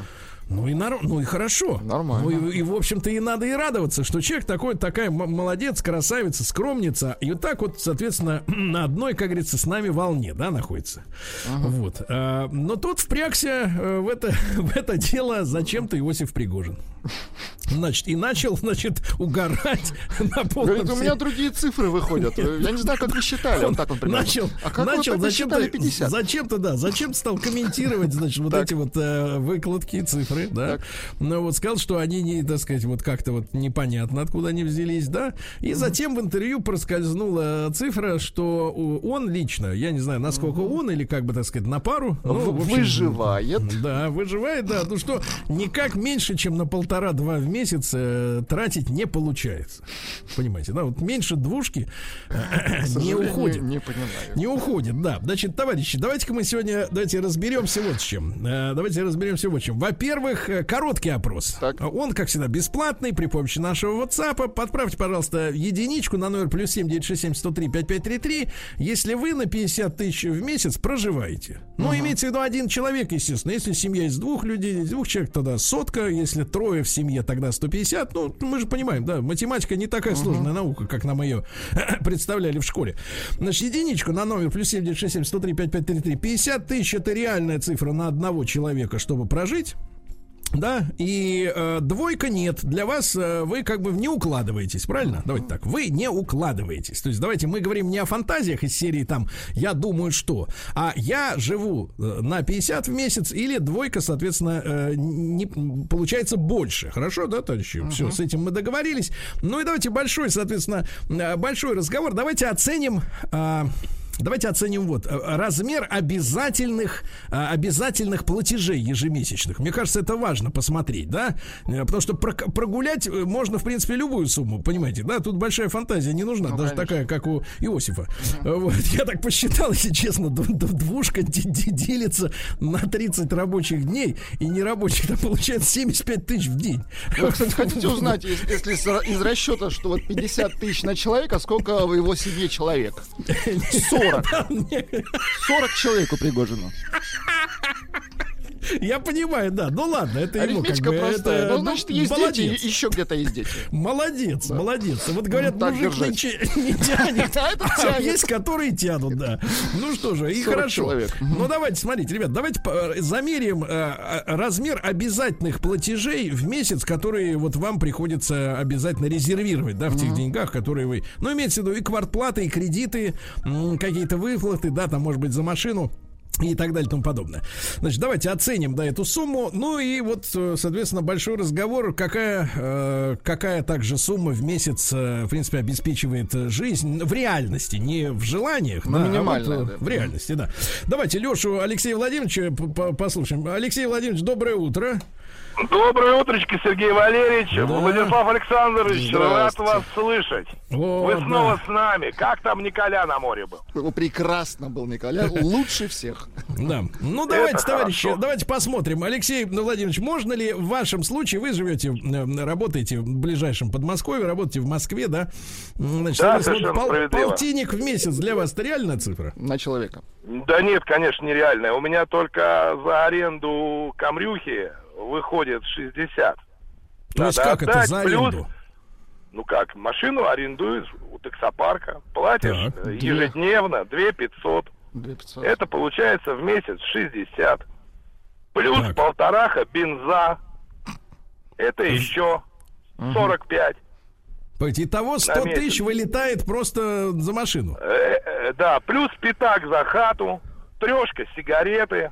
B: Ну и хорошо.
C: Нормально.
B: Ну и в общем-то и надо и радоваться, что человек такая молодец, красавица, скромница, и вот так вот, соответственно, на одной, как говорится, с нами волне, да, находится. Вот. Но тут впрягся в это дело зачем-то Иосиф Пригожин. Значит, и начал, угорать на полном.
C: Говорит, у меня другие цифры выходят. Я не знаю, как вы считали. Вот так он примерно.
B: Начал зачем-то стал комментировать, значит, вот эти вот выкладки и цифры, да. Ну вот сказал, что они не, так сказать, вот как-то вот непонятно, откуда они взялись, да. И затем в интервью проскользнула цифра, что он лично, я не знаю, насколько он или как бы, так сказать, на пару,
C: выживает.
B: Да, выживает, да. Ну что, никак меньше, чем на 1,5-2 в месяц тратить не получается. Понимаете, да? Вот меньше двушки не уходит.
C: Не понимаю.
B: Не уходит, да. Значит, товарищи, давайте-ка мы сегодня разберемся вот с чем. Во-первых, короткий опрос. Так. Он, как всегда, бесплатный при помощи нашего WhatsApp. Подправьте, пожалуйста, единичку на номер +7 967 103 5533, если вы на 50 тысяч в месяц проживаете. Ну, имеется в виду один человек, естественно. Если семья из 2 людей, из 2 человек, тогда 100. Если 3 в семье, тогда 150. Ну, мы же понимаем, да, математика не такая сложная наука, как нам ее представляли в школе. Значит, единичку на номер +7 967 103 5533. 50 тысяч — это реальная цифра на одного человека, чтобы прожить. Да, и 2 нет. Для вас вы как бы не укладываетесь, правильно? Давайте так, вы не укладываетесь. То есть давайте мы говорим не о фантазиях из серии там «я думаю, что», а я живу на 50 в месяц или 2, соответственно, не получается больше. Хорошо, да, товарищи? Все, с этим мы договорились. Ну и давайте большой разговор. Давайте оценим вот размер обязательных платежей ежемесячных. Мне кажется, это важно посмотреть, да? Потому что прогулять можно, в принципе, любую сумму, понимаете, да? Тут большая фантазия не нужна, даже конечно. Такая, как у Иосифа. Вот. Я так посчитал, если честно, двушка делится на 30 рабочих дней, и нерабочих, там получается 75 тысяч в день.
C: Вы, кстати, хотите узнать, если из расчета, что вот 50 тысяч на человека, сколько в его семье человек? 40 человек у Пригожина.
B: Я понимаю, да. Ну ладно, это ему как бы...
C: простая. Это, значит, есть молодец. Дети, еще где-то есть дети.
B: Молодец. Вот говорят, мужик не тянет, а есть, которые тянут, да. Ну что же, и хорошо. Человек. Ну давайте, смотрите, ребят, давайте замерим размер обязательных платежей в месяц, которые вот вам приходится обязательно резервировать, да, в тех деньгах, которые вы... Ну, имеется в виду и квартплаты, и кредиты, какие-то выплаты, да, там, может быть, за машину. И так далее и тому подобное. Значит, давайте оценим, да, эту сумму. Ну и вот, соответственно, большой разговор, какая также сумма в месяц, в принципе, обеспечивает жизнь в реальности, не в желаниях, да,
C: минимально,
B: вот, в реальности, да. Давайте Лешу Алексея Владимировича послушаем. Алексей Владимирович, доброе утро.
E: Доброе утречко, Сергей Валерьевич, да. Владислав Александрович, рад вас слышать. Вы снова с нами. Как там Николя на море был?
C: Прекрасно был Николя, лучше всех.
B: Да. Ну давайте, товарищи, давайте посмотрим. Алексей Владимирович, можно ли в вашем случае, вы живете, работаете в ближайшем Подмосковье, работаете в Москве, да? Значит,
E: да, совершенно справедливо.
B: Полтинник в месяц для вас — это реальная цифра?
C: На человека.
E: Да нет, конечно, нереальная. У меня только за аренду Камрюхи выходит 60.
B: То есть как это за аренду?
E: Ну как, машину арендуешь у таксопарка, платишь ежедневно 2500. Это получается в месяц 60. Плюс 1,5 бенза. Это еще 45.
B: Итого 100 тысяч вылетает просто за машину.
E: Да, плюс пятак за хату, 3 сигареты.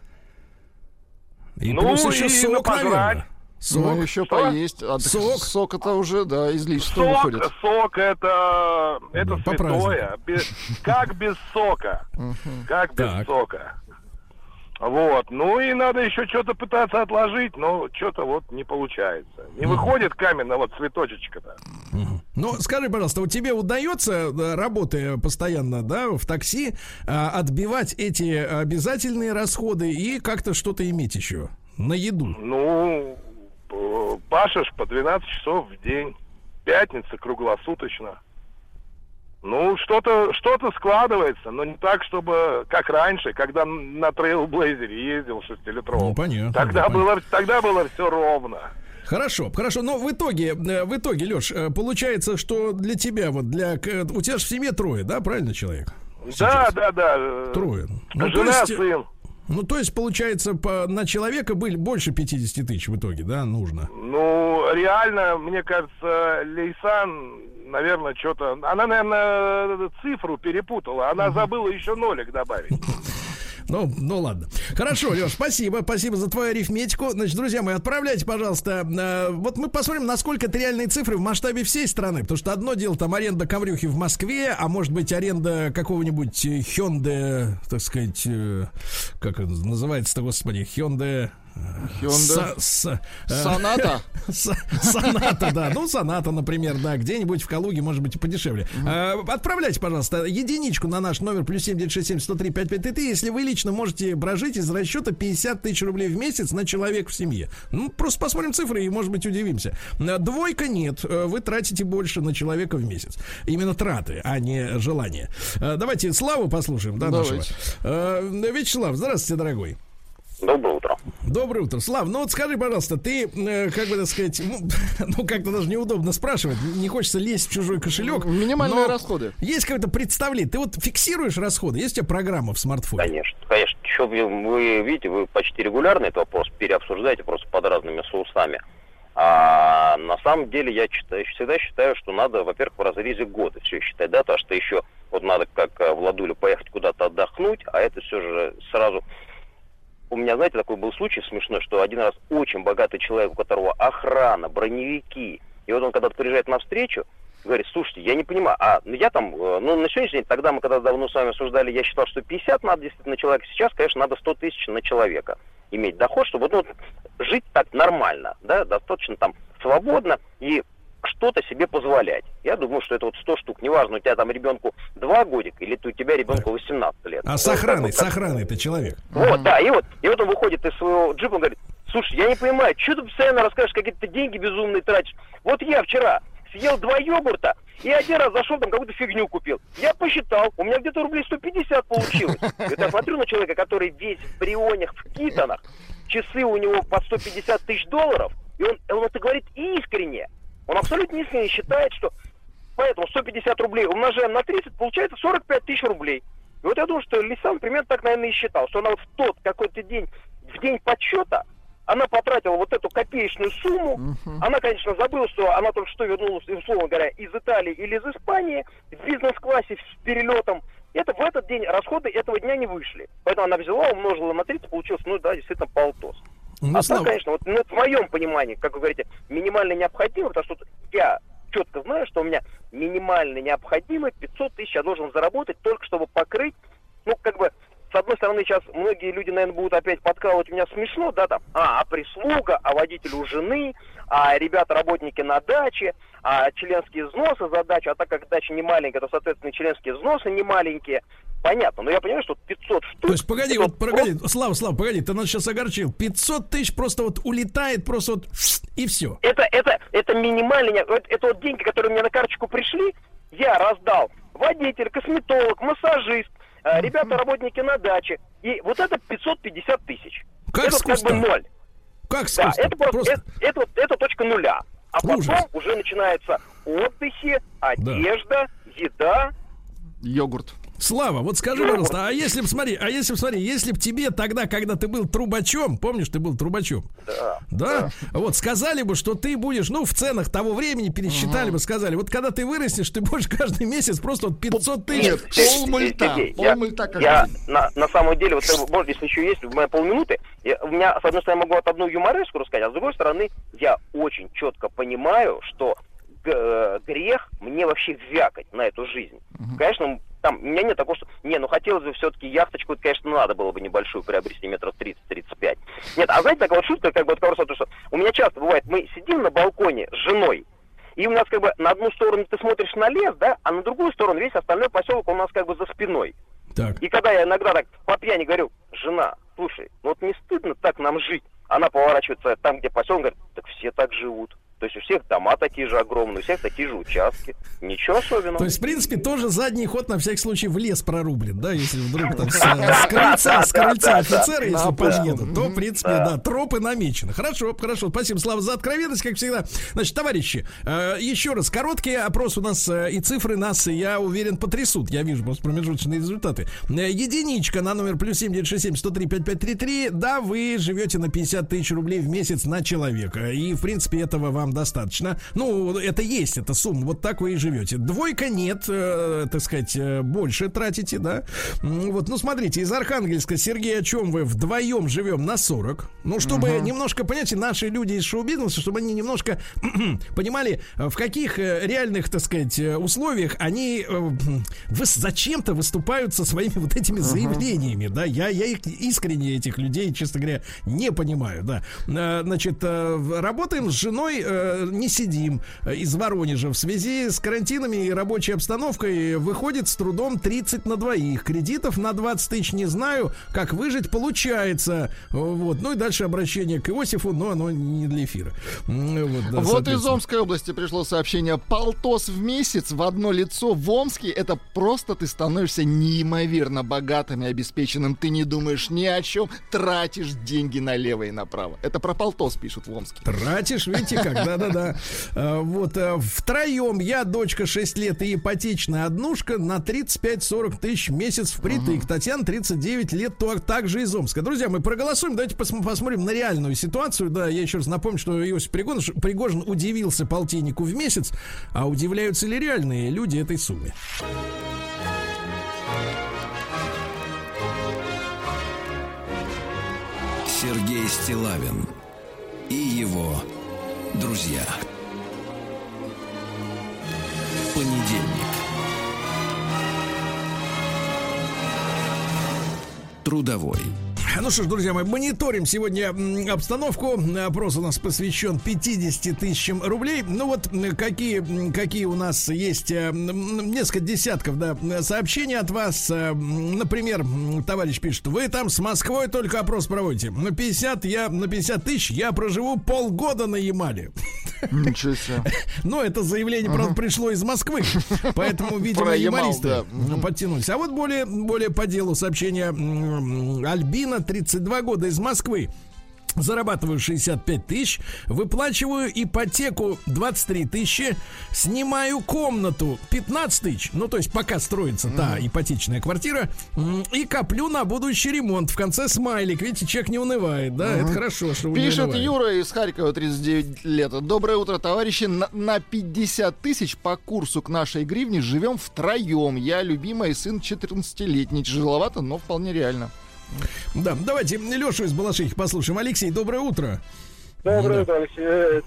B: И плюс еще сок, наверное.
C: Сок. Ну, еще поесть. Сок это уже, да, излишество выходит.
E: Сок это святое. Как без сока? Как без сока? Вот. Ну и надо еще что-то пытаться отложить, но что-то вот не получается. Не выходит каменная вот цветочечка-то.
B: Ну, скажи, пожалуйста, вот тебе удается, работая постоянно, да, в такси, отбивать эти обязательные расходы и как-то что-то иметь еще на еду?
E: Ну, пашешь по 12 часов в день. Пятница круглосуточно. Ну, что-то складывается, но не так, чтобы, как раньше, когда на трейлблейзере ездил 6-литровым.
B: Ну, понятно.
E: Тогда было все ровно.
B: Хорошо. Но в итоге, Леш, получается, что для тебя, у тебя же в семье 3, да, правильно, человек?
E: Да.
B: 3.
E: Жена, сын.
B: Ну, то есть, получается, на человека были больше 50 тысяч в итоге, да, нужно?
E: Ну, реально, мне кажется, Лейсан, наверное, что-то... Она, наверное, цифру перепутала. Она забыла еще нолик добавить.
B: Ну ладно. Хорошо, Леш, спасибо за твою арифметику. Значит, друзья мои, отправляйте, пожалуйста. Вот мы посмотрим, насколько это реальные цифры в масштабе всей страны. Потому что одно дело там аренда коврюхи в Москве, а может быть аренда какого-нибудь Hyundai, так сказать, как это называется-то, господи, Hyundai...
C: Соната?
B: Соната, да. Ну, Соната, например, да. Где-нибудь в Калуге, может быть, и подешевле. Отправляйте, пожалуйста, единичку на наш номер +7 967 103 5533, если вы лично можете прожить из расчета 50 тысяч рублей в месяц на человека в семье. Ну, просто посмотрим цифры и, может быть, удивимся. 2 нет. Вы тратите больше на человека в месяц. Именно траты, а не желания. Давайте Славу послушаем, да, нашего. Вячеслав, здравствуйте, дорогой.
F: Доброе утро.
B: Доброе утро. Слав, ну вот скажи, пожалуйста, ты, как бы так сказать, ну как-то даже неудобно спрашивать, не хочется лезть в чужой кошелек.
C: Минимальные расходы.
B: Есть какое-то представление, ты вот фиксируешь расходы? Есть у тебя программа в смартфоне?
F: Конечно. Еще вы видите, вы почти регулярно этот вопрос переобсуждаете просто под разными соусами. А на самом деле я всегда считаю, что надо, во-первых, в разрезе года все считать, да, потому что еще вот надо, как Владуля, поехать куда-то отдохнуть, а это все же сразу... У меня, знаете, такой был случай смешной, что один раз очень богатый человек, у которого охрана, броневики, и вот он когда-то приезжает на встречу, говорит: слушайте, я не понимаю, я там, на сегодняшний день, тогда мы когда давно с вами обсуждали, я считал, что 50 надо действительно на человека, сейчас, конечно, надо 100 тысяч на человека иметь доход, чтобы жить так нормально, да, достаточно там свободно и что-то себе позволять. Я думаю, что это 100 штук. Неважно, у тебя там ребенку 2 годика или у тебя ребенку 18 лет.
B: А с охраной ты человек.
F: Вот, да, и вот он выходит из своего джипа и говорит: слушай, я не понимаю, что ты постоянно расскажешь, какие-то деньги безумные тратишь. Вот я вчера съел 2 йогурта и один раз зашел, там какую-то фигню купил. Я посчитал, у меня где-то рублей 150 получилось. И вот я смотрю на человека, который весь в брионях, в китонах, часы у него под 150 тысяч долларов, и он это говорит искренне. Он абсолютно искренне считает, что поэтому 150 рублей умножаем на 30, получается 45 тысяч рублей. И вот я думаю, что Лисан примерно так, наверное, и считал, что она вот в тот какой-то день, в день подсчета, она потратила вот эту копеечную сумму. Она, конечно, забыла, что она только что вернулась, условно говоря, из Италии или из Испании в бизнес-классе с перелетом. Это в этот день расходы этого дня не вышли. Поэтому она взяла, умножила на 30, получилось, действительно, полтос. Так, конечно, вот в моем понимании, как вы говорите, минимально необходимо, потому что я четко знаю, что у меня минимально необходимо 500 тысяч я должен заработать, только чтобы покрыть, с одной стороны, сейчас многие люди, наверное, будут опять подкалывать меня смешно, да, там, прислуга, водитель у жены, ребята, работники на даче, членские взносы за дачу, а так как дача не маленькая, то, соответственно, членские взносы не маленькие. Понятно, но я понимаю, что 500 штук...
B: То есть, погоди, Слава, погоди, ты нас сейчас огорчил. 500 тысяч просто улетает, просто и все.
F: Это минимальные, это вот деньги, которые мне на карточку пришли, я раздал. Водитель, косметолог, массажист, ребята, работники на даче. И вот это 550 тысяч.
B: Как
F: это
B: с куста?
F: Как бы ноль.
B: Как с
F: да,
B: куста?
F: это точка нуля. А
B: ужас.
F: Потом уже начинаются отдыхи, одежда, еда.
C: Йогурт.
B: Слава, вот скажи, пожалуйста, если б тебе тогда, когда ты был трубачом, помнишь, ты был трубачом? Да? Вот, сказали бы, что ты будешь, в ценах того времени, пересчитали бы, сказали, вот когда ты вырастешь, ты будешь каждый месяц просто 500 тысяч.
C: Нет, полмульта каждый день.
F: На самом деле, может, если еще есть, у меня полминуты, у меня, с одной стороны, могу одну юмореску рассказать, а с другой стороны, я очень четко понимаю, что грех мне вообще вякать на эту жизнь. Конечно, там, у меня нет такого, что... хотелось бы все-таки яхточку, конечно, надо было бы небольшую приобрести, метров 30-35. Нет, а знаете, такая вот шутка, что у меня часто бывает, мы сидим на балконе с женой, и у нас на одну сторону ты смотришь на лес, да, а на другую сторону весь остальной поселок у нас за спиной.
B: Так.
F: И когда я иногда так по пьяни говорю: жена, слушай, вот не стыдно так нам жить? Она поворачивается там, где поселок, говорит: так все так живут. То есть у всех дома такие же огромные, у всех такие же участки. Ничего особенного.
B: То есть, в принципе, тоже задний ход на всякий случай в лес прорублен, да, если вдруг там с крыльца офицеры, если подъедут, то, в принципе, да, тропы намечены. Хорошо, спасибо, Слава, за откровенность, как всегда. Значит, товарищи, еще раз, короткий опрос у нас, и цифры нас, я уверен, потрясут. Я вижу просто промежуточные результаты. Единичка на номер +7 967 103 5533. Да, вы живете на 50 тысяч рублей в месяц на человека. И, в принципе, этого вам достаточно. Ну, это есть, эта сумма. Вот так вы и живете. Двойка нет, так сказать, больше тратите, да. Вот, ну, смотрите, из Архангельска, Сергей, о чем вы? Вдвоем живем на 40. Ну, чтобы немножко, понимаете, наши люди из шоу-бизнеса, чтобы они немножко понимали, в каких реальных, так сказать, условиях они зачем-то выступают со своими вот этими заявлениями, да. Я искренне этих людей, честно говоря, не понимаю, да. Значит, работаем с женой, не сидим, из Воронежа. В связи с карантинами и рабочей обстановкой выходит с трудом 30 на двоих. Кредитов на 20 тысяч не знаю, как выжить получается. Вот. Ну и дальше обращение к Иосифу, но оно не для эфира. Вот, да,
C: из Омской области пришло сообщение: полтос в месяц в одно лицо в Омске. Это просто ты становишься неимоверно богатым и обеспеченным. Ты не думаешь ни о чем, тратишь деньги налево и направо. Это про полтос пишут в Омске.
B: Тратишь, видите как, да-да-да. Вот, втроем я, дочка 6 лет и ипотечная однушка на 35-40 тысяч в месяц впритык. Татьяна, 39 лет, также из Омска. Друзья, мы проголосуем, давайте посмотрим на реальную ситуацию. Да, я еще раз напомню, что Иосиф Пригожин удивился полтиннику в месяц, а удивляются ли реальные люди этой сумме?
A: Сергей Стиллавин и его друзья. Понедельник. Трудовой.
B: Ну что ж, друзья мои, мониторим сегодня обстановку. Опрос у нас посвящен 50 тысячам рублей. Ну вот, какие у нас есть несколько десятков, да, сообщений от вас. Например, товарищ пишет: вы там с Москвой только опрос проводите. На 50 тысяч я проживу полгода на Ямале.
C: Ничего себе.
B: Но это заявление, правда, пришло из Москвы. Поэтому, видимо, ямалисты подтянулись. А вот более по делу сообщение. Альбина, 32 года, из Москвы. Зарабатываю 65 тысяч, выплачиваю ипотеку 23 тысячи, снимаю комнату 15 тысяч, ну то есть пока строится та ипотечная квартира, и коплю на будущий ремонт. В конце смайлик, видите, человек не унывает, да, это хорошо, что вы
C: пишет
B: не
C: Юра из Харькова, 39 лет. Доброе утро, товарищи. На 50 тысяч по курсу к нашей гривне живем втроем. Я любимый сын 14-летний. Тяжеловато, но вполне реально.
B: Да, давайте Лешу из Балашихи послушаем. Алексей, доброе утро.
G: Доброе утро, Алексей,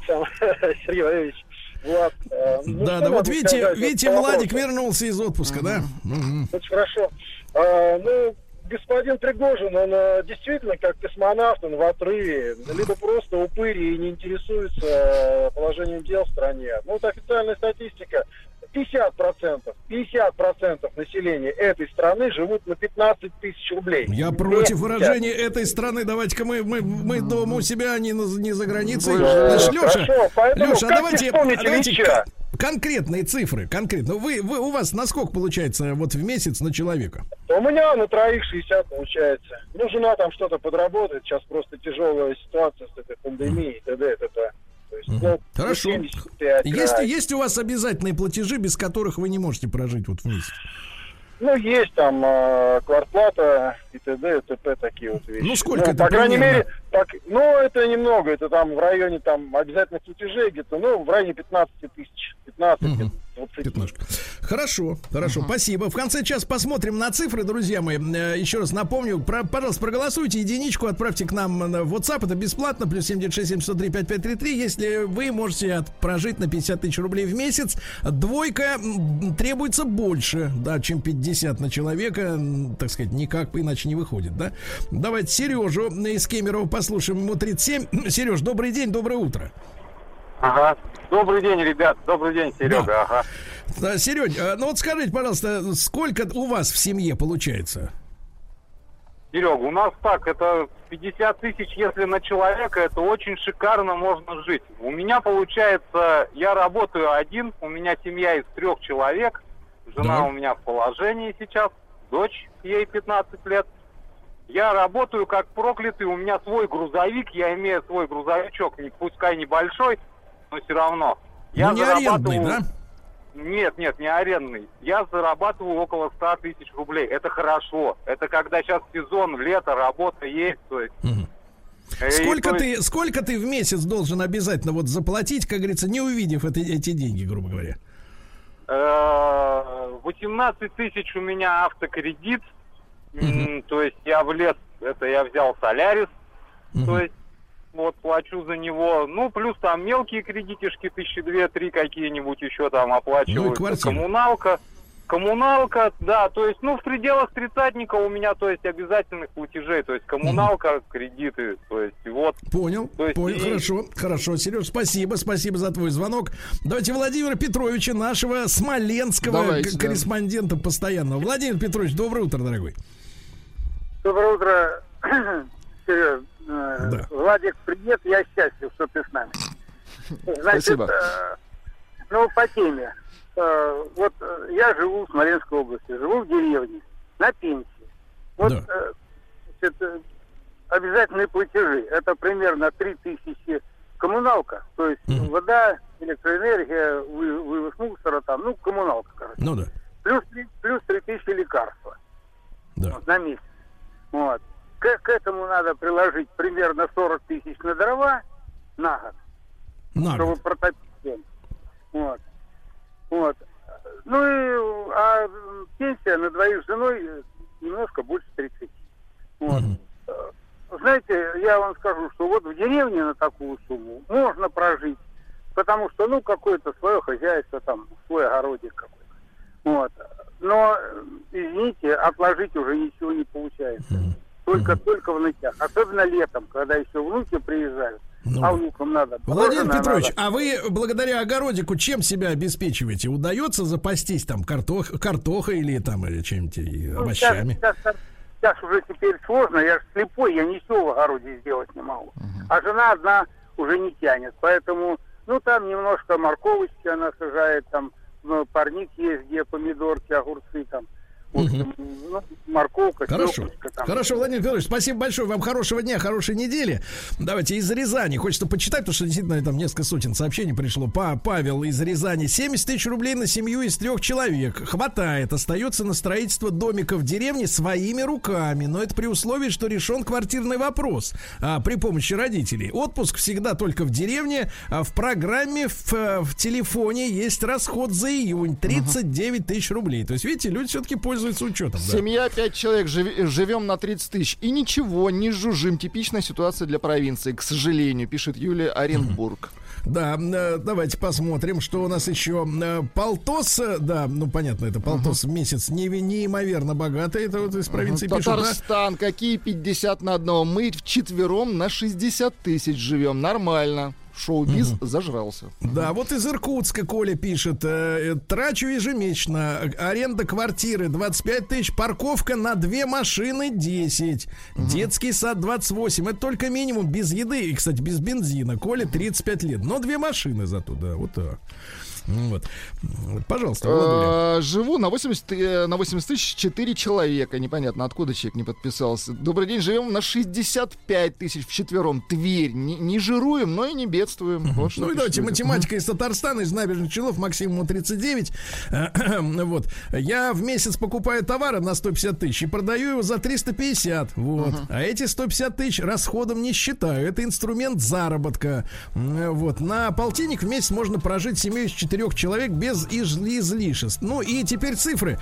G: Сергей Валерьевич. Влад.
B: Да, вот видите, Владик вернулся из отпуска, да?
G: Очень хорошо. Ну, господин Пригожин, он действительно как космонавт, он в отрыве, либо просто упырь и не интересуется положением дел в стране. Ну, вот официальная статистика. 50% населения этой страны живут на 15 тысяч рублей.
B: Я против выражения этой страны. Давайте-ка мы дома у себя, а не за границей. Значит, Леша, давайте конкретные цифры. Конкретно. У вас на сколько получается вот в месяц на человека?
G: У меня на троих 60 получается. Ну, жена там что-то подработает. Сейчас просто тяжелая ситуация с этой пандемией и т.д. и т.п.
B: Хорошо. Есть у вас обязательные платежи, без которых вы не можете прожить вот в месяц?
G: Ну, есть там квартплата и т.д. и т.п. такие вот вещи.
B: Ну, сколько это
G: по крайней
B: примерно?
G: мере, это немного. Это там в районе там обязательных платежей где-то, в районе 15 тысяч. 15.
B: Хорошо, спасибо. В конце часа посмотрим на цифры, друзья мои. Еще раз напомню, пожалуйста, проголосуйте, единичку отправьте к нам на WhatsApp, это бесплатно, +7 967 103 5533. Если вы можете прожить на 50 тысяч рублей в месяц, двойка требуется больше, да, чем 50 на человека, так сказать, никак иначе не выходит, да. Давайте Сережу из Кемерово послушаем, ему 37. Сереж, добрый день, доброе утро.
H: Ага. Добрый день, ребят. Добрый день, Серега.
B: Да.
H: Ага.
B: Да, Серег, ну вот скажите, пожалуйста, сколько у вас в семье получается?
H: Серега, у нас так, это 50 тысяч, если на человека, это очень шикарно можно жить. У меня получается, я работаю один, у меня семья из 3 человек, жена у меня в положении сейчас, дочь, ей 15 лет. Я работаю как проклятый, у меня свой грузовик, я имею свой грузовичок, пускай небольшой, но все равно. Я
B: не арендный, да?
H: Нет, не арендный. Я зарабатываю около 100 тысяч рублей. Это хорошо. Это когда сейчас сезон, лето, работа есть. То есть...
B: Сколько ты в месяц должен обязательно вот заплатить, как говорится, не увидев эти деньги, грубо говоря?
H: 18 тысяч у меня автокредит. То есть я влез, это я взял Солярис. То есть вот плачу за него. Ну, плюс там мелкие кредитишки, 1002-3 какие-нибудь еще там оплачиваю. Коммуналка, да, то есть, в пределах тридцатника у меня, то есть, обязательных платежей, то есть, коммуналка, кредиты, то есть, вот.
B: Понял, хорошо, Сереж, спасибо за твой звонок. Давайте Владимира Петровича, нашего смоленского корреспондента постоянного. Владимир Петрович, доброе утро, дорогой.
I: Доброе утро, Сереж. Да. Владик, привет, я счастлив, что ты с нами. Значит,
C: спасибо.
I: По теме. Вот я живу в Смоленской области, живу в деревне, на пенсии. Вот обязательные платежи. Это примерно 3000 коммуналка, то есть вода, электроэнергия, вывоз мусора, там, коммуналка, короче. Плюс 3000 лекарства на месяц. Вот. К этому надо приложить примерно 40 тысяч на дрова на год, чтобы протопить дом. Вот. А пенсия на двоих с женой немножко больше 30. Вот. Знаете, я вам скажу, что вот в деревне на такую сумму можно прожить, потому что, какое-то свое хозяйство, там, свой огородик какой-то. Вот. Но, извините, отложить уже ничего не получается. Только в нытьях. Особенно летом, когда еще внуки приезжают. А внукам надо.
B: Владимир Петрович, а вы благодаря огородику чем себя обеспечиваете? Удается запастись там картохой или чем-нибудь овощами?
I: Сейчас уже теперь сложно. Я же слепой, я ничего в огороде сделать не могу. А жена одна уже не тянет. Поэтому, там немножко морковочки она сажает, там парник есть, где помидорки, огурцы там. Морковка,
B: Хорошо, Владимир Петрович, спасибо большое. Вам хорошего дня, хорошей недели. Давайте из Рязани. Хочется почитать, потому что действительно там несколько сотен сообщений пришло. Павел из Рязани. 70 тысяч рублей на семью из 3 человек. Хватает. Остается на строительство домика в деревне своими руками. Но это при условии, что решен квартирный вопрос при помощи родителей. Отпуск всегда только в деревне. В программе в телефоне есть расход за июнь. 39 тысяч рублей. То есть, видите, люди все-таки пользуются учетом.
C: Семья 5 человек, живем на 30 тысяч. И ничего, не жужжим. Типичная ситуация для провинции, к сожалению, пишет Юлия Оренбург.
B: Да, давайте посмотрим, что у нас еще. Полтос, понятно, это Полтос в месяц неимоверно богатый. Это вот из провинции пишут.
C: Татарстан, какие 50 на одного? Мы вчетвером на 60 тысяч живем. Нормально. Шоу-биз зажрался.
B: Да, вот из Иркутска Коля пишет. Трачу ежемесячно. Аренда квартиры 25 тысяч. Парковка на 2 машины 10. Детский сад 28. Это только минимум без еды. И, кстати, без бензина. Коля 35 лет. Но 2 машины зато, да, вот так. Вот. Пожалуйста, Владимир.
C: Живу на 80 тысяч 4 человека. Непонятно, откуда человек не подписался. Добрый день, живем на 65 тысяч вчетвером. Тверь. Не жируем, но и не бедствуем. Вот
B: и давайте математика из Татарстана, из Набережных Челнов, максимум 39. Вот. Я в месяц покупаю товары на 150 тысяч и продаю его за 350. Вот. А эти 150 тысяч расходом не считаю. Это инструмент заработка. Вот. На полтинник в месяц можно прожить семью из 4 человек без излишеств. И теперь цифры.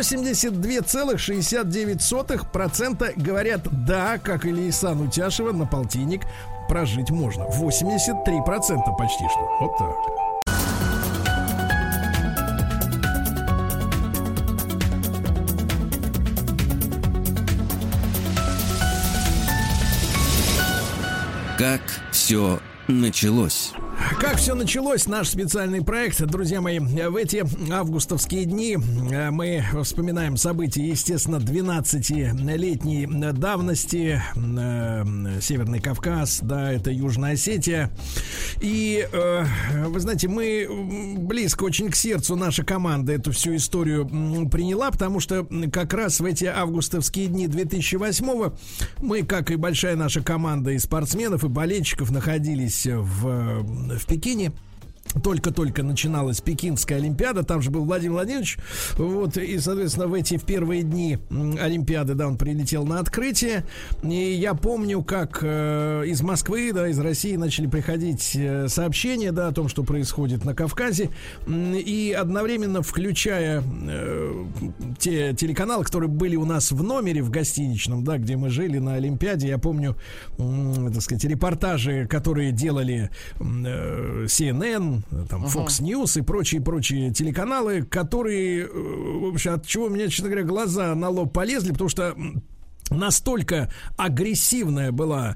B: 82,69% говорят да, как и Лейсан Утяшева, на полтинник прожить можно. 83% почти что. Вот так.
A: Как все началось.
B: как все началось, наш специальный проект, друзья мои, в эти августовские дни мы вспоминаем события, естественно, 12-летней давности. Северный Кавказ, да, это Южная Осетия. И, вы знаете, мы близко очень к сердцу, наша команда эту всю историю приняла, потому что как раз в эти августовские дни 2008-го мы, как и большая наша команда и спортсменов, и болельщиков, находились в Пекине. Только-только начиналась Пекинская Олимпиада, там же был Владимир Владимирович, вот, и, соответственно, в первые дни Олимпиады, да, он прилетел на открытие, и я помню, как из Москвы, да, из России начали приходить сообщения, да, о том, что происходит на Кавказе, и одновременно включая те телеканалы, которые были у нас в номере в гостиничном, да, где мы жили на Олимпиаде, я помню, так сказать, репортажи, которые делали CNN, там, Fox News и прочие телеканалы, которые, вообще, от чего у меня, честно говоря, глаза на лоб полезли, потому что настолько агрессивная была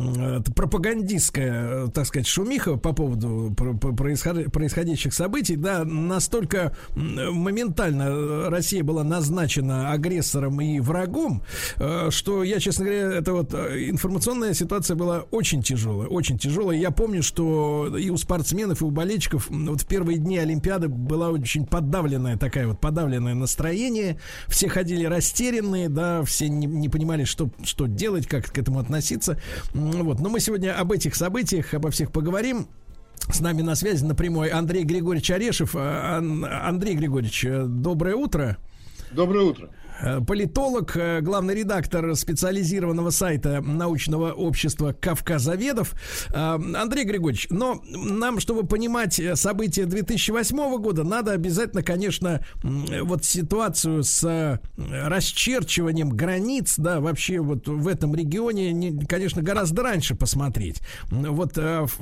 B: пропагандистская, так сказать, шумиха по поводу происходящих событий, да, настолько моментально Россия была назначена агрессором и врагом, что я, честно говоря, это вот информационная ситуация была очень тяжелая, очень тяжелая. Я помню, что и у спортсменов, и у болельщиков вот в первые дни Олимпиады было очень подавленное настроение, все ходили растерянные, да, все не понимали, что делать, как к этому относиться. Вот. Но мы сегодня об этих событиях, обо всех поговорим. С нами на связи напрямую Андрей Григорьевич Орешев. Андрей Григорьевич, доброе утро.
J: Доброе утро.
B: Политолог, главный редактор специализированного сайта научного общества «Кавказоведов». Андрей Григорьевич, но нам, чтобы понимать события 2008 года, надо обязательно, конечно, вот ситуацию с расчерчиванием границ, да, вообще вот в этом регионе, конечно, гораздо раньше посмотреть. Вот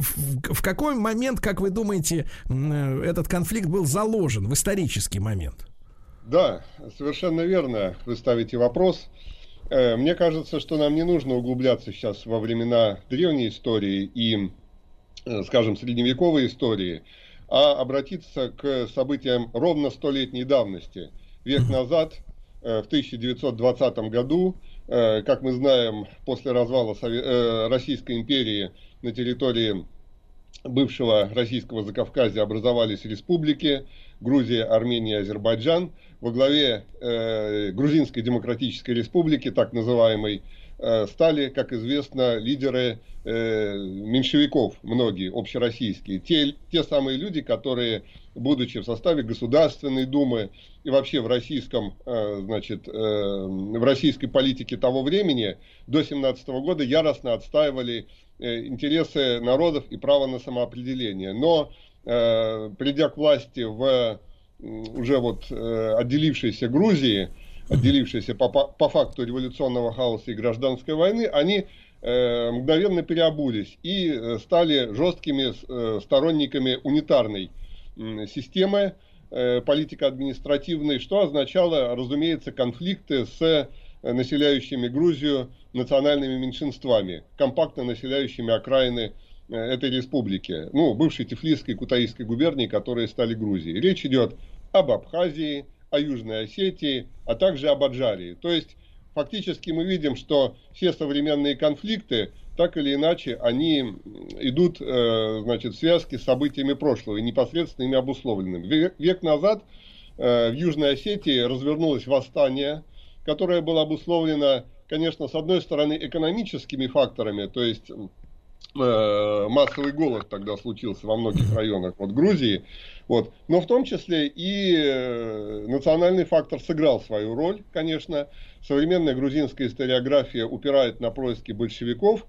B: в какой момент, как вы думаете, этот конфликт был заложен, в исторический момент?
J: Да, совершенно верно вы ставите вопрос. Мне кажется, что нам не нужно углубляться сейчас во времена древней истории и, скажем, средневековой истории, а обратиться к событиям ровно 100-летней давности. Век назад, в 1920 году, как мы знаем, после развала Российской империи на территории бывшего российского Закавказья образовались республики Грузия, Армения, Азербайджан. Во главе Грузинской Демократической Республики, так называемой, стали, как известно, лидеры меньшевиков, многие общероссийские. Те самые люди, которые, будучи в составе Государственной Думы и вообще в российской политике того времени, до 1917 года яростно отстаивали интересы народов и право на самоопределение. Но, придя к власти в уже вот отделившейся Грузии, отделившейся по факту революционного хаоса и гражданской войны, они мгновенно переобулись и стали жесткими сторонниками унитарной системы политико-административной, что означало, разумеется, конфликты с населяющими Грузию национальными меньшинствами, компактно населяющими окраины этой республики, бывшей Тифлисской и Кутаисской губернии, которые стали Грузией. Речь идет об Абхазии, о Южной Осетии, а также об Аджарии. То есть, фактически мы видим, что все современные конфликты, так или иначе, они идут, в связке с событиями прошлого и непосредственно ими обусловленными. Век назад в Южной Осетии развернулось восстание, которое было обусловлено, конечно, с одной стороны, экономическими факторами, то есть массовый голод тогда случился во многих районах Грузии, но в том числе и национальный фактор сыграл свою роль, конечно. Современная грузинская историография упирает на происки большевиков,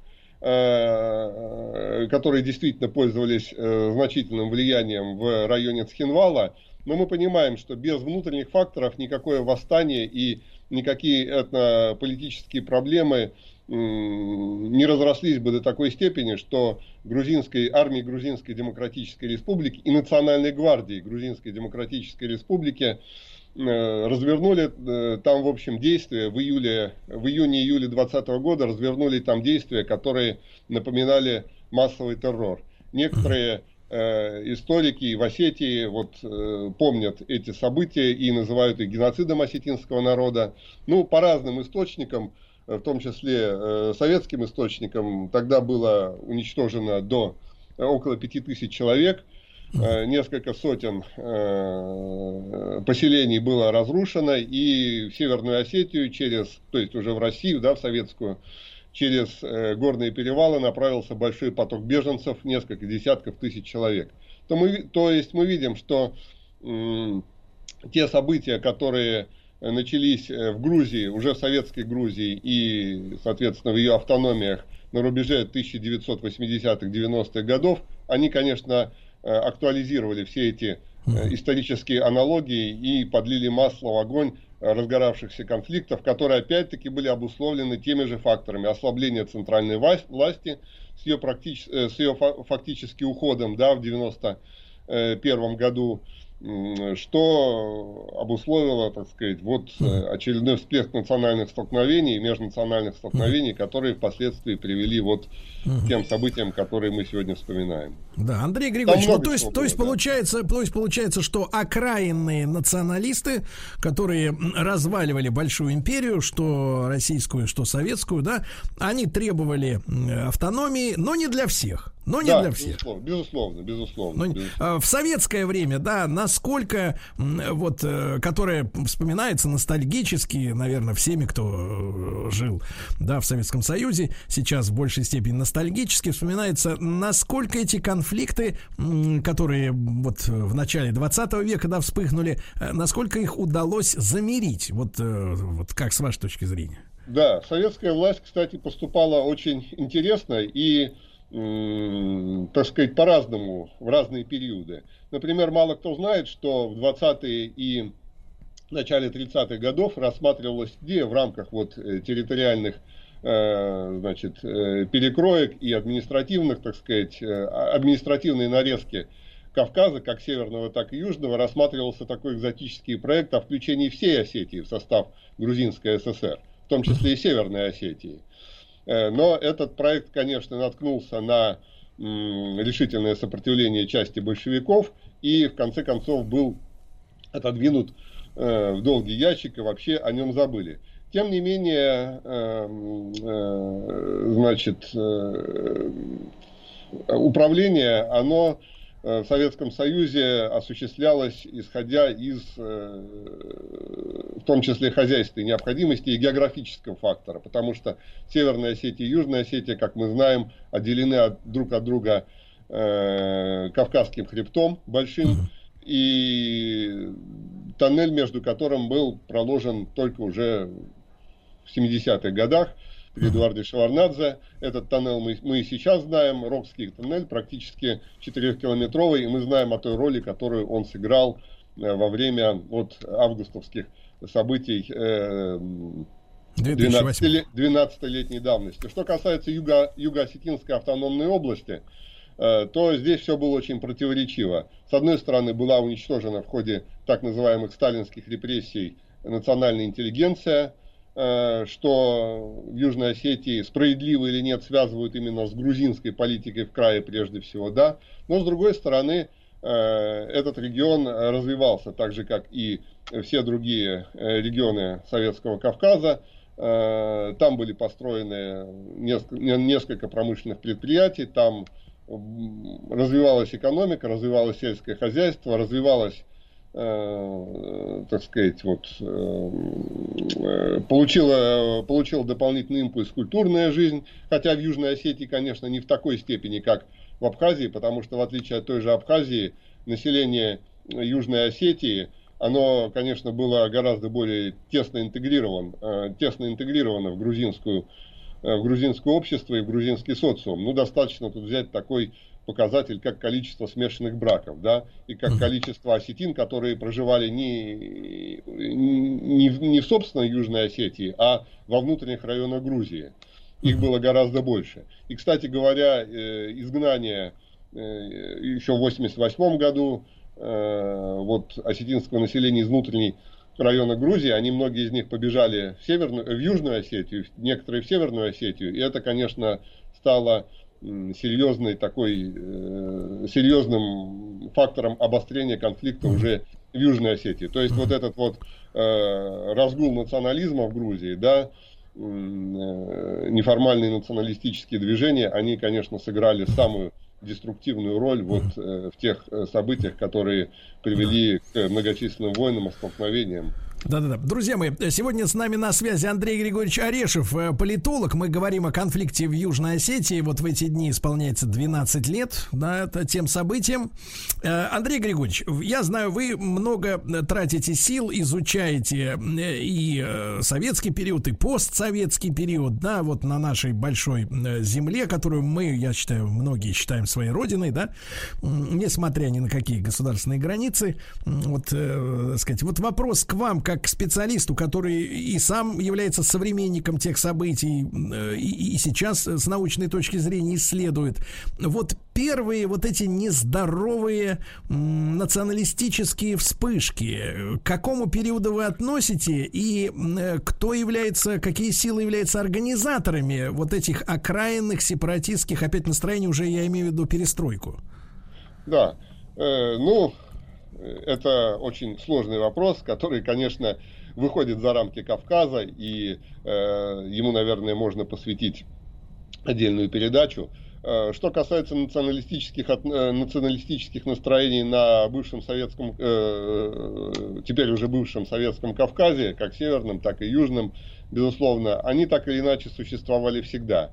J: которые действительно пользовались значительным влиянием в районе Цхинвала, но мы понимаем, что без внутренних факторов никакое восстание и никакие этнополитические проблемы не разрослись бы до такой степени, что армии Грузинской Демократической Республики и Национальной гвардии Грузинской Демократической Республики развернули там, в общем, действия в июне-июле 2020 года развернули там действия, которые напоминали массовый террор. Некоторые историки в Осетии помнят эти события и называют их геноцидом осетинского народа. Ну, по разным источникам, в том числе советским источникам, тогда было уничтожено до около 5000 человек. Несколько сотен поселений было разрушено, и в Северную Осетию то есть уже в Россию, да, в советскую, через горные перевалы направился большой поток беженцев, несколько десятков тысяч человек. То есть мы видим, что те события, которые начались в Грузии, уже в советской Грузии и, соответственно, в ее автономиях на рубеже 1980-х, 90-х годов, они, конечно, актуализировали все эти исторические аналогии и подлили масло в огонь разгоравшихся конфликтов, которые опять-таки были обусловлены теми же факторами: ослабления центральной власти с ее фактически уходом, да, в 1991 году, что обусловило, так сказать, очередной всплеск национальных столкновений, межнациональных столкновений, которые впоследствии привели к тем событиям, которые мы сегодня вспоминаем.
B: Да, Андрей Григорьевич, то есть получается, что окраинные националисты, которые разваливали большую империю, что российскую, что советскую, да, они требовали автономии, но не для всех. Но не для всех.
J: Безусловно.
B: В советское время, да, насколько, которое вспоминается ностальгически, наверное, всеми, кто жил, да, в Советском Союзе, сейчас в большей степени ностальгически вспоминается, насколько эти конфликты, которые в начале 20 века, да, вспыхнули, насколько их удалось замирить, как с вашей точки зрения?
J: Да, советская власть, кстати, поступала очень интересно и, так сказать, по-разному, в разные периоды. Например, мало кто знает, что в 20-е и начале 30-х годов рассматривалась идея в рамках территориальных перекроек и административных, так сказать, административной нарезки Кавказа, как северного, так и южного, рассматривался такой экзотический проект о включении всей Осетии в состав Грузинской ССР, в том числе и Северной Осетии. Но этот проект, конечно, наткнулся на решительное сопротивление части большевиков и, в конце концов, был отодвинут в долгий ящик, и вообще о нем забыли. Тем не менее, управление, оно в Советском Союзе осуществлялось исходя из, в том числе, хозяйственной необходимости и географического фактора, потому что Северная Осетия и Южная Осетия, как мы знаем, отделены друг от друга Кавказским хребтом большим, и тоннель между которым был проложен только уже в 70-х годах при Эдуарде Шеварднадзе. Этот тоннель мы и сейчас знаем, Рокский тоннель, практически 4-километровый, и мы знаем о той роли, которую он сыграл во время августовских событий 12-летней давности. Что касается Юго-Осетинской автономной области, то здесь все было очень противоречиво. С одной стороны, была уничтожена в ходе так называемых сталинских репрессий национальная интеллигенция, что в Южной Осетии, справедливо или нет, связывают именно с грузинской политикой в крае прежде всего, да. Но с другой стороны, этот регион развивался так же, как и все другие регионы Советского Кавказа. Там были построены несколько промышленных предприятий, там развивалась экономика, развивалось сельское хозяйство, развивалась, так сказать, получила дополнительный импульс культурная жизнь, хотя в Южной Осетии, конечно, не в такой степени, как в Абхазии, потому что, в отличие от той же Абхазии, население Южной Осетии, оно, конечно, было гораздо более тесно интегрировано в грузинское общество и в грузинский социум. Ну, достаточно тут взять такой показатель, как количество смешанных браков, да, и как количество осетин, которые проживали не в собственной Южной Осетии, а во внутренних районах Грузии. Их было гораздо больше. И, кстати говоря, изгнание еще в 1988 году осетинского населения из внутренней района Грузии, многие из них побежали в Южную Осетию, некоторые в Северную Осетию, и это, конечно, стало серьезным фактором обострения конфликта уже в Южной Осетии. То есть вот этот вот разгул национализма в Грузии, да, неформальные националистические движения, они, конечно, сыграли самую деструктивную роль вот в тех событиях, которые привели к многочисленным войнам и столкновениям.
B: Да-да-да. Друзья мои, сегодня с нами на связи Андрей Григорьевич Орешев, политолог. Мы говорим о конфликте в Южной Осетии. Вот в эти дни исполняется 12 лет, да, это тем событиям. Андрей Григорьевич, я знаю, вы много тратите сил, изучаете и советский период, и постсоветский период, да, вот на нашей большой земле, которую мы, я считаю, многие считаем своей родиной, да, несмотря ни на какие государственные границы. Вот, так сказать, вот вопрос к вам, как к специалисту, который и сам является современником тех событий, и сейчас с научной точки зрения исследует. Вот первые вот эти нездоровые националистические вспышки, к какому периоду вы относите, и кто является, какие силы являются организаторами вот этих окраинных сепаратистских опять настроений, уже я имею в виду перестройку?
J: Да, это очень сложный вопрос, который, конечно, выходит за рамки Кавказа, и ему, наверное, можно посвятить отдельную передачу. Что касается националистических настроений на бывшем советском, теперь уже бывшем советском Кавказе, как северном, так и южном, безусловно, они так или иначе существовали всегда.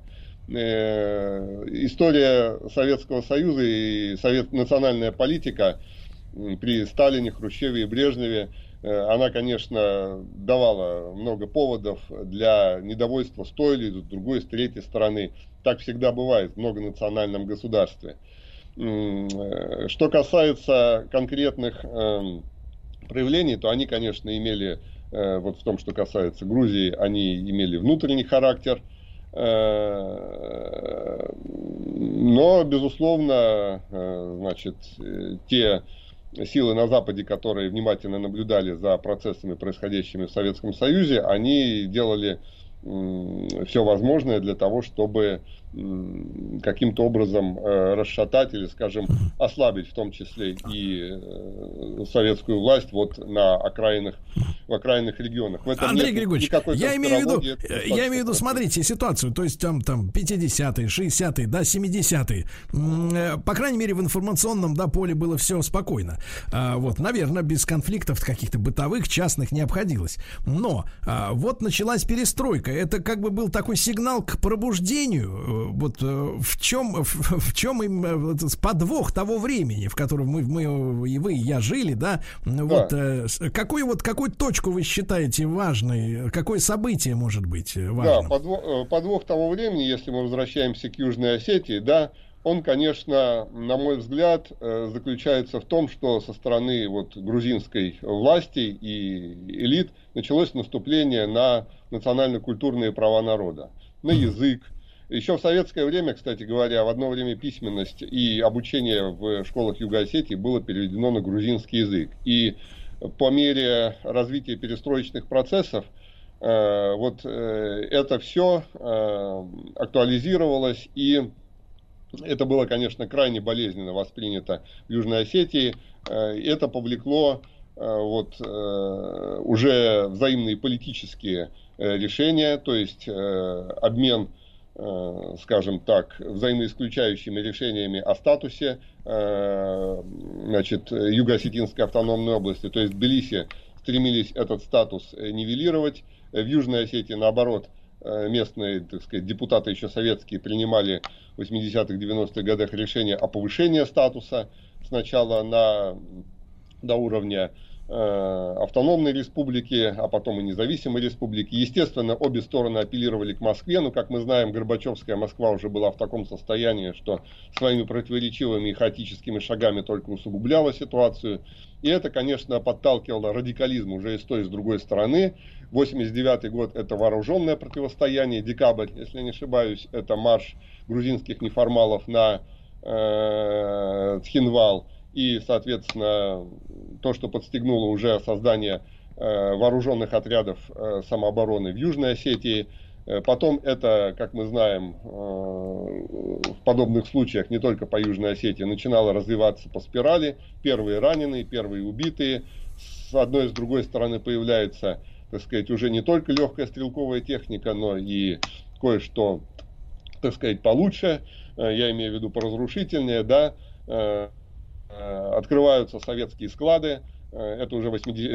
J: История Советского Союза и национальная политика при Сталине, Хрущеве и Брежневе, она, конечно, давала много поводов для недовольства с той или с другой, с третьей стороны. Так всегда бывает в многонациональном государстве. Что касается конкретных проявлений, то они, конечно, имели, вот в том, что касается Грузии, они имели внутренний характер. Но, безусловно, значит, те силы на Западе, которые внимательно наблюдали за процессами, происходящими в Советском Союзе, они делали все возможное для того, чтобы каким-то образом расшатать или, скажем, ослабить в том числе и советскую власть вот в окраинных регионах. В этом
B: Андрей Григорьевич, я имею в виду, смотрите, ситуацию, то есть там 50-е, 60-е, да, 70-е, по крайней мере, в информационном, да, поле было все спокойно. Вот, наверное, без конфликтов каких-то бытовых, частных не обходилось. Но вот началась перестройка. Это как бы был такой сигнал к пробуждению. Вот в чем им подвох того времени, в котором мы и вы, и я жили, да? Вот какую точку вы считаете важной? Какое событие может быть важным?
J: Да, подвох того времени, если мы возвращаемся к Южной Осетии, да, он, конечно, на мой взгляд, заключается в том, что со стороны вот грузинской власти и элит началось наступление на национально-культурные права народа, на язык. Еще в советское время, кстати говоря, в одно время письменность и обучение в школах Юга Осетии было переведено на грузинский язык. И по мере развития перестроечных процессов вот это все актуализировалось, и это было, конечно, крайне болезненно воспринято в Южной Осетии. Это повлекло вот уже взаимные политические решения, то есть обмен, скажем так, взаимоисключающими решениями о статусе, значит, Юго-Осетинской автономной области. То есть в Тбилиси стремились этот статус нивелировать. В Южной Осетии, наоборот, местные, так сказать, депутаты еще советские принимали в 80-х, 90-х годах решение о повышении статуса сначала до уровня автономной республики, а потом и независимой республики. Естественно, обе стороны апеллировали к Москве, но, как мы знаем, Горбачевская Москва уже была в таком состоянии, что своими противоречивыми и хаотическими шагами только усугубляла ситуацию. И это, конечно, подталкивало радикализм уже и с той, и с другой стороны. 89-й год – это вооруженное противостояние, декабрь, если я не ошибаюсь, это марш грузинских неформалов на Цхинвал. И, соответственно, то, что подстегнуло уже создание вооруженных отрядов самообороны в Южной Осетии. Потом это, как мы знаем, в подобных случаях не только по Южной Осетии начинало развиваться по спирали. Первые раненые, первые убитые. С одной и с другой стороны появляется, так сказать, уже не только легкая стрелковая техника, но и кое-что, так сказать, получше. Я имею в виду поразрушительнее, да. Открываются советские склады. Это уже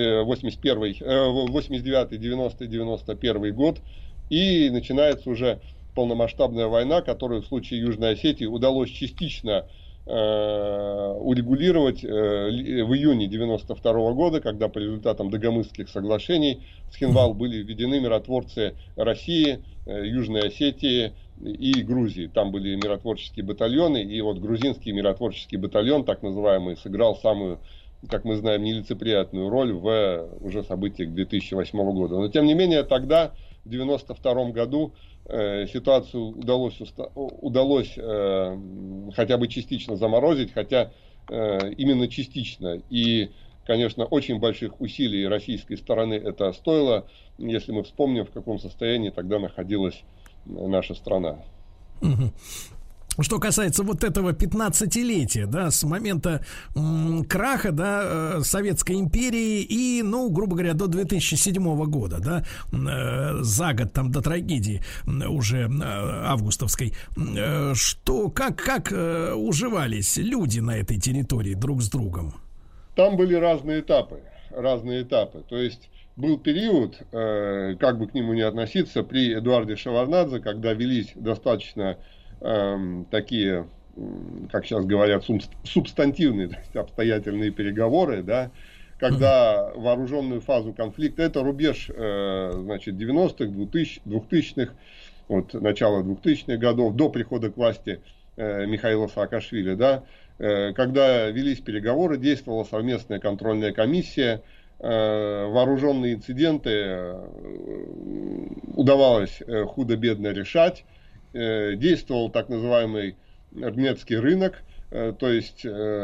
J: 89-й, 90-й, 91 год. И начинается уже полномасштабная война, которую в случае Южной Осетии удалось частично урегулировать в июне 92 года, когда по результатам Дагомысских соглашений в Цхинвал были введены миротворцы России, Южной Осетии и Грузии. Там были миротворческие батальоны, и вот грузинский миротворческий батальон, так называемый, сыграл самую, как мы знаем, нелицеприятную роль в уже событиях 2008 года. Но тем не менее тогда, в 92 году, ситуацию удалось хотя бы частично заморозить, хотя именно частично. И, конечно, очень больших усилий российской стороны это стоило, если мы вспомним, в каком состоянии тогда находилась наша страна.
B: Что касается вот этого 15-летия, да, с момента краха, да, Советской империи и, ну, грубо говоря, до 2007 года, да, за год там до трагедии уже августовской, как уживались люди на этой территории друг с другом?
J: Там были разные этапы. То есть был период, как бы к нему ни относиться, при Эдуарде Шеварднадзе, когда велись достаточно такие, как сейчас говорят, субстантивные, то есть обстоятельные переговоры, да, когда вооруженную фазу конфликта, это рубеж, значит, 90-х, 2000-х, вот начало 2000-х годов, до прихода к власти Михаила Саакашвили, да, когда велись переговоры, действовала совместная контрольная комиссия, вооруженные инциденты удавалось худо-бедно решать. Действовал так называемый Армянский рынок, то есть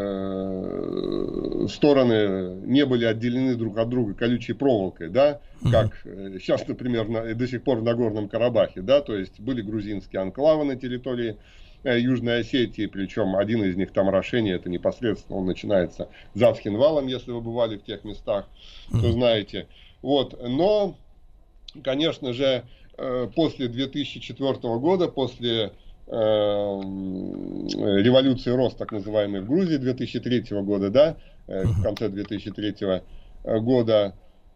J: стороны не были отделены друг от друга колючей проволокой, да, как сейчас, например, до сих пор в Нагорном Карабахе, да, то есть были грузинские анклавы на территории Южной Осетии, причем один из них, там Рошени, это непосредственно он начинается за Цхинвалом, если вы бывали в тех местах, то знаете. Вот, но, конечно же, после 2004 года, после революции РОС, так называемой, в Грузии 2003 года, да, в конце 2003 года,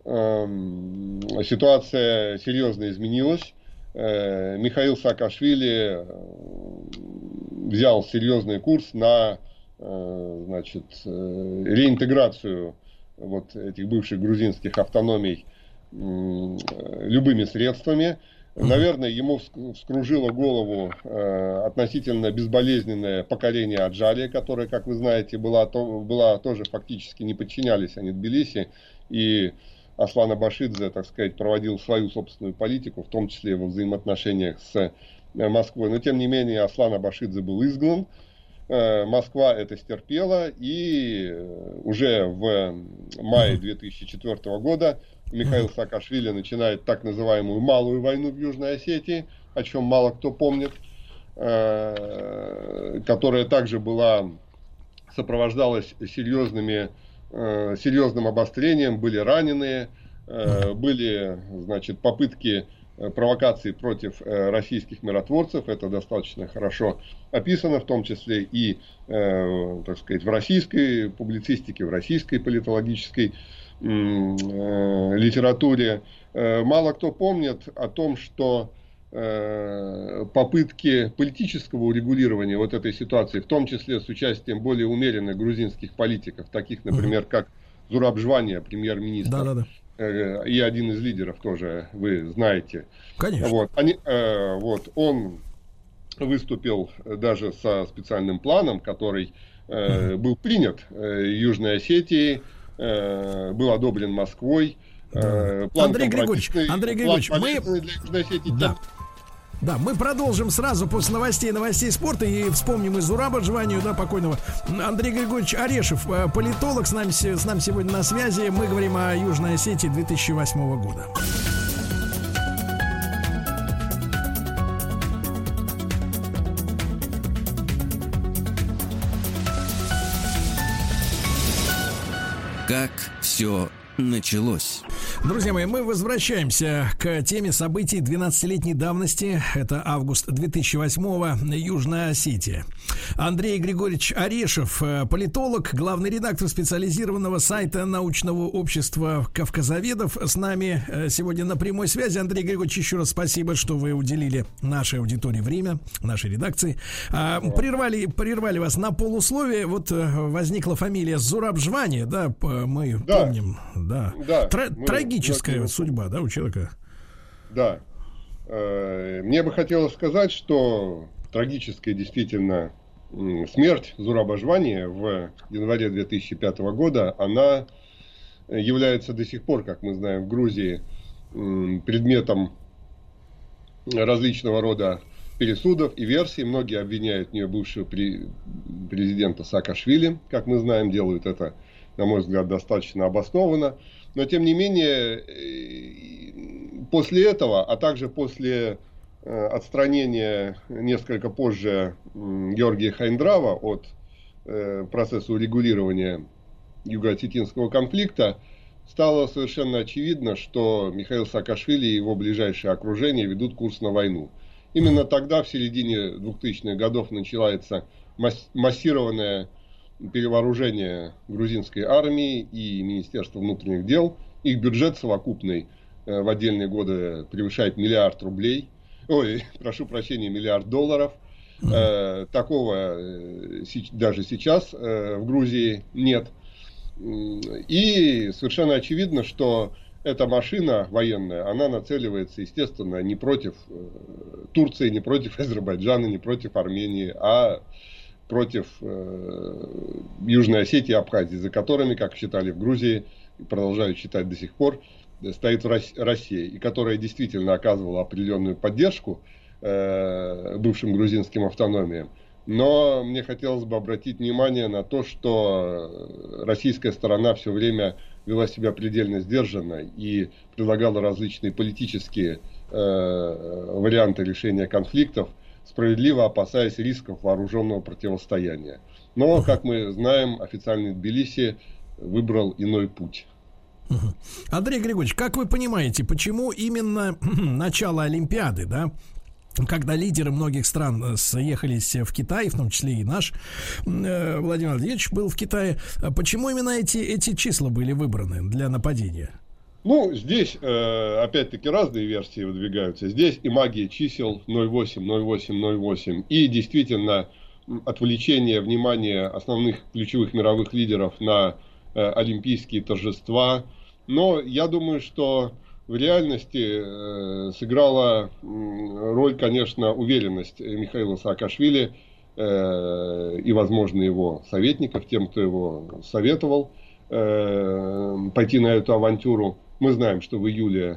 J: ситуация серьезно изменилась. Михаил Саакашвили взял серьезный курс на, значит, реинтеграцию вот этих бывших грузинских автономий любыми средствами. Наверное, ему вскружило голову относительно безболезненное покорение Аджалии, которое, как вы знаете, была тоже фактически не подчинялись они Тбилиси, и Аслан Абашидзе, так сказать, проводил свою собственную политику, в том числе во взаимоотношениях с Москвой. Но, тем не менее, Аслан Абашидзе был изгнан. Москва это стерпела, и уже в мае 2004 года Михаил Саакашвили начинает так называемую малую войну в Южной Осетии, о чем мало кто помнит, которая также сопровождалась серьезным обострением, были раненые, были, значит, попытки провокации против российских миротворцев. Это достаточно хорошо описано, в том числе и, так сказать, в российской публицистике, в российской политологической литературе. Мало кто помнит о том, что попытки политического урегулирования вот этой ситуации, в том числе с участием более умеренных грузинских политиков, таких, например, как Зураб Жвания, премьер-министр, и один из лидеров тоже, вы знаете.
B: Конечно.
J: Вот, он выступил даже со специальным планом, который был принят Южной Осетией, был одобрен Москвой.
B: Андрей Григорьевич, мы продолжим сразу после новостей спорта и вспомним и Зураба Жванию, да, покойного. Андрей Григорьевич Орешев, политолог, с нами сегодня на связи. Мы говорим о Южной Осетии 2008 года.
A: Как все началось.
B: Друзья мои, мы возвращаемся к теме событий 12-летней давности. Это август 2008-го, Южная Осетия. Андрей Григорьевич Орешев, политолог, главный редактор специализированного сайта научного общества «Кавказоведов», с нами сегодня на прямой связи. Андрей Григорьевич, еще раз спасибо, что вы уделили нашей аудитории время, нашей редакции. Прервали вас на полусловие. Вот возникла фамилия Зурабжвани, да, мы помним. Да. Трагическая судьба, да, у человека.
J: Да. Мне бы хотелось сказать, что трагическая действительно смерть Зураба Жвани в январе 2005 года, она является до сих пор, как мы знаем, в Грузии предметом различного рода пересудов и версий. Многие обвиняют в нее бывшего президента Саакашвили, как мы знаем, делают это, на мой взгляд, достаточно обоснованно. Но, тем не менее, после этого, а также после отстранения несколько позже Георгия Хайндрава от процесса урегулирования юго-осетинского конфликта, стало совершенно очевидно, что Михаил Саакашвили и его ближайшее окружение ведут курс на войну. Именно тогда, в середине 2000-х годов, начинается массированное перевооружение грузинской армии и Министерства внутренних дел. Их бюджет совокупный в отдельные годы превышает $1 миллиард. Прошу прощения, $1 миллиард. Такого даже сейчас в Грузии нет. И совершенно очевидно, что эта машина военная, она нацеливается, естественно, не против Турции, не против Азербайджана, не против Армении, а против Южной Осетии и Абхазии, за которыми, как считали в Грузии, и продолжают считать до сих пор, стоит Россия, и которая действительно оказывала определенную поддержку бывшим грузинским автономиям. Но мне хотелось бы обратить внимание на то, что российская сторона все время вела себя предельно сдержанно и предлагала различные политические варианты решения конфликтов, справедливо опасаясь рисков вооруженного противостояния. Но, как мы знаем, официальный Тбилиси выбрал иной путь.
B: Андрей Григорьевич, как вы понимаете, почему именно начало Олимпиады, да, когда лидеры многих стран съехались в Китай, в том числе и наш Владимир Владимирович был в Китае, почему именно эти числа были выбраны для нападения?
J: Ну, здесь, опять-таки, разные версии выдвигаются. Здесь и магия чисел 0,8, 0,8, 0,8. И действительно отвлечение внимания основных ключевых мировых лидеров на олимпийские торжества. Но я думаю, что в реальности сыграла роль, конечно, уверенность Михаила Саакашвили и, возможно, его советников, тем, кто его советовал пойти на эту авантюру. Мы знаем, что в июле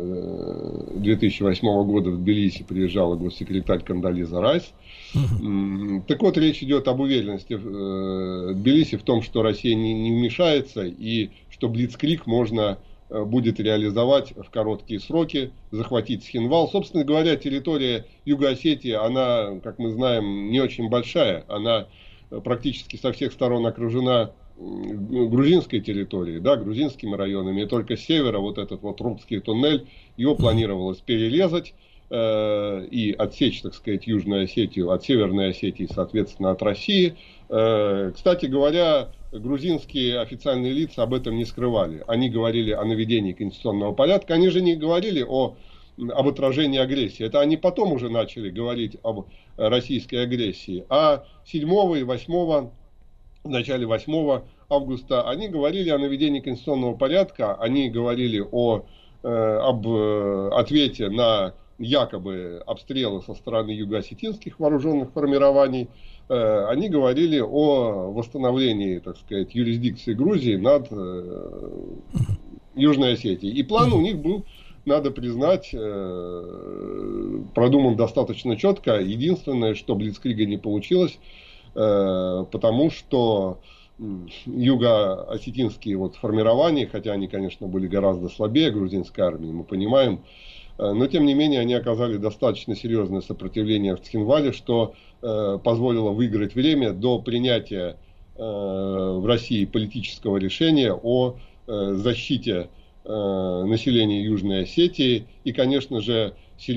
J: 2008 года в Тбилиси приезжала госсекретарь Кондолиза Райс. Так вот, речь идет об уверенности Тбилиси в том, что Россия не вмешается и что блицкриг можно будет реализовать в короткие сроки, захватить Схинвал. Собственно говоря, территория Юго-Осетии, она, как мы знаем, не очень большая. Она практически со всех сторон окружена грузинской территорией, да, грузинскими районами. И только с севера вот этот вот Рубский туннель, его планировалось перерезать и отсечь, так сказать, Южную Осетию от Северной Осетии, соответственно, от России. Кстати говоря, грузинские официальные лица об этом не скрывали. Они говорили о наведении конституционного порядка. Они же не говорили об отражении агрессии. Это они потом уже начали говорить об российской агрессии. А 7 и 8, в начале 8 августа они говорили о наведении конституционного порядка. Они говорили об ответе на якобы обстрелы со стороны юго-осетинских вооруженных формирований. Они говорили о восстановлении, так сказать, юрисдикции Грузии над Южной Осетией. И план у них был, надо признать, продуман достаточно четко. Единственное, что блицкрига не получилось, потому что юго-осетинские вот формирования, хотя они, конечно, были гораздо слабее грузинской армии, мы понимаем, но, тем не менее, они оказали достаточно серьезное сопротивление в Цхинвале, что позволило выиграть время до принятия в России политического решения о защите населения Южной Осетии. И, конечно же,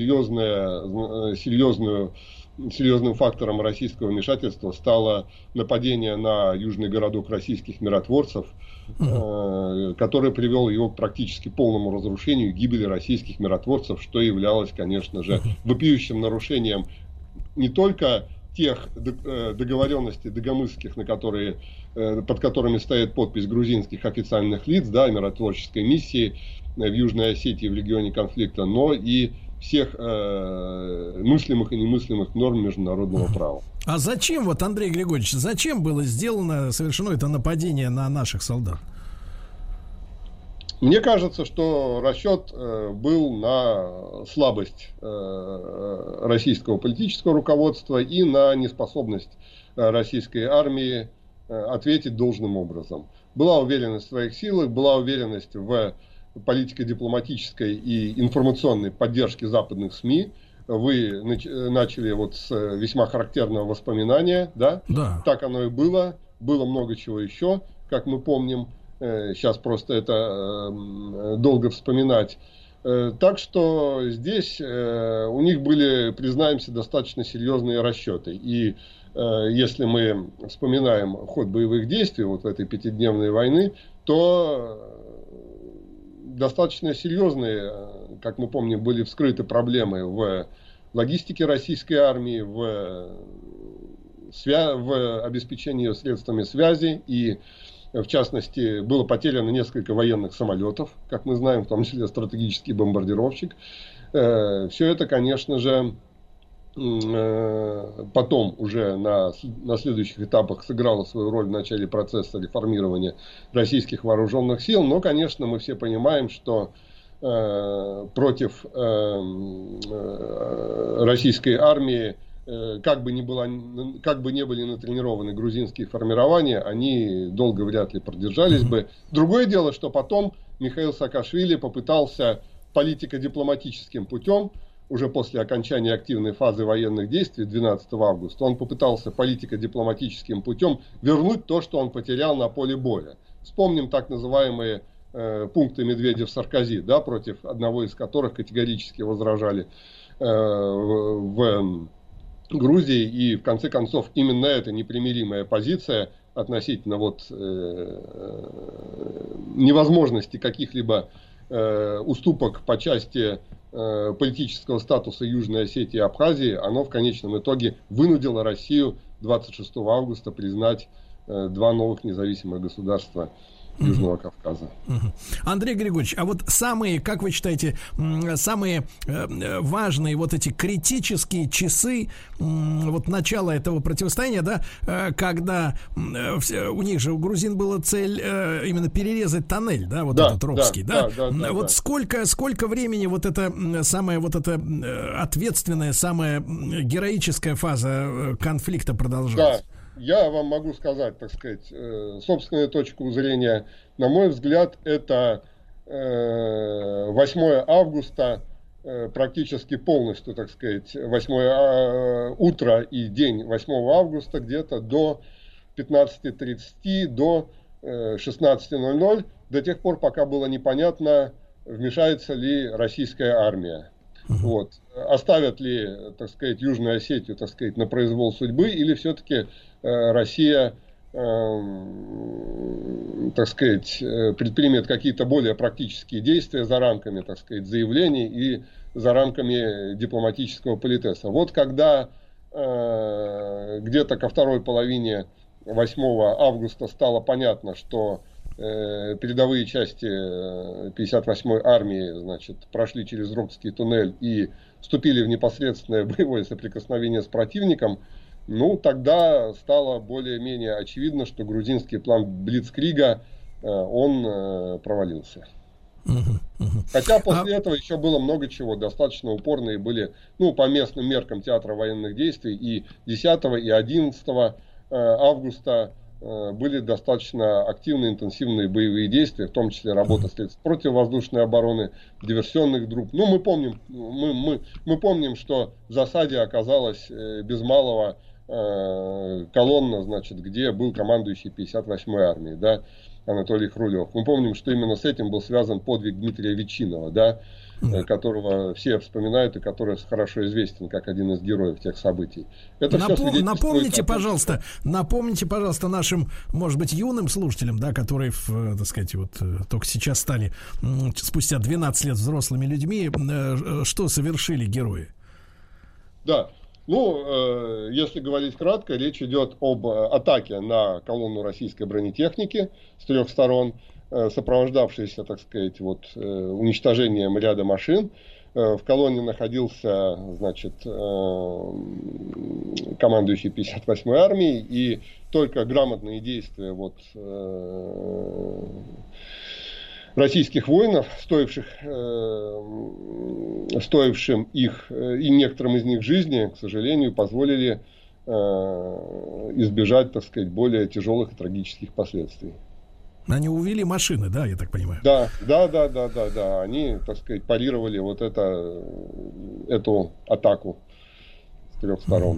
J: серьезным фактором российского вмешательства стало нападение на южный городок российских миротворцев, который привел его к практически полному разрушению и гибели российских миротворцев, что являлось, конечно же, вопиющим нарушением не только тех договоренностей дагомысских, под которыми стоит подпись грузинских официальных лиц, да, миротворческой миссии в Южной Осетии в регионе конфликта, но и всех мыслимых и немыслимых норм международного права.
B: А зачем, вот, Андрей Григорьевич, зачем было совершено это нападение на наших солдат?
J: Мне кажется, что расчет был на слабость российского политического руководства и на неспособность российской армии ответить должным образом. Была уверенность в своих силах, была уверенность в политико-дипломатической и информационной поддержке западных СМИ. Вы начали вот с весьма характерного воспоминания, да? Да. Так оно и было. Было много чего еще, как мы помним. Сейчас просто это долго вспоминать. Так что здесь у них были, признаемся, достаточно серьезные расчеты. И если мы вспоминаем ход боевых действий вот в этой пятидневной войны, то достаточно серьезные, как мы помним, были вскрыты проблемы в логистике российской армии, в обеспечении ее средствами связи. И, в частности, было потеряно несколько военных самолетов, как мы знаем, в том числе стратегический бомбардировщик. Все это, конечно же, потом уже на следующих этапах сыграло свою роль в начале процесса реформирования российских вооруженных сил. Но, конечно, мы все понимаем, что против российской армии, как бы ни были натренированы грузинские формирования, они долго вряд ли продержались бы. Другое дело, что потом Михаил Саакашвили попытался политико-дипломатическим путем, уже после окончания активной фазы военных действий 12 августа, он попытался политико-дипломатическим путем вернуть то, что он потерял на поле боя. Вспомним так называемые пункты Медведев-Саркози, да, против одного из которых категорически возражали в Грузии. И в конце концов именно эта непримиримая позиция относительно невозможности каких-либо уступок по части политического статуса Южной Осетии и Абхазии, оно в конечном итоге вынудило Россию 26 августа признать два новых независимых государства Южного Кавказа.
B: Андрей Григорьевич, а вот самые, как вы считаете, самые важные вот эти критические часы вот начала этого противостояния, да, когда у них же, у грузин была цель именно перерезать тоннель, да, вот этот Ровский, да? Вот сколько времени вот эта самая вот эта ответственная, самая героическая фаза конфликта продолжалась?
J: Да. Я вам могу сказать, так сказать, собственную точку зрения. На мой взгляд, это 8 августа практически полностью, так сказать, 8 утро и день 8 августа где-то до 15:30, до 16:00, до тех пор, пока было непонятно, вмешается ли российская армия. Вот. Оставят ли, так сказать, Южную Осетию, так сказать, на произвол судьбы, или все-таки Россия, так сказать, предпримет какие-то более практические действия за рамками, так сказать, заявлений и за рамками дипломатического политеса. Вот когда где-то ко второй половине 8 августа стало понятно, что передовые части 58-й армии, значит, прошли через Ровский туннель и вступили в непосредственное боевое соприкосновение с противником, ну, тогда стало более-менее очевидно, что грузинский план Блицкрига, он провалился. Хотя после этого еще было много чего, достаточно упорные были, ну, по местным меркам театра военных действий, и 10 и 11 августа были достаточно активные, интенсивные боевые действия, в том числе работа средств противовоздушной обороны, диверсионных групп. Ну, мы помним, что в засаде оказалось без малого колонна, значит, где был командующий 58-й армией, да, Анатолий Хрулев. Мы помним, что именно с этим был связан подвиг Дмитрия Ветчинова, да, которого все вспоминают и который хорошо известен как один из героев тех событий. Это
B: напомните, пожалуйста, нашим, может быть, юным слушателям, да, которые, так сказать, вот только сейчас стали спустя 12 лет взрослыми людьми, что совершили герои.
J: Да. Ну, если говорить кратко, речь идет об атаке на колонну российской бронетехники с 3 сторон, сопровождавшейся, так сказать, вот, уничтожением ряда машин. В колонне находился, значит, командующий 58-й армией, и только грамотные действия вот, российских воинов, стоившим их и некоторым из них жизни, к сожалению, позволили избежать, так сказать, более тяжелых и трагических последствий.
B: Они увели машины, да, я так понимаю?
J: Да. Они, так сказать, парировали вот эту атаку с 3 сторон.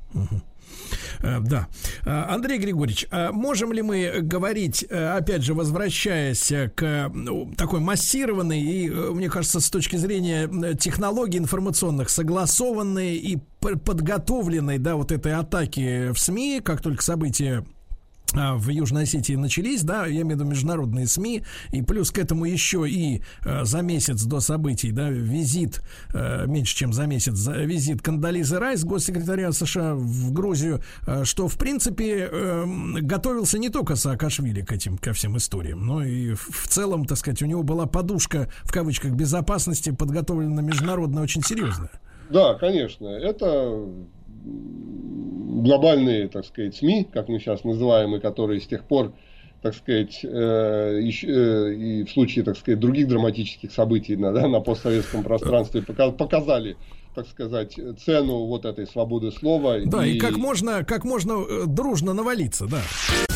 B: Да. Андрей Григорьевич, можем ли мы говорить, опять же, возвращаясь к такой массированной и, мне кажется, с точки зрения технологий информационных, согласованной и подготовленной, да, вот этой атаки в СМИ, как только события в Южной Осетии начались, да, я имею в виду международные СМИ, и плюс к этому еще и за месяц до событий, да, визит, меньше чем за месяц, визит Кондолизы Райс, госсекретаря США в Грузию, что, в принципе, готовился не только Саакашвили ко всем историям, но и в целом, так сказать, у него была подушка, в кавычках, безопасности подготовлена международно очень серьезная.
J: Да, конечно, это глобальные, так сказать, СМИ, как мы сейчас называем, и которые с тех пор, так сказать, и в случае, так сказать, других драматических событий на постсоветском пространстве показали, так сказать, цену вот этой свободы слова.
B: Да, и как можно дружно навалиться, да.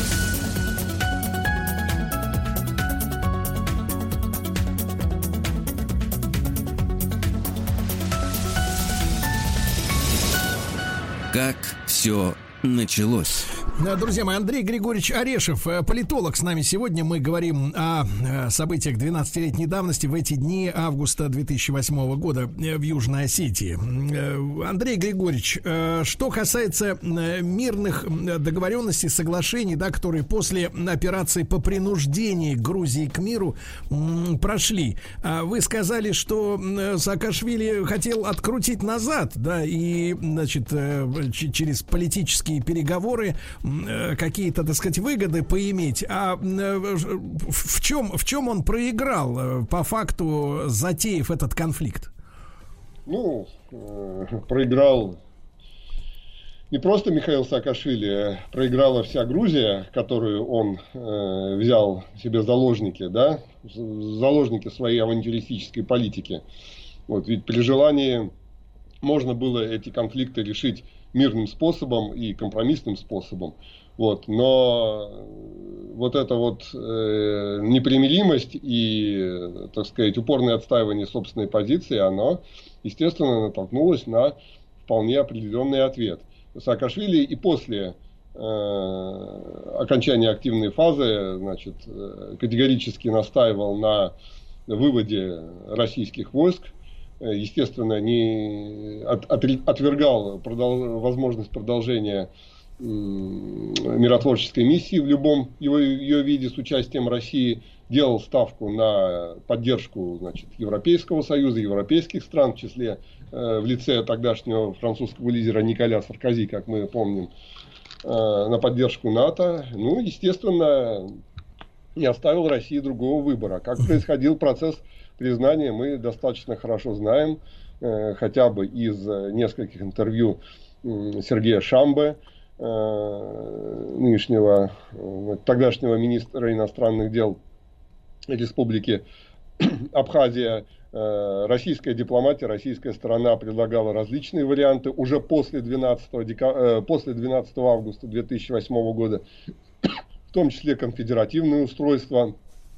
A: Как все началось.
B: Друзья мои, Андрей Григорьевич Орешев, политолог, с нами сегодня. Мы говорим о событиях 12-летней давности в эти дни августа 2008 года в Южной Осетии. Андрей Григорьевич, что касается мирных договоренностей, соглашений, да, которые после операции по принуждению Грузии к миру прошли, вы сказали, что Саакашвили хотел открутить назад, да, и, значит, через политические переговоры какие-то, так сказать, выгоды поиметь. А в чем он проиграл по факту, затеяв этот конфликт?
J: Ну, проиграл не просто Михаил Саакашвили, проиграла вся Грузия, которую он взял себе заложники, да, заложники своей авантюристической политики. Вот, ведь при желании можно было эти конфликты решить мирным способом и компромиссным способом. Вот. Но вот эта вот непримиримость и, так сказать, упорное отстаивание собственной позиции, оно, естественно, натолкнулось на вполне определенный ответ. Саакашвили и после окончания активной фазы, значит, категорически настаивал на выводе российских войск. Естественно, не отвергал возможность продолжения миротворческой миссии в любом ее виде с участием России, делал ставку на поддержку, значит, Европейского Союза, европейских стран, в числе в лице тогдашнего французского лидера Николя Саркози, как мы помним, на поддержку НАТО. Ну, естественно, не оставил России другого выбора. Как происходил процесс признания, мы достаточно хорошо знаем, хотя бы из нескольких интервью Сергея Шамбе, нынешнего, тогдашнего министра иностранных дел Республики Абхазия. Российская дипломатия, российская сторона предлагала различные варианты уже после 12 августа 2008 года, в том числе конфедеративное устройство.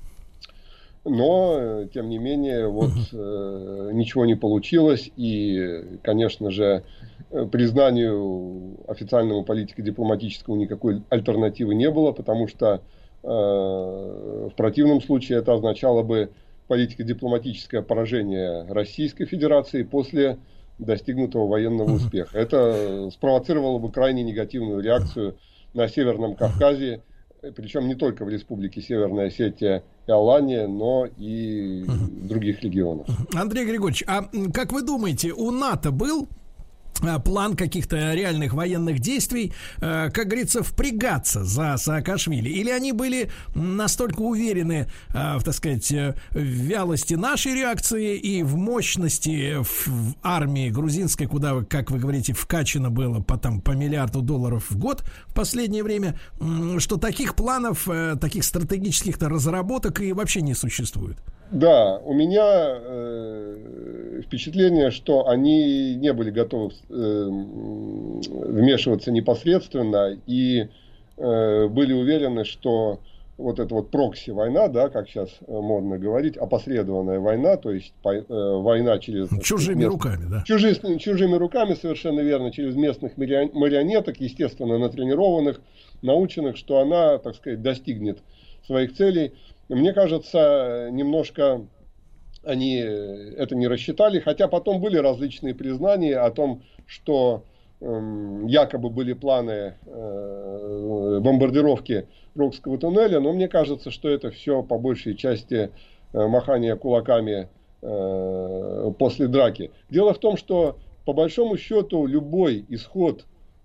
J: Но, тем не менее, вот ничего не получилось. И, конечно же, признанию официальному политико-дипломатическому никакой альтернативы не было, потому что в противном случае это означало бы политико-дипломатическое поражение Российской Федерации после достигнутого военного успеха. Это спровоцировало бы крайне негативную реакцию на Северном Кавказе, причем не только в республике Северная Осетия и Алания, но и в других регионах.
B: Андрей Григорьевич, а как вы думаете, у НАТО был план каких-то реальных военных действий, как говорится, впрягаться за Саакашвили? Или они были настолько уверены, так сказать, в вялости нашей реакции и в мощности в армии грузинской, куда, как вы говорите, вкачано было по $1 миллиарду в год в последнее время, что таких планов, таких стратегических разработок и вообще не существует?
J: Да, у меня впечатление, что они не были готовы вмешиваться непосредственно и были уверены, что вот эта вот прокси-война, да, как сейчас модно говорить, опосредованная война, то есть война через...
B: Чужими руками, да.
J: Чужими руками, совершенно верно, через местных марионеток, естественно, натренированных, наученных, что она, так сказать, достигнет своих целей. Мне кажется, немножко они это не рассчитали, хотя потом были различные признания о том, что якобы были планы бомбардировки Рокского туннеля, но мне кажется, что это все по большей части махание кулаками после драки. Дело в том, что по большому счету любой исход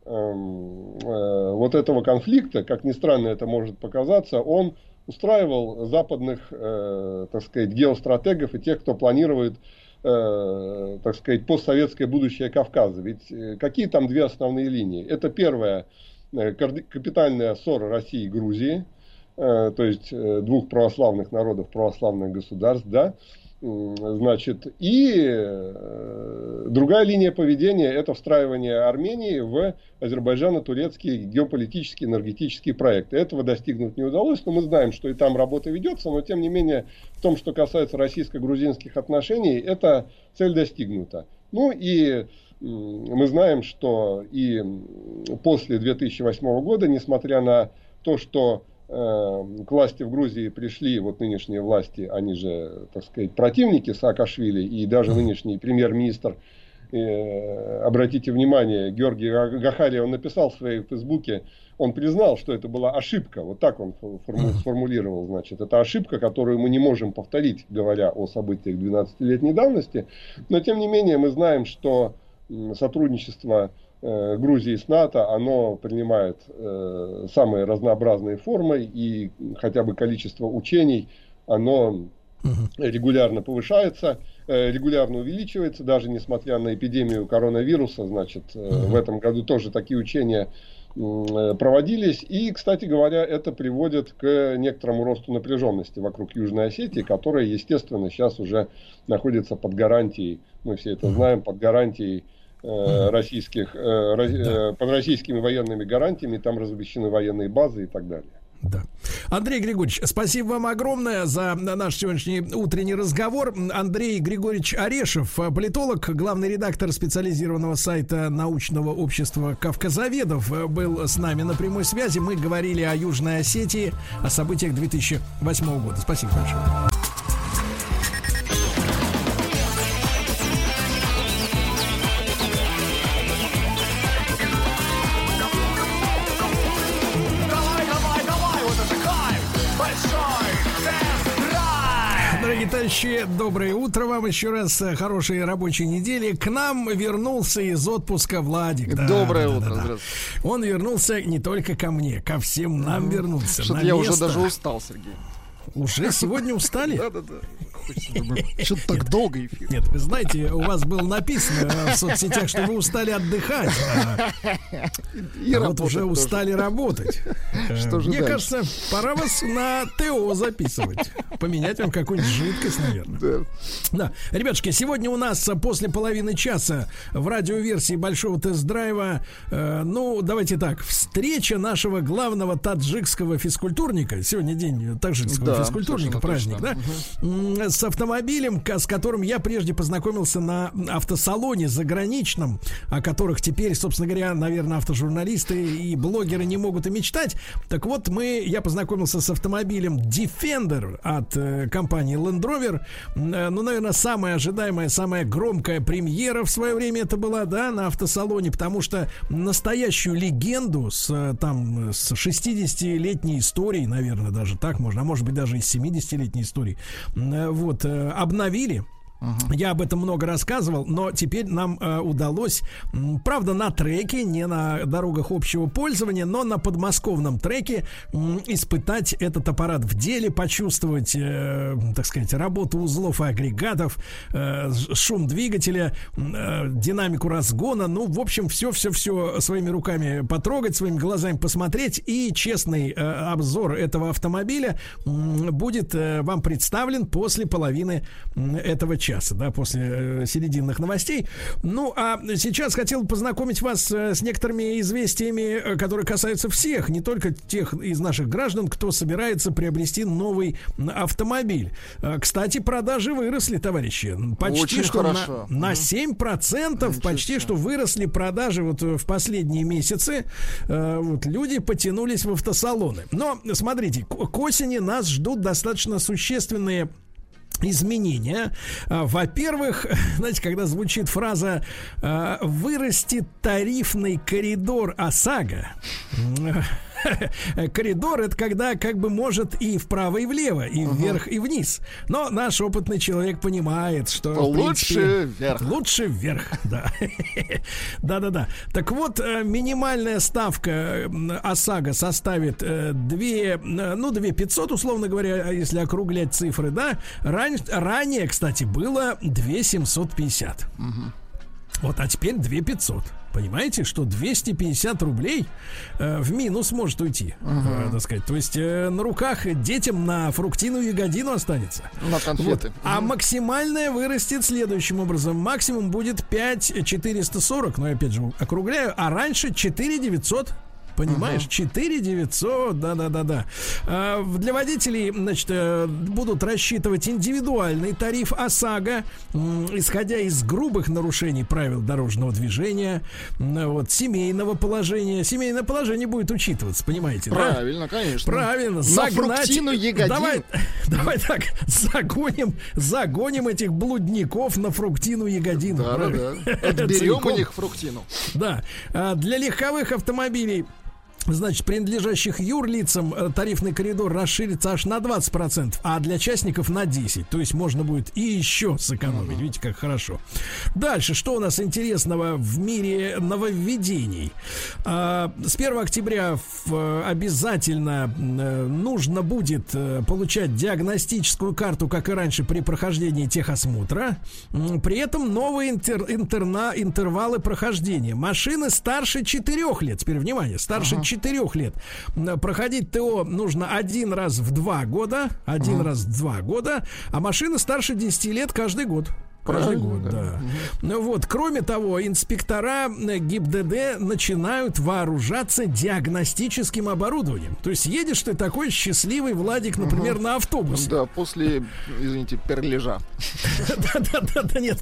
J: вот этого конфликта, как ни странно это может показаться, он устраивал западных, так сказать, геостратегов и тех, кто планирует, так сказать, постсоветское будущее Кавказа. Ведь какие там две основные линии? Это первая, капитальная ссора России и Грузии, то есть двух православных народов, православных государств, да, значит, и другая линия поведения — это встраивание Армении в азербайджано-турецкий геополитический энергетический проект. Этого достигнуть не удалось, но мы знаем, что и там работа ведется, но тем не менее в том, что касается российско-грузинских отношений, эта цель достигнута. Ну и мы знаем, что и после 2008 года, несмотря на то, что к власти в Грузии пришли, вот нынешние власти, они же, так сказать, противники Саакашвили, и даже нынешний премьер-министр, обратите внимание, Георгий Гахари, он написал в своей фейсбуке, он признал, что это была ошибка, вот так он сформулировал, значит, это ошибка, которую мы не можем повторить, говоря о событиях 12-летней давности, но тем не менее мы знаем, что сотрудничество Грузии с НАТО, оно принимает самые разнообразные формы, и хотя бы количество учений, оно регулярно повышается, регулярно увеличивается, даже несмотря на эпидемию коронавируса, значит, в этом году тоже такие учения проводились, и, кстати говоря, это приводит к некоторому росту напряженности вокруг Южной Осетии, которая, естественно, сейчас уже находится под гарантией, мы все это знаем, под гарантией под российскими военными гарантиями, там размещены военные базы и так далее.
B: Да. Андрей Григорьевич, спасибо вам огромное за наш сегодняшний утренний разговор. Андрей Григорьевич Орешев, политолог, главный редактор специализированного сайта научного общества Кавказоведов, был с нами на прямой связи. Мы говорили о Южной Осетии, о событиях 2008 года. Спасибо большое. Дорогие товарищи, доброе утро вам еще раз, хорошей рабочей недели. К нам вернулся из отпуска Владик.
C: Доброе утро. Здравствуйте.
B: Он вернулся не только ко мне, ко всем нам вернулся.
C: Что-то я уже даже устал, Сергей.
B: Уже сегодня устали?
C: Да. Что-то так долго эфир.
B: Нет, вы знаете, у вас было написано в соцсетях, что вы устали отдыхать. И вот уже устали работать. Мне кажется, пора вас на ТО записывать. Поменять вам какую-нибудь жидкость, наверное. Да. Ребятушки, сегодня у нас после половины часа в радиоверсии большого тест-драйва, давайте так, встреча нашего главного таджикского физкультурника. Сегодня день таджикского физкультурника, праздник, да? С автомобилем, с которым я прежде познакомился на автосалоне заграничном, о которых теперь, собственно говоря, наверное, автожурналисты и блогеры не могут и мечтать. Так вот, я познакомился с автомобилем Defender от компании Land Rover. Наверное, самая ожидаемая, самая громкая премьера в свое время это была, да, на автосалоне, потому что настоящую легенду с 60-летней историей, наверное, даже так можно, а может быть даже и с 70-летней историей, обновили. Я об этом много рассказывал, но теперь нам удалось, правда, на треке, не на дорогах общего пользования, но на подмосковном треке испытать этот аппарат в деле, почувствовать, так сказать, работу узлов и агрегатов, шум двигателя, динамику разгона, в общем, все своими руками потрогать, своими глазами посмотреть, и честный обзор этого автомобиля будет вам представлен после половины этого часа, да, после серединных новостей. А сейчас хотел познакомить вас с некоторыми известиями, которые касаются всех, не только тех из наших граждан, кто собирается приобрести новый автомобиль. Кстати, продажи выросли, товарищи. Почти что на 7%, почти что выросли продажи в последние месяцы. Люди потянулись в автосалоны. Но, смотрите, к осени нас ждут достаточно существенные изменения. Во-первых, знаете, когда звучит фраза «вырастет тарифный коридор ОСАГО», коридор — это когда как бы может и вправо, и влево, и вверх, и вниз. Но наш опытный человек понимает, что
C: лучше вверх.
B: Лучше вверх, да. Да-да-да. Так вот, минимальная ставка ОСАГО составит 2500, условно говоря, если округлять цифры, да. Ранее, кстати, было 2750. Вот, а теперь 2500. Понимаете, что 250 рублей в минус может уйти, так сказать. То есть на руках детям на фруктину ягодину останется.
C: На конфеты.
B: А максимальная вырастет следующим образом. Максимум будет 5440, но я опять же округляю, а раньше 4900. Понимаешь, 4900, да. Для водителей, значит, будут рассчитывать индивидуальный тариф ОСАГО, исходя из грубых нарушений правил дорожного движения, семейного положения. Семейное положение будет учитываться, понимаете,
C: правильно,
B: да?
C: Конечно.
B: Правильно.
C: На фруктину ягодину.
B: Давай так, загоним этих блудников на фруктину ягодину.
C: Да. Отберем у них фруктину.
B: Да. Для легковых автомобилей, значит, принадлежащих юрлицам, тарифный коридор расширится аж на 20%, а для частников на 10%. То есть можно будет и еще сэкономить. Видите, как хорошо. Дальше, что у нас интересного в мире нововведений? С 1 октября обязательно нужно будет получать диагностическую карту, как и раньше, при прохождении техосмотра. При этом новые интервалы прохождения. Машины старше 4 лет. Теперь, внимание, старше 4 лет. Проходить ТО нужно один раз в 2 года. Один раз в 2 года. А машины старше 10 лет каждый год. Каждый год, да. Кроме того, инспектора ГИБДД начинают вооружаться диагностическим оборудованием. То есть едешь ты такой счастливый, Владик, например, на автобусе.
C: Да, после, извините, перлежа.
B: Да, нет,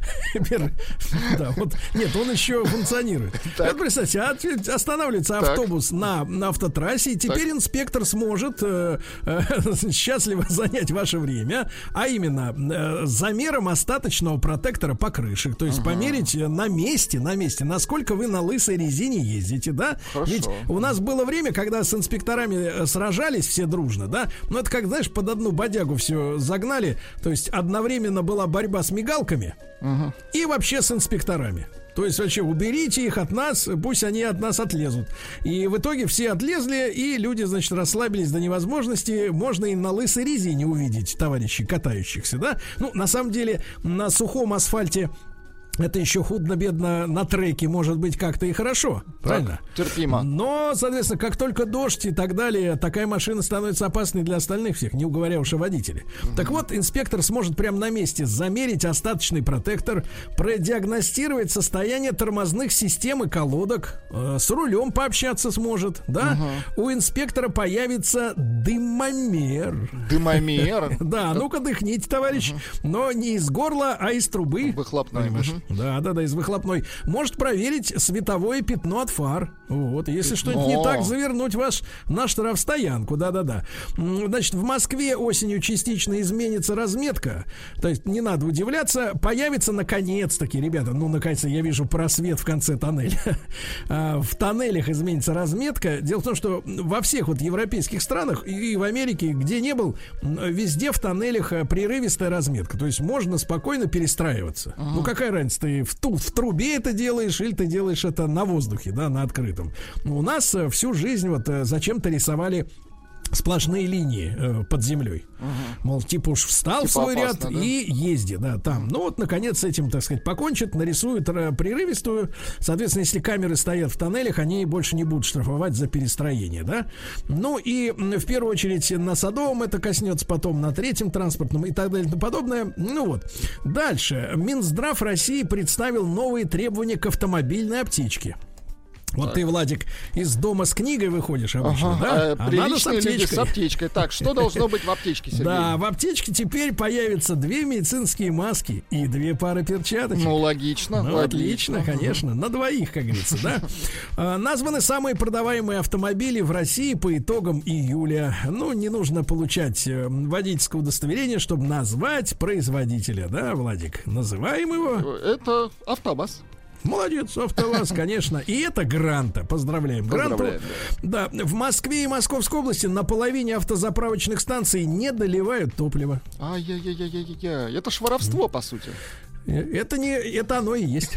B: нет, он еще функционирует. Вот представьте, останавливается автобус на автотрассе, и теперь инспектор сможет счастливо занять ваше время, а именно замером остаточного протектора покрышек, то есть померить на месте, насколько вы на лысой резине ездите, да?
C: Хорошо.
B: Ведь у нас было время, когда с инспекторами сражались все дружно, да? Но это как, знаешь, под одну бодягу все загнали, то есть одновременно была борьба с мигалками и вообще с инспекторами. То есть вообще уберите их от нас, пусть они от нас отлезут. И в итоге все отлезли, и люди, значит, расслабились до невозможности. Можно и на лысой резине увидеть товарищей катающихся, да? На самом деле, на сухом асфальте это еще худо-бедно на треке может быть как-то и хорошо, правильно?
C: Терпимо.
B: Но, соответственно, как только дождь и так далее, такая машина становится опасной для остальных всех, не говоря уж о водителе. Так вот, инспектор сможет прямо на месте замерить остаточный протектор, продиагностировать состояние тормозных систем и колодок, с рулем пообщаться сможет, да? У инспектора появится дымомер.
C: Дымомер?
B: Да, ну-ка дыхните, товарищ. Но не из горла, а из трубы.
C: Выхлопной.
B: Да, из выхлопной. Может проверить световое пятно от фар. Вот, если что-нибудь не так, завернуть вас на штрафстоянку. Да. Значит, в Москве осенью частично изменится разметка. То есть не надо удивляться. Появится наконец-таки, ребята, наконец-то я вижу просвет в конце тоннеля. В тоннелях изменится разметка. Дело в том, что во всех вот европейских странах и в Америке, где не был, везде в тоннелях прерывистая разметка. То есть можно спокойно перестраиваться. Какая разница, ты в трубе это делаешь или ты делаешь это на воздухе, да, на открытом. У нас всю жизнь вот зачем-то рисовали сплошные линии под землей. Мол, типа уж встал в свой опасно, ряд, да? И езди, да, там. Ну вот, наконец, с этим, так сказать, покончат, нарисуют прерывистую. Соответственно, если камеры стоят в тоннелях, они больше не будут штрафовать за перестроение, да. Ну и в первую очередь на Садовом это коснется, потом на Третьем транспортном и так далее и тому подобное. Ну вот. Дальше. Минздрав России представил новые требования к автомобильной аптечке. Вот ты, Владик, из дома с книгой выходишь обычно, да? А надо с аптечкой.
C: С аптечкой. Так, что должно быть в аптечке, Сергей?
B: Да, в аптечке теперь появятся 2 медицинские маски и 2 пары перчаточек.
C: Ну, логично.
B: Ну, отлично, конечно. На двоих, как говорится, да? Названы самые продаваемые автомобили в России по итогам июля. Ну, не нужно получать водительское удостоверение, чтобы назвать производителя, да, Владик? Называем его.
C: Это АвтоВАЗ.
B: Молодец, АвтоВАЗ, конечно. И это Гранта. Поздравляем Гранту. Да, в Москве и Московской области на половине автозаправочных станций не доливают топливо.
C: Ай-яй-яй-яй-яй. Это ж воровство, по сути.
B: Это оно и есть.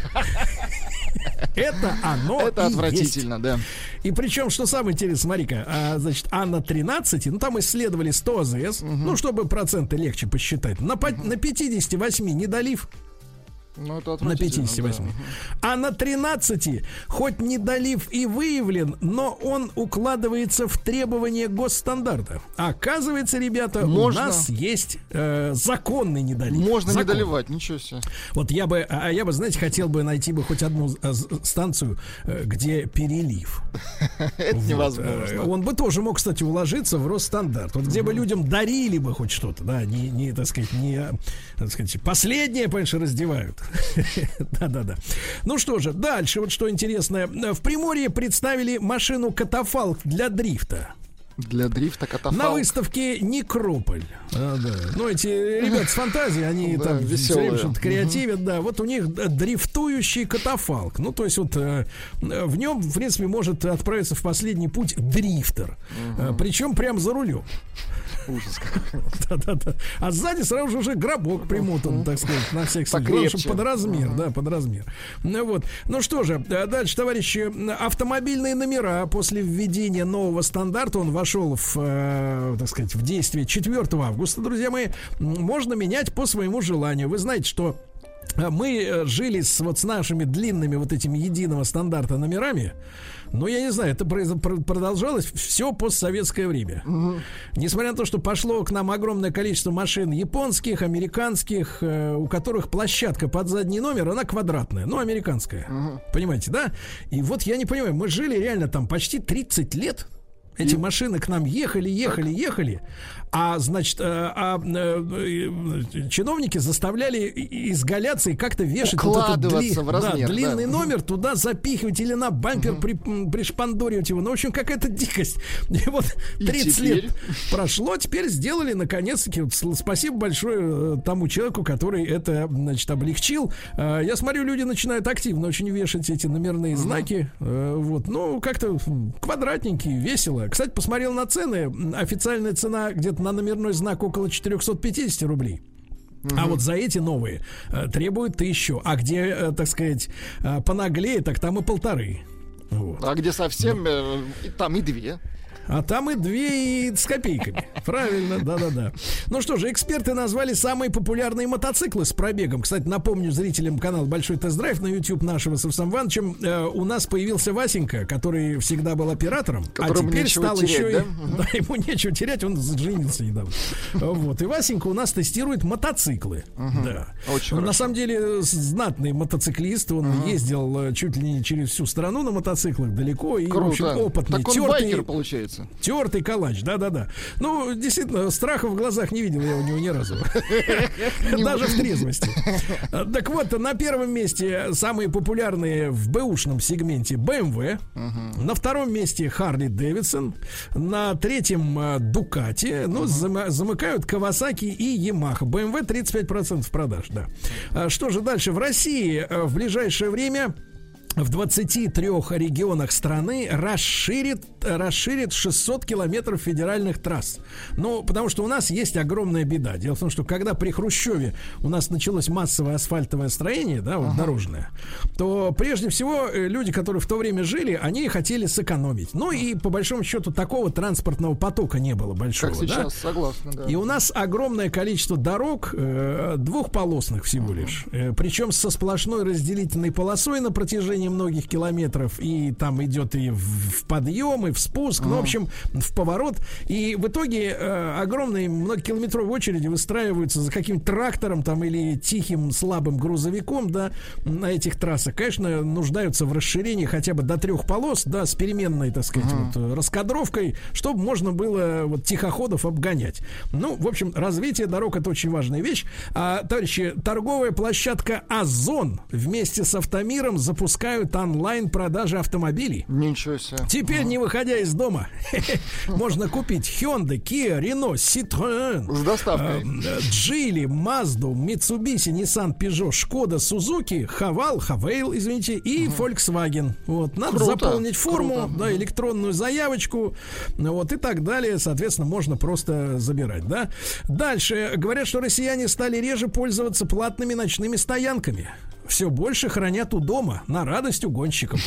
B: Это оно.
C: Это отвратительно, да.
B: И причем, что самое интересное, смотри-ка, значит, а на 13, ну там исследовали 100 АЗС, ну, чтобы проценты легче посчитать. На 58 не долив.
C: Ну, это
B: на 58. Да. А на 13, хоть недолив и выявлен, но он укладывается в требования госстандарта. Оказывается, ребята, у нас есть законный недолив.
C: Можно не доливать, ничего себе.
B: Вот я бы, знаете, хотел бы найти бы хоть одну станцию, где перелив.
C: Это невозможно.
B: Он бы тоже мог, кстати, уложиться в Росстандарт. Вот где бы людям дарили бы хоть что-то, да, не так сказать, последнее, понимаешь, раздевают. Да. Ну что же, дальше вот что интересное. В Приморье представили машину-катафалк для дрифта.
C: Для дрифта катафалк.
B: На выставке Некрополь. Ну, эти ребята с фантазией, они там все время что-то креативят, да. Вот у них дрифтующий катафалк. Ну, то есть вот в нем, в принципе, может отправиться в последний путь дрифтер. Причем прям за рулем.
C: Ужас какой.
B: Да. А сзади сразу же уже гробок примотан, так сказать, на всякий случай. Под размер, да, под размер. Вот. Ну что же, дальше, товарищи, автомобильные номера после введения нового стандарта, он вошел в, так сказать, в действие 4 августа, друзья мои, можно менять по своему желанию. Вы знаете, что мы жили с нашими длинными вот этими единого стандарта номерами. Но я не знаю, это продолжалось все постсоветское время. Несмотря на то, что пошло к нам огромное количество машин японских, американских, у которых площадка под задний номер, она квадратная, но американская. Понимаете, да? И вот я не понимаю, мы жили реально там почти 30 лет. Эти машины к нам ехали, а, значит, чиновники заставляли изгаляться и как-то вешать вот этот длинный номер, туда запихивать или на бампер пришпандоривать его. Ну, в общем, какая-то дикость. И вот 30 лет прошло, теперь сделали, наконец-таки, вот, спасибо большое тому человеку, который это, значит, облегчил. Я смотрю, люди начинают активно очень вешать эти номерные знаки. Вот, ну, как-то квадратненькие, весело. Кстати, посмотрел на цены. Официальная цена где-то на номерной знак около 450 рублей. А вот за эти новые требуют 1000. А где, так сказать, понаглее, так там и 1500. Вот.
C: А где совсем, там и 2.
B: а там и 2 с копейками. Правильно, да-да-да. Ну что же, эксперты назвали самые популярные мотоциклы с пробегом. Кстати, напомню зрителям канала «Большой тест-драйв» на YouTube нашего с Александром Ивановичем. У нас появился Васенька, который всегда был оператором,
C: которому
B: а теперь стал
C: терять,
B: еще
C: да?
B: и... Да, ему нечего терять, он женился недавно. Вот, и Васенька у нас тестирует мотоциклы. Да.
C: Очень
B: он на самом деле знатный мотоциклист, он ездил чуть ли не через всю страну на мотоциклах далеко, и, в общем, опытный.
C: Так он байкер, получается.
B: Тертый калач, да-да-да. Ну, действительно, страха в глазах не видел я у него ни разу. Даже в трезвости. Так вот, на первом месте самые популярные в бэушном сегменте BMW. На втором месте Harley Davidson. На третьем Ducati. Ну, замыкают Kawasaki и Yamaha. BMW 35% продаж, да. Что же дальше? В России в ближайшее время в 23 регионах страны расширит 600 километров федеральных трасс. Ну, потому что у нас есть огромная беда. Дело в том, что когда при Хрущеве у нас началось массовое асфальтовое строение, да, вот дорожное, то прежде всего люди, которые в то время жили, они хотели сэкономить. Ну и по большому счету такого транспортного потока не было большого.
C: Как сейчас,
B: да?
C: согласна, да.
B: И у нас огромное количество дорог, двухполосных всего лишь, причем со сплошной разделительной полосой на протяжении многих километров, и там идет и в подъем, и в спуск, ну, в общем, в поворот, и в итоге огромные многокилометровые очереди выстраиваются за каким-то трактором там или тихим слабым грузовиком, да, на этих трассах. Конечно, нуждаются в расширении хотя бы до 3 полос, да, с переменной, так сказать, вот, раскадровкой, чтобы можно было вот тихоходов обгонять. Ну, в общем, развитие дорог — это очень важная вещь. Товарищи, торговая площадка «Озон» вместе с Автомиром запускают онлайн-продажи автомобилей.
C: Ничего себе.
B: Теперь, не выходя из дома, можно купить Hyundai, Kia, Renault, Citroën,
C: с доставкой,
B: Geely, Mazda, Mitsubishi, Nissan, Peugeot, Skoda, Suzuki, Haval, извините, и Volkswagen. Вот, надо заполнить форму, да, электронную заявочку, вот, и так далее. Соответственно, можно просто забирать, да. Дальше. Говорят, что россияне стали реже пользоваться платными ночными стоянками. Все больше хранят у дома, на радость угонщикам.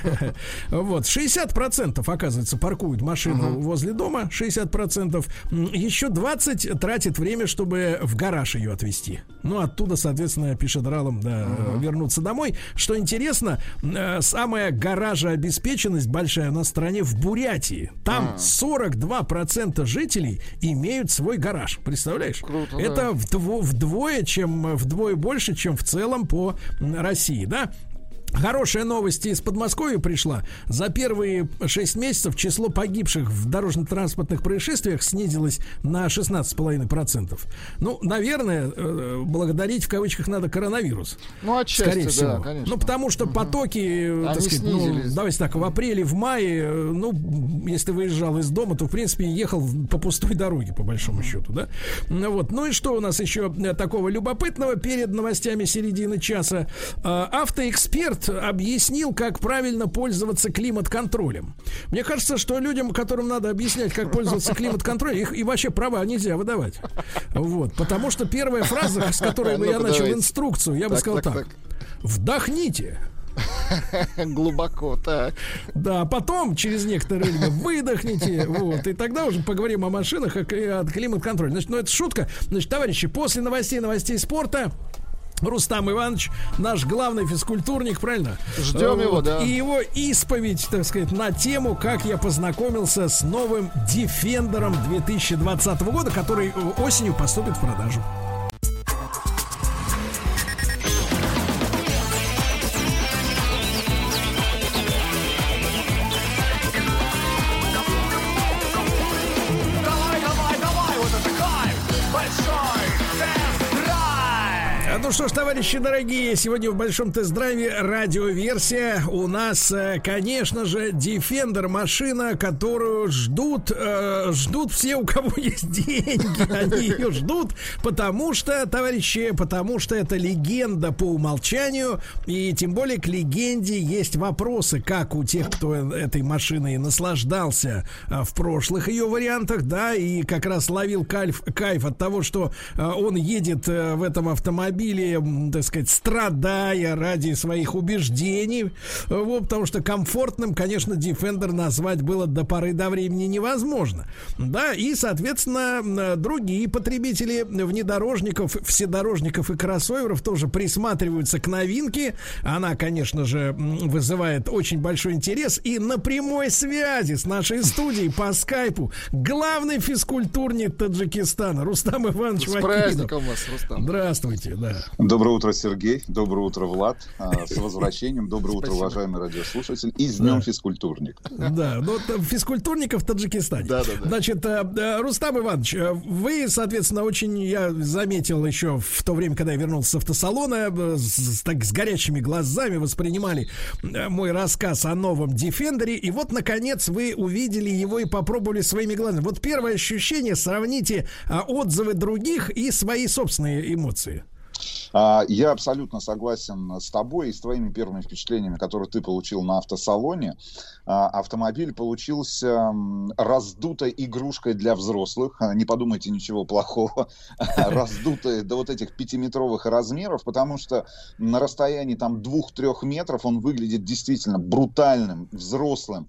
B: Вот, 60%, оказывается, паркуют машину возле дома, 60%. Еще 20% тратит время, чтобы в гараж ее отвезти. Ну, оттуда, соответственно, пешедралам, да, вернуться домой. Что интересно, самая гаражеобеспеченность большая на стране в Бурятии. Там 42% жителей имеют свой гараж. Представляешь?
C: Круто,
B: это вдвое больше, чем в целом по России, да? Хорошая новость из Подмосковья пришла. За первые 6 месяцев число погибших в дорожно-транспортных происшествиях снизилось на 16,5%. Ну, наверное, благодарить в кавычках надо коронавирус.
C: Ну, отчасти,
B: скорее всего.
C: Да, конечно.
B: Ну, потому что потоки, так сказать,
C: снизились.
B: Давайте так, в апреле, в мае, ну, если ты выезжал из дома, то, в принципе, ехал по пустой дороге, по большому счету, да? Вот. Ну и что у нас еще такого любопытного перед новостями середины часа? Автоэксперт объяснил, как правильно пользоваться климат-контролем. Мне кажется, что людям, которым надо объяснять, как пользоваться климат-контролем, их и вообще права нельзя выдавать. Вот. Потому что первая фраза, с которой бы я начал инструкцию, я бы сказал так. Вдохните.
C: Глубоко, так.
B: Да, потом через некоторое время выдохните. Вот, и тогда уже поговорим о машинах и о климат-контроле. Значит, ну это шутка. Значит, товарищи, после новостей спорта Рустам Иванович, наш главный физкультурник, правильно?
C: Ждем его, да.
B: И его исповедь, так сказать, на тему, как я познакомился с новым Defender'ом 2020 года, который осенью поступит в продажу. Ну что ж, товарищи дорогие, сегодня в большом тест-драйве радиоверсия. У нас, конечно же, Defender, машина, которую ждут все, у кого есть деньги. Они ее ждут, потому что, товарищи, это легенда по умолчанию. И тем более к легенде есть вопросы, как у тех, кто этой машиной наслаждался в прошлых ее вариантах, да, и как раз ловил кайф от того, что он едет в этом автомобиле более, так сказать, страдая ради своих убеждений. Вот, потому что комфортным, конечно, Defender назвать было до поры до времени невозможно. Да, и, соответственно, другие потребители внедорожников, вседорожников и кроссоверов тоже присматриваются к новинке. Она, конечно же, вызывает очень большой интерес. И на прямой связи с нашей студией по скайпу главный физкультурник Таджикистана Рустам Иванович Вахидов.
C: С праздником вас, Рустам.
B: Здравствуйте, да.
K: Доброе утро, Сергей. Доброе утро, Влад. С возвращением. Доброе утро, уважаемый радиослушатель. И с днем физкультурника.
B: Да, ну физкультурников в Таджикистане.
C: Да.
B: Значит, Рустам Иванович, вы, соответственно, очень, я заметил еще в то время, когда я вернулся с автосалона, с горящими глазами воспринимали мой рассказ о новом Defender. И вот, наконец, вы увидели его и попробовали своими глазами. Вот первое ощущение, сравните отзывы других и свои собственные эмоции.
K: Я абсолютно согласен с тобой и с твоими первыми впечатлениями, которые ты получил на автосалоне. Автомобиль получился раздутой игрушкой для взрослых. Не подумайте ничего плохого. Раздутой до вот этих 5-метровых размеров, потому что на расстоянии там 2-3 метров он выглядит действительно брутальным, взрослым,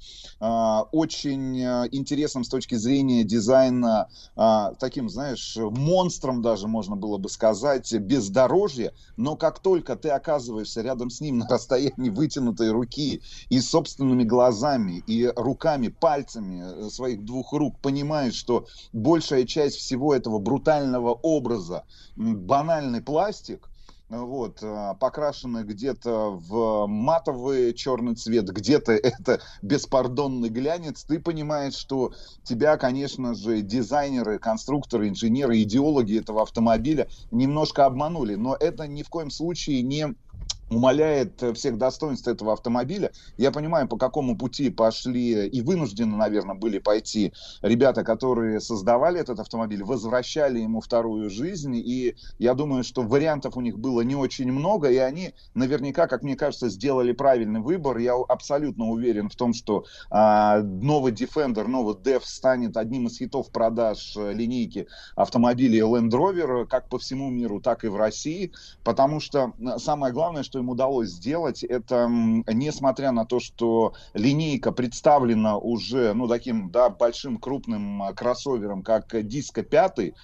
K: очень интересным с точки зрения дизайна, таким, знаешь, монстром даже можно было бы сказать, бездорожья. Но как только ты оказываешься рядом с ним на расстоянии вытянутой руки и собственными глазами, и руками, пальцами своих 2 рук понимаешь, что большая часть всего этого брутального образа банальный пластик, вот, покрашены где-то в матовый черный цвет, где-то это беспардонный глянец, ты понимаешь, что тебя, конечно же, дизайнеры, конструкторы, инженеры, идеологи этого автомобиля немножко обманули, но это ни в коем случае не умаляет всех достоинств этого автомобиля. Я понимаю, по какому пути пошли и вынуждены, наверное, были пойти ребята, которые создавали этот автомобиль, возвращали ему вторую жизнь, и я думаю, что вариантов у них было не очень много, и они наверняка, как мне кажется, сделали правильный выбор. Я абсолютно уверен в том, что новый Defender, новый DEF станет одним из хитов продаж линейки автомобилей Land Rover, как по всему миру, так и в России, потому что самое главное, что им удалось сделать, это, несмотря на то, что линейка представлена уже, таким, большим крупным кроссовером, как Disco 5,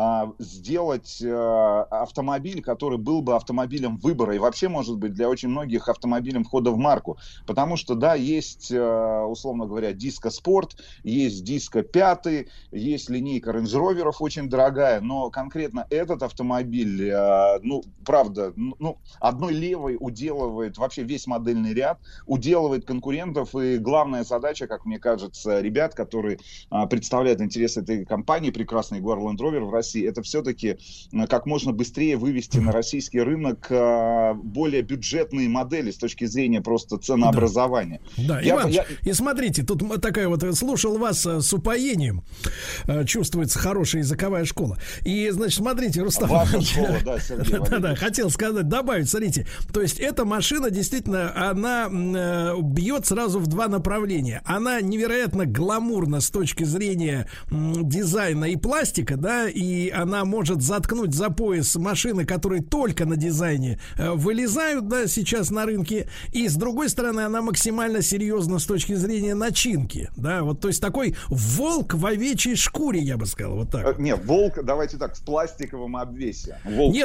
K: сделать автомобиль, который был бы автомобилем выбора и вообще, может быть, для очень многих автомобилем входа в марку. Потому что, есть, условно говоря, Disco Sport, есть Disco 5, есть линейка Range Rover'ов очень дорогая, но конкретно этот автомобиль, правда, одной левой уделывает вообще весь модельный ряд, уделывает конкурентов, и главная задача, как мне кажется, ребят, которые представляют интересы этой компании, прекрасный Jaguar Land Rover в России, это все-таки как можно быстрее вывести на российский рынок более бюджетные модели с точки зрения просто ценообразования.
B: Да, Иваныч, и смотрите, тут такая вот, слушал вас с упоением, чувствуется хорошая языковая школа. И, значит, смотрите, Рустам,
K: ваша школа, да, Сергей.
B: Да, хотел сказать, добавить, смотрите, то есть эта машина действительно, она бьет сразу в 2 направления. Она невероятно гламурна с точки зрения дизайна и пластика, да, и она может заткнуть за пояс машины, которые только на дизайне вылезают, сейчас на рынке. И с другой стороны, она максимально серьезна с точки зрения начинки, да, вот, то есть такой волк в овечьей шкуре, я бы сказал, вот так.
K: Нет, волк, давайте так, в пластиковом обвесе.
B: Нет,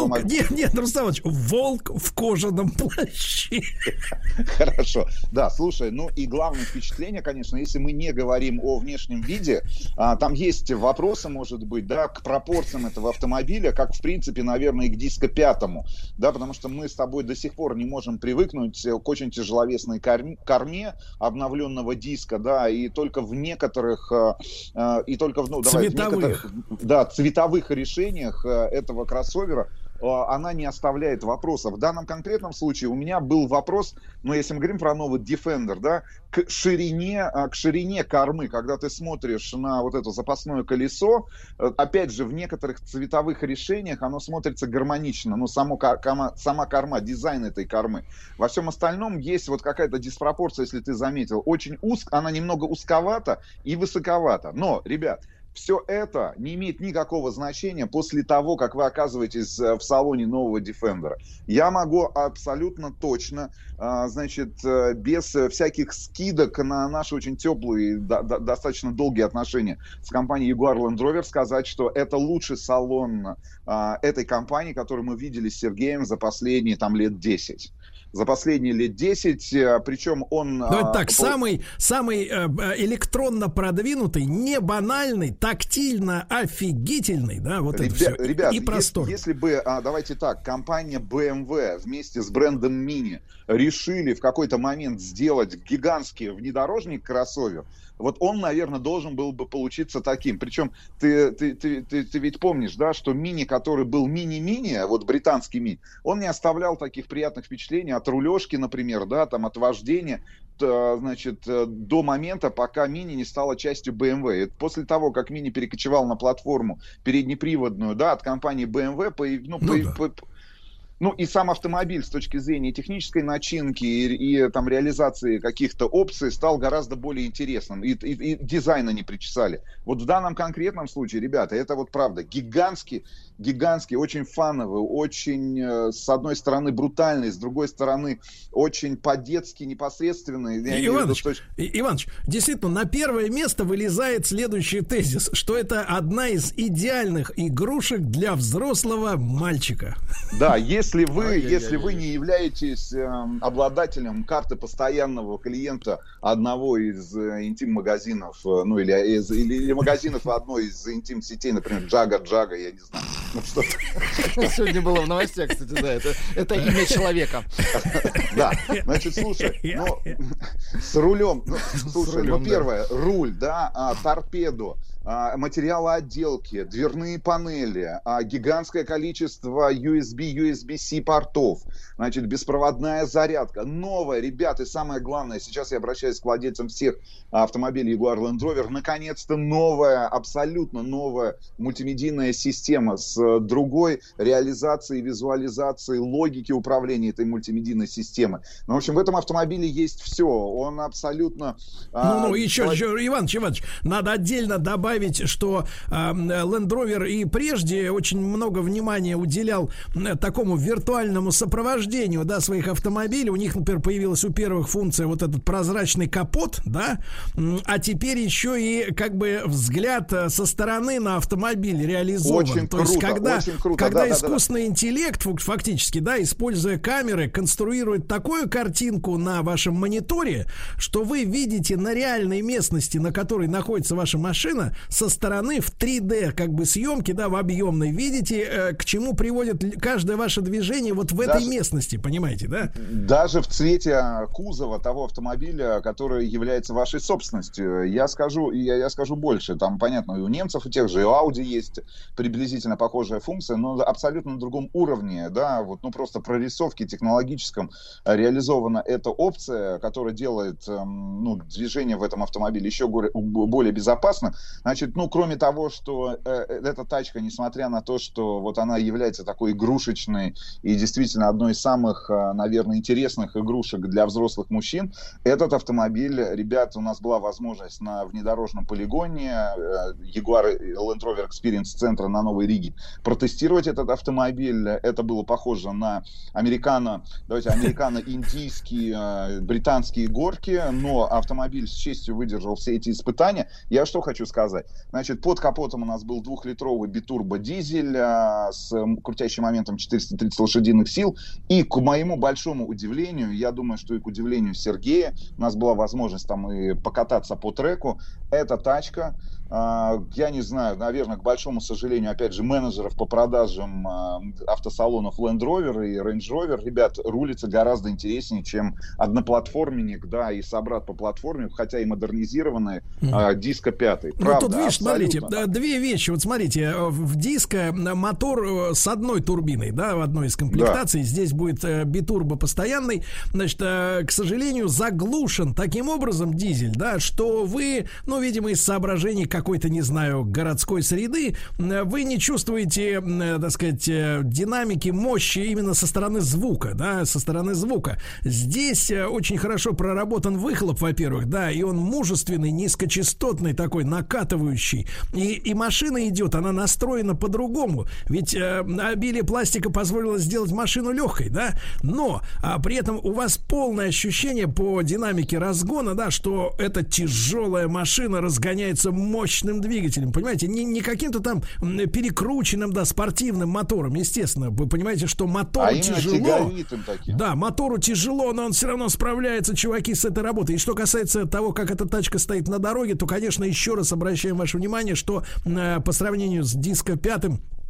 B: Рустам Иванович, волк в кожаном плаще.
K: Хорошо, да, слушай, и главное впечатление, конечно, если мы не говорим о внешнем виде, там есть вопросы, может быть, к пропорциям этого автомобиля, как, в принципе, наверное, и к Disco 5, потому что мы с тобой до сих пор не можем привыкнуть к очень тяжеловесной корме обновленного диска, и только в некоторых, цветовых решениях этого кроссовера она не оставляет вопросов. В данном конкретном случае у меня был вопрос, если мы говорим про новый Defender, к ширине кормы, когда ты смотришь на вот это запасное колесо, опять же, в некоторых цветовых решениях оно смотрится гармонично, сама корма, дизайн этой кормы. Во всем остальном есть вот какая-то диспропорция, если ты заметил, она немного узковата и высоковата. Но, ребят, Все это не имеет никакого значения после того, как вы оказываетесь в салоне нового Defender. Я могу абсолютно точно, значит, без всяких скидок на наши очень теплые, достаточно долгие отношения с компанией Jaguar Land Rover сказать, что это лучший салон этой компании, который мы видели с Сергеем за последние там лет 10. За последние лет 10, причем он...
B: Ну, это так, самый электронно продвинутый, не банальный, тактильно офигительный, да, вот это все.
K: Ребят,
B: и простор.
K: Если бы, давайте так, компания BMW вместе с брендом Mini решили в какой-то момент сделать гигантский внедорожник-кроссовер, вот он, наверное, должен был бы получиться таким. Причем ты ведь помнишь, да, что Мини, который был мини-мини, вот британский Мини, он не оставлял таких приятных впечатлений от рулежки, например, да, там, от вождения, значит, до момента, пока Мини не стала частью BMW. Это после того, как Мини перекочевал на платформу переднеприводную, да, от компании BMW, ну и сам автомобиль с точки зрения технической начинки и там реализации каких-то опций стал гораздо более интересным. И дизайна не причесали. Вот в данном конкретном случае, ребята, это вот правда гигантский, очень фановый, очень, с одной стороны, брутальный, с другой стороны, очень по-детски непосредственный.
B: Иваныч, действительно, на первое место вылезает следующий тезис, что это одна из идеальных игрушек для взрослого мальчика.
K: Да, если вы не являетесь обладателем карты постоянного клиента одного из интим-магазинов, ну или магазинов одной из интим-сетей, например, Джага, я не знаю.
C: Сегодня было в новостях, кстати, да, это имя человека.
K: Да, значит, слушай, с рулем, слушай, первое, руль, да, торпеду, материалы отделки, дверные панели, гигантское количество USB-C портов, значит, беспроводная зарядка, новая, ребята, и самое главное, сейчас я обращаюсь к владельцам всех автомобилей Jaguar Land Rover, наконец-то новая, абсолютно новая мультимедийная система с другой реализацией, визуализацией, логики управления этой мультимедийной системы. Ну, в общем, в этом автомобиле есть все, он абсолютно...
B: еще, Иваныч, надо отдельно добавить, что Land Rover и прежде очень много внимания уделял такому виртуальному сопровождению, да, своих автомобилей. У них, например, появилась у первых функция вот этот прозрачный капот, да, а теперь еще и как бы взгляд со стороны на автомобиль реализован.
K: Очень
B: То
K: круто,
B: есть когда
K: да,
B: искусственный интеллект фактически, да, используя камеры, конструирует такую картинку на вашем мониторе, что вы видите на реальной местности, на которой находится ваша машина, со стороны в 3D как бы съемки, да, в объемной, видите, к чему приводит каждое ваше движение вот в этой местности, понимаете, да?
K: Даже в цвете кузова того автомобиля, который является вашей собственностью. Я скажу больше. Там, понятно, и у немцев, и тех же, и у Audi есть приблизительно похожая функция, но абсолютно на другом уровне, да, вот, ну, просто прорисовки технологическом реализована эта опция, которая делает, движение в этом автомобиле еще более безопасным. Значит, кроме того, что эта тачка, несмотря на то, что вот она является такой игрушечной и действительно одной из самых, наверное, интересных игрушек для взрослых мужчин, этот автомобиль, ребят, у нас была возможность на внедорожном полигоне Jaguar Land Rover Experience центра на Новой Риге протестировать этот автомобиль. Это было похоже на американо-индийские, британские горки, но автомобиль с честью выдержал все эти испытания. Я что хочу сказать? Значит, под капотом у нас был 2-литровый битурбо дизель с крутящим моментом 430 лошадиных сил. И к моему большому удивлению, я думаю, что и к удивлению Сергея, у нас была возможность там и покататься по треку. Эта тачка, я не знаю, наверное, к большому сожалению, опять же, менеджеров по продажам автосалонов Land Rover и Range Rover, ребят, рулится гораздо интереснее, чем одноплатформенник, да, и собрат по платформе, хотя и модернизированный Disco 5.
B: Ну, тут, видишь, смотрите, две вещи. Вот смотрите, в Disco мотор с одной турбиной, да, в одной из комплектаций. Да. Здесь будет битурбо постоянный. Значит, к сожалению, заглушен таким образом дизель, да, что вы, видимо, из соображений какой-то, не знаю, городской среды, вы не чувствуете эти, так сказать, динамики, мощи именно со стороны звука, да, со стороны звука. Здесь очень хорошо проработан выхлоп, во-первых, да, и он мужественный, низкочастотный такой, накатывающий. И машина идет, она настроена по-другому. Ведь обилие пластика позволило сделать машину легкой, да, но при этом у вас полное ощущение по динамике разгона, да, что эта тяжелая машина разгоняется мощным двигателем, понимаете, не каким-то там перекрученным, да, спортивным мотором, естественно, вы понимаете, что мотору тяжело, да, мотору тяжело, но он все равно справляется, чуваки, с этой работой. И что касается того, как эта тачка стоит на дороге, то, конечно, еще раз обращаем ваше внимание, что по сравнению с Диско 5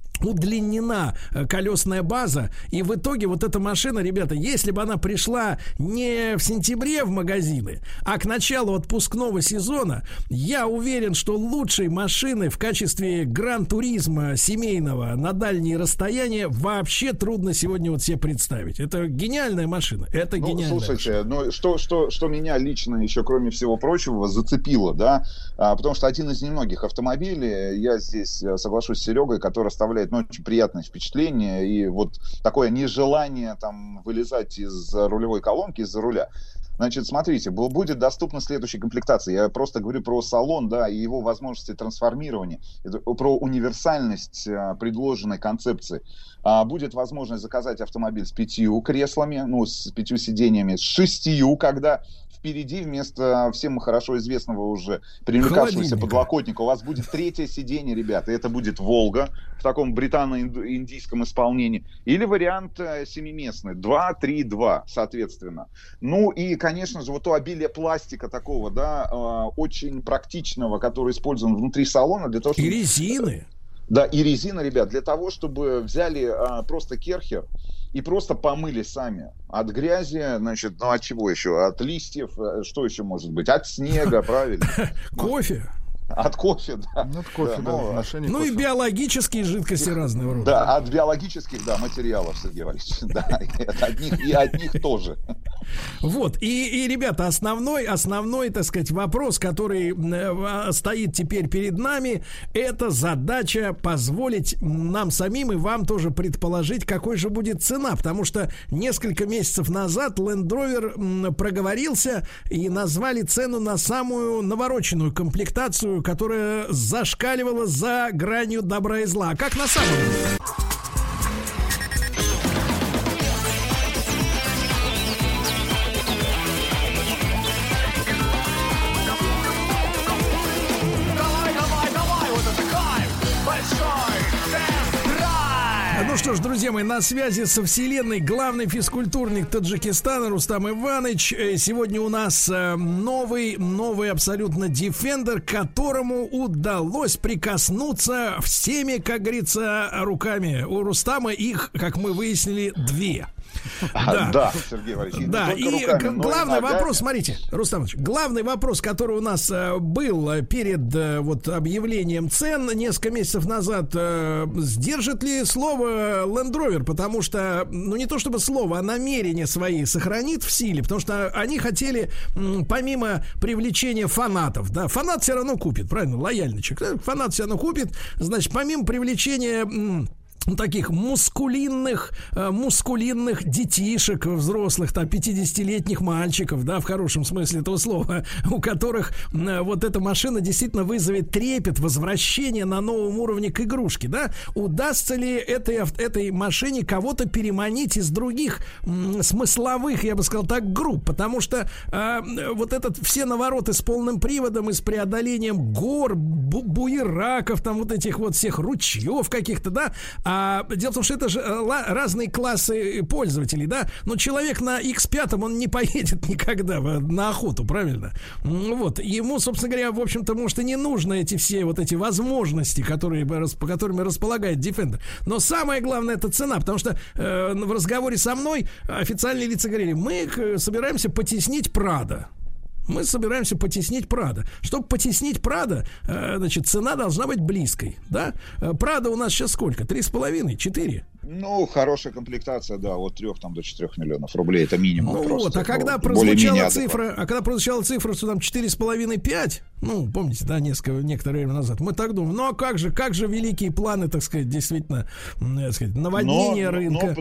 B: удлинена колесная база, и в итоге вот эта машина, ребята, если бы она пришла не в сентябре в магазины, а к началу отпускного сезона, я уверен, что лучшей машины в качестве гран-туризма семейного на дальние расстояния вообще трудно сегодня вот себе представить. Это гениальная машина. Это гениальная
K: слушайте,
B: машина.
K: Что меня лично еще, кроме всего прочего, зацепило, да, потому что один из немногих автомобилей, я здесь соглашусь с Серегой, который оставляет очень приятное впечатление и вот такое нежелание там вылезать из рулевой колонки, из-за руля. Значит, смотрите, будет доступна следующая комплектация. Я просто говорю про салон, да, и его возможности трансформирования, про универсальность предложенной концепции. Будет возможность заказать автомобиль с 5 креслами, ну, с 5 сиденьями, с 6, когда впереди вместо всем хорошо известного уже примелькавшегося подлокотника у вас будет 3-е сиденье, ребята, и это будет «Волга» в таком британо-индийском исполнении, или вариант 7-местный, 2, 3, 2, соответственно. Ну и, конечно же, вот то обилие пластика такого, да, очень практичного, который использован внутри салона для того, чтобы...
B: И резины.
K: Да, и резина, ребят, для того, чтобы взяли просто керхер и просто помыли сами. От грязи, значит, ну от чего еще? От листьев, что еще может быть? От снега, правильно?
B: Кофе.
K: От кофе, да.
C: От кофе, да.
B: Ну и биологические жидкости разного рода.
K: Да, от биологических, да, материалов, Сергей Валерьевич. Да, от них тоже.
B: Вот, и, ребята, основной, так сказать, вопрос, который стоит теперь перед нами, это задача позволить нам самим и вам тоже предположить, какой же будет цена, потому что несколько месяцев назад Land Rover проговорился и назвали цену на самую навороченную комплектацию, которая зашкаливала за гранью добра и зла. А как на самом деле? Ну что ж, друзья мои, на связи со вселенной главный физкультурник Таджикистана Рустам Иванович. Сегодня у нас новый абсолютно Defender, которому удалось прикоснуться всеми, как говорится, руками. У Рустама их, как мы выяснили, 2.
K: Да, Сергей Валерьевич.
B: Да, и главный вопрос, смотрите, Рустамович, главный вопрос, который у нас был перед вот объявлением цен несколько месяцев назад, сдержит ли слово Land Rover, потому что, ну не то чтобы слово, а намерения свои сохранит в силе, потому что они хотели, помимо привлечения фанатов, да, фанат все равно купит, правильно, лояльный человек, фанат все равно купит, значит, помимо привлечения таких мускулинных детишек взрослых, там, 50-летних мальчиков, да, в хорошем смысле этого слова, у которых вот эта машина действительно вызовет трепет, возвращение на новом уровне к игрушке, да, удастся ли этой машине кого-то переманить из других смысловых, я бы сказал так, групп, потому что вот этот все навороты с полным приводом и с преодолением гор, буераков, там вот этих вот всех ручьев каких-то, да. Дело в том, что это же разные классы пользователей, да, но человек на X5 он не поедет никогда на охоту, правильно? Вот, ему, собственно говоря, в общем-то, может, и не нужно эти все вот эти возможности, которыми располагает Defender. Но самое главное — это цена, потому что в разговоре со мной официальные лица говорили: мы собираемся потеснить Prado. Мы собираемся потеснить Prado. Чтобы потеснить Prado, значит, цена должна быть близкой, да? Prado у нас сейчас сколько? 3,5, 4?
K: Ну, хорошая комплектация, да, от 3 до 4 миллионов рублей, это минимум.
B: Ну
K: просто,
B: вот, а когда прозвучала цифра, что там 4,5-5, ну, помните, да, некоторое время назад, мы так думаем, ну, а как же великие планы, так сказать, действительно, так сказать, наводнение рынка.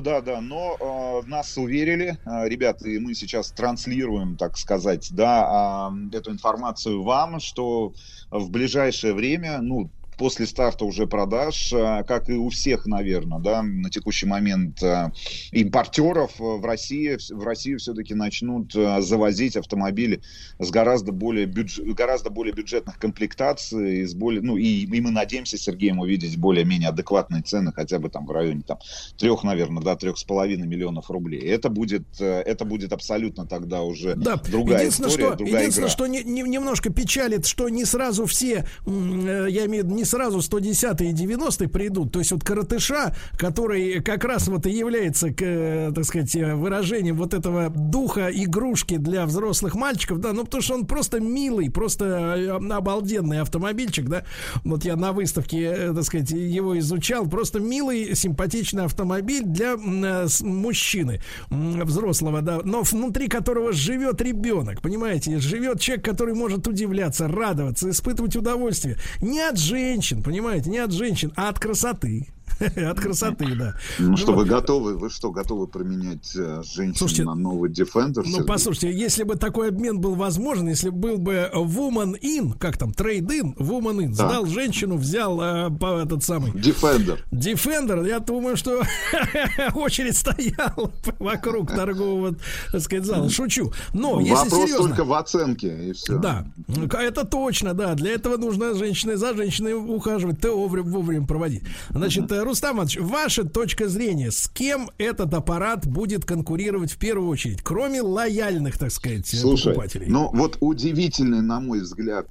K: Но нас уверили, ребята, и мы сейчас транслируем, так сказать, да, эту информацию вам, что в ближайшее время, ну, после старта уже продаж, как и у всех, наверное, да, на текущий момент импортеров в России все-таки начнут завозить автомобили с гораздо более бюджетных комплектаций, и мы надеемся с Сергеем увидеть более-менее адекватные цены, хотя бы там в районе 3, наверное, да, 3,5 миллионов рублей. Это будет абсолютно тогда уже другая история, другая игра.
B: Единственное, что немножко печалит, что не сразу все, я имею в виду, не сразу 110-е и 90-е придут. То есть вот коротыша, который как раз вот и является, так сказать, выражением вот этого духа игрушки для взрослых мальчиков, да, ну потому что он просто милый, просто обалденный автомобильчик, да. Вот я на выставке, так сказать, его изучал. Просто милый, симпатичный автомобиль для мужчины, взрослого, да, но внутри которого живет ребенок, понимаете, живет человек, который может удивляться, радоваться, испытывать удовольствие. Не от женщин, понимаете, не от женщин, а от красоты. От красоты, да.
K: Ну что, вы готовы променять женщину на новый Defender?
B: Ну, послушайте, если бы такой обмен был возможен, если был бы woman in, как там, trade-in, woman in, сдал женщину, взял этот самый Defender, я думаю, что очередь стояла вокруг торгового, так сказать, зала. Шучу. Но, если
K: вопрос
B: серьезно,
K: только в оценке, и все.
B: Да, это точно, да. Для этого нужно за женщиной ухаживать, ТО вовремя проводить. Значит, Рустам Иванович, ваша точка зрения, с кем этот аппарат будет конкурировать в первую очередь, кроме лояльных, так сказать, покупателей?
K: Ну вот удивительный, на мой взгляд,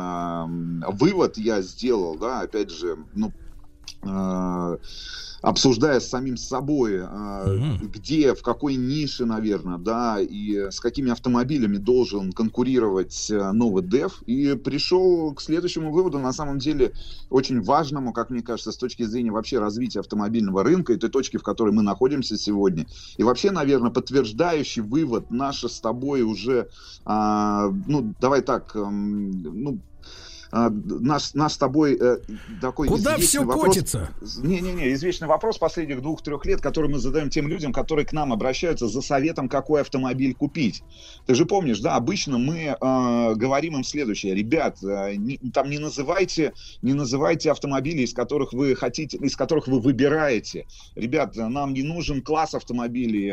K: вывод я сделал, да, опять же, обсуждая с самим собой, где, в какой нише, наверное, да, и с какими автомобилями должен конкурировать новый DEF, и пришел к следующему выводу, на самом деле, очень важному, как мне кажется, с точки зрения вообще развития автомобильного рынка, и той точки, в которой мы находимся сегодня, и вообще, наверное, подтверждающий вывод наш с тобой уже, давай так, наш с тобой такой
B: куда все
K: вопрос,
B: котится?
K: Извечный вопрос последних 2-3 лет, который мы задаем тем людям, которые к нам обращаются за советом, какой автомобиль купить. Ты же помнишь, да, обычно мы говорим им следующее: ребят, не называйте автомобили, из которых вы выбираете. Ребят, нам не нужен класс автомобилей,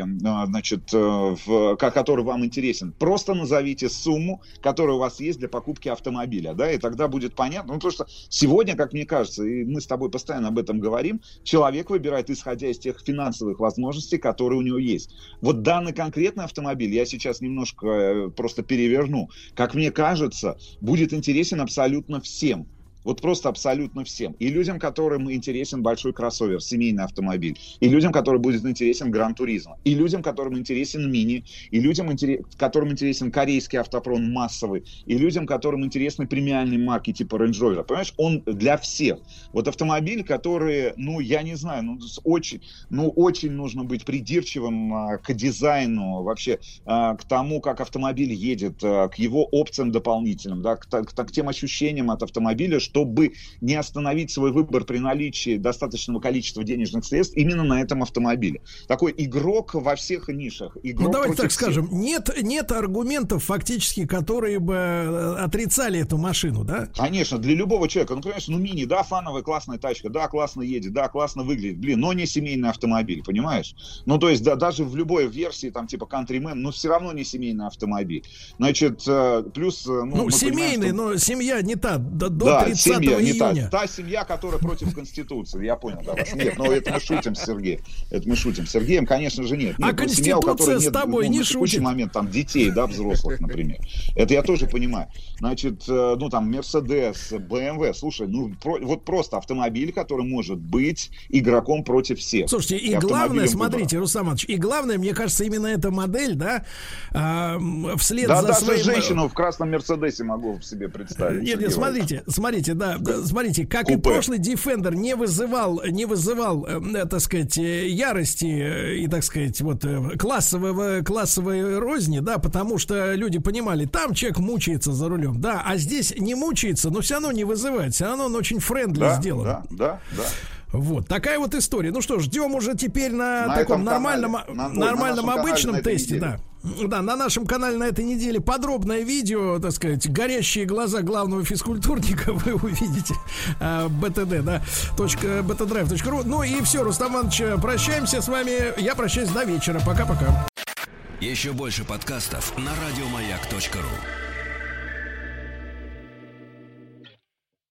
K: который вам интересен. Просто назовите сумму, которая у вас есть для покупки автомобиля, да, и тогда будет понятно. Потому что сегодня, как мне кажется, и мы с тобой постоянно об этом говорим, человек выбирает, исходя из тех финансовых возможностей, которые у него есть. Вот данный конкретный автомобиль, я сейчас немножко просто переверну, как мне кажется, будет интересен абсолютно всем. Вот просто абсолютно всем. И людям, которым интересен большой кроссовер, семейный автомобиль. И людям, которым будет интересен Гран-туризмо. И людям, которым интересен мини. И людям, которым интересен корейский автопром массовый. И людям, которым интересны премиальные марки типа Range Rover. Понимаешь, он для всех. Вот автомобиль, который, я не знаю, очень нужно быть придирчивым к дизайну, вообще к тому, как автомобиль едет, к его опциям дополнительным, да, к тем ощущениям от автомобиля, чтобы не остановить свой выбор при наличии достаточного количества денежных средств именно на этом автомобиле. Такой игрок во всех нишах.
B: Давайте так скажем, нет аргументов фактически, которые бы отрицали эту машину, да?
K: Конечно, для любого человека. Конечно, мини, да, фановая классная тачка, да, классно едет, да, классно выглядит, но не семейный автомобиль, понимаешь? То есть, да, даже в любой версии, там, типа Countryman, все равно не семейный автомобиль. Значит, плюс...
B: семейный, но семья не та, до 30
K: семья,
B: июня.
K: Не та семья, которая против Конституции. Я понял, да, нет, это мы шутим с Сергеем. Это мы шутим с Сергеем, конечно же, нет.
B: А Конституция с тобой не шутит.
K: В текущий момент там детей, да, взрослых, например. Это я тоже понимаю. Значит, там Мерседес, БМВ. Слушай, вот просто автомобиль, который может быть игроком против всех.
B: Слушайте, и главное, смотрите, Рустам Иванович, и главное, мне кажется, именно эта модель, да, вслед за
K: даже
B: своим...
K: женщину в красном Мерседесе могу себе представить.
B: Нет, смотрите, да, смотрите, как и прошлый Defender не вызывал, так сказать, ярости и, так сказать, вот классовой розни, да, потому что люди понимали, там человек мучается за рулем, да, а здесь не мучается, но все равно не вызывает, все равно он очень френдли сделан.
K: Да.
B: Вот, такая вот история. Ну что ж, ждем уже теперь на таком нормальном обычном тесте, да. Да, на нашем канале на этой неделе подробное видео, так сказать, горящие глаза главного физкультурника вы увидите. БТД, да, .btdrive.ru. Ну и все, Рустам Иванович, прощаемся с вами. Я прощаюсь до вечера. Пока-пока.
A: Еще больше подкастов на радиомаяк.ру.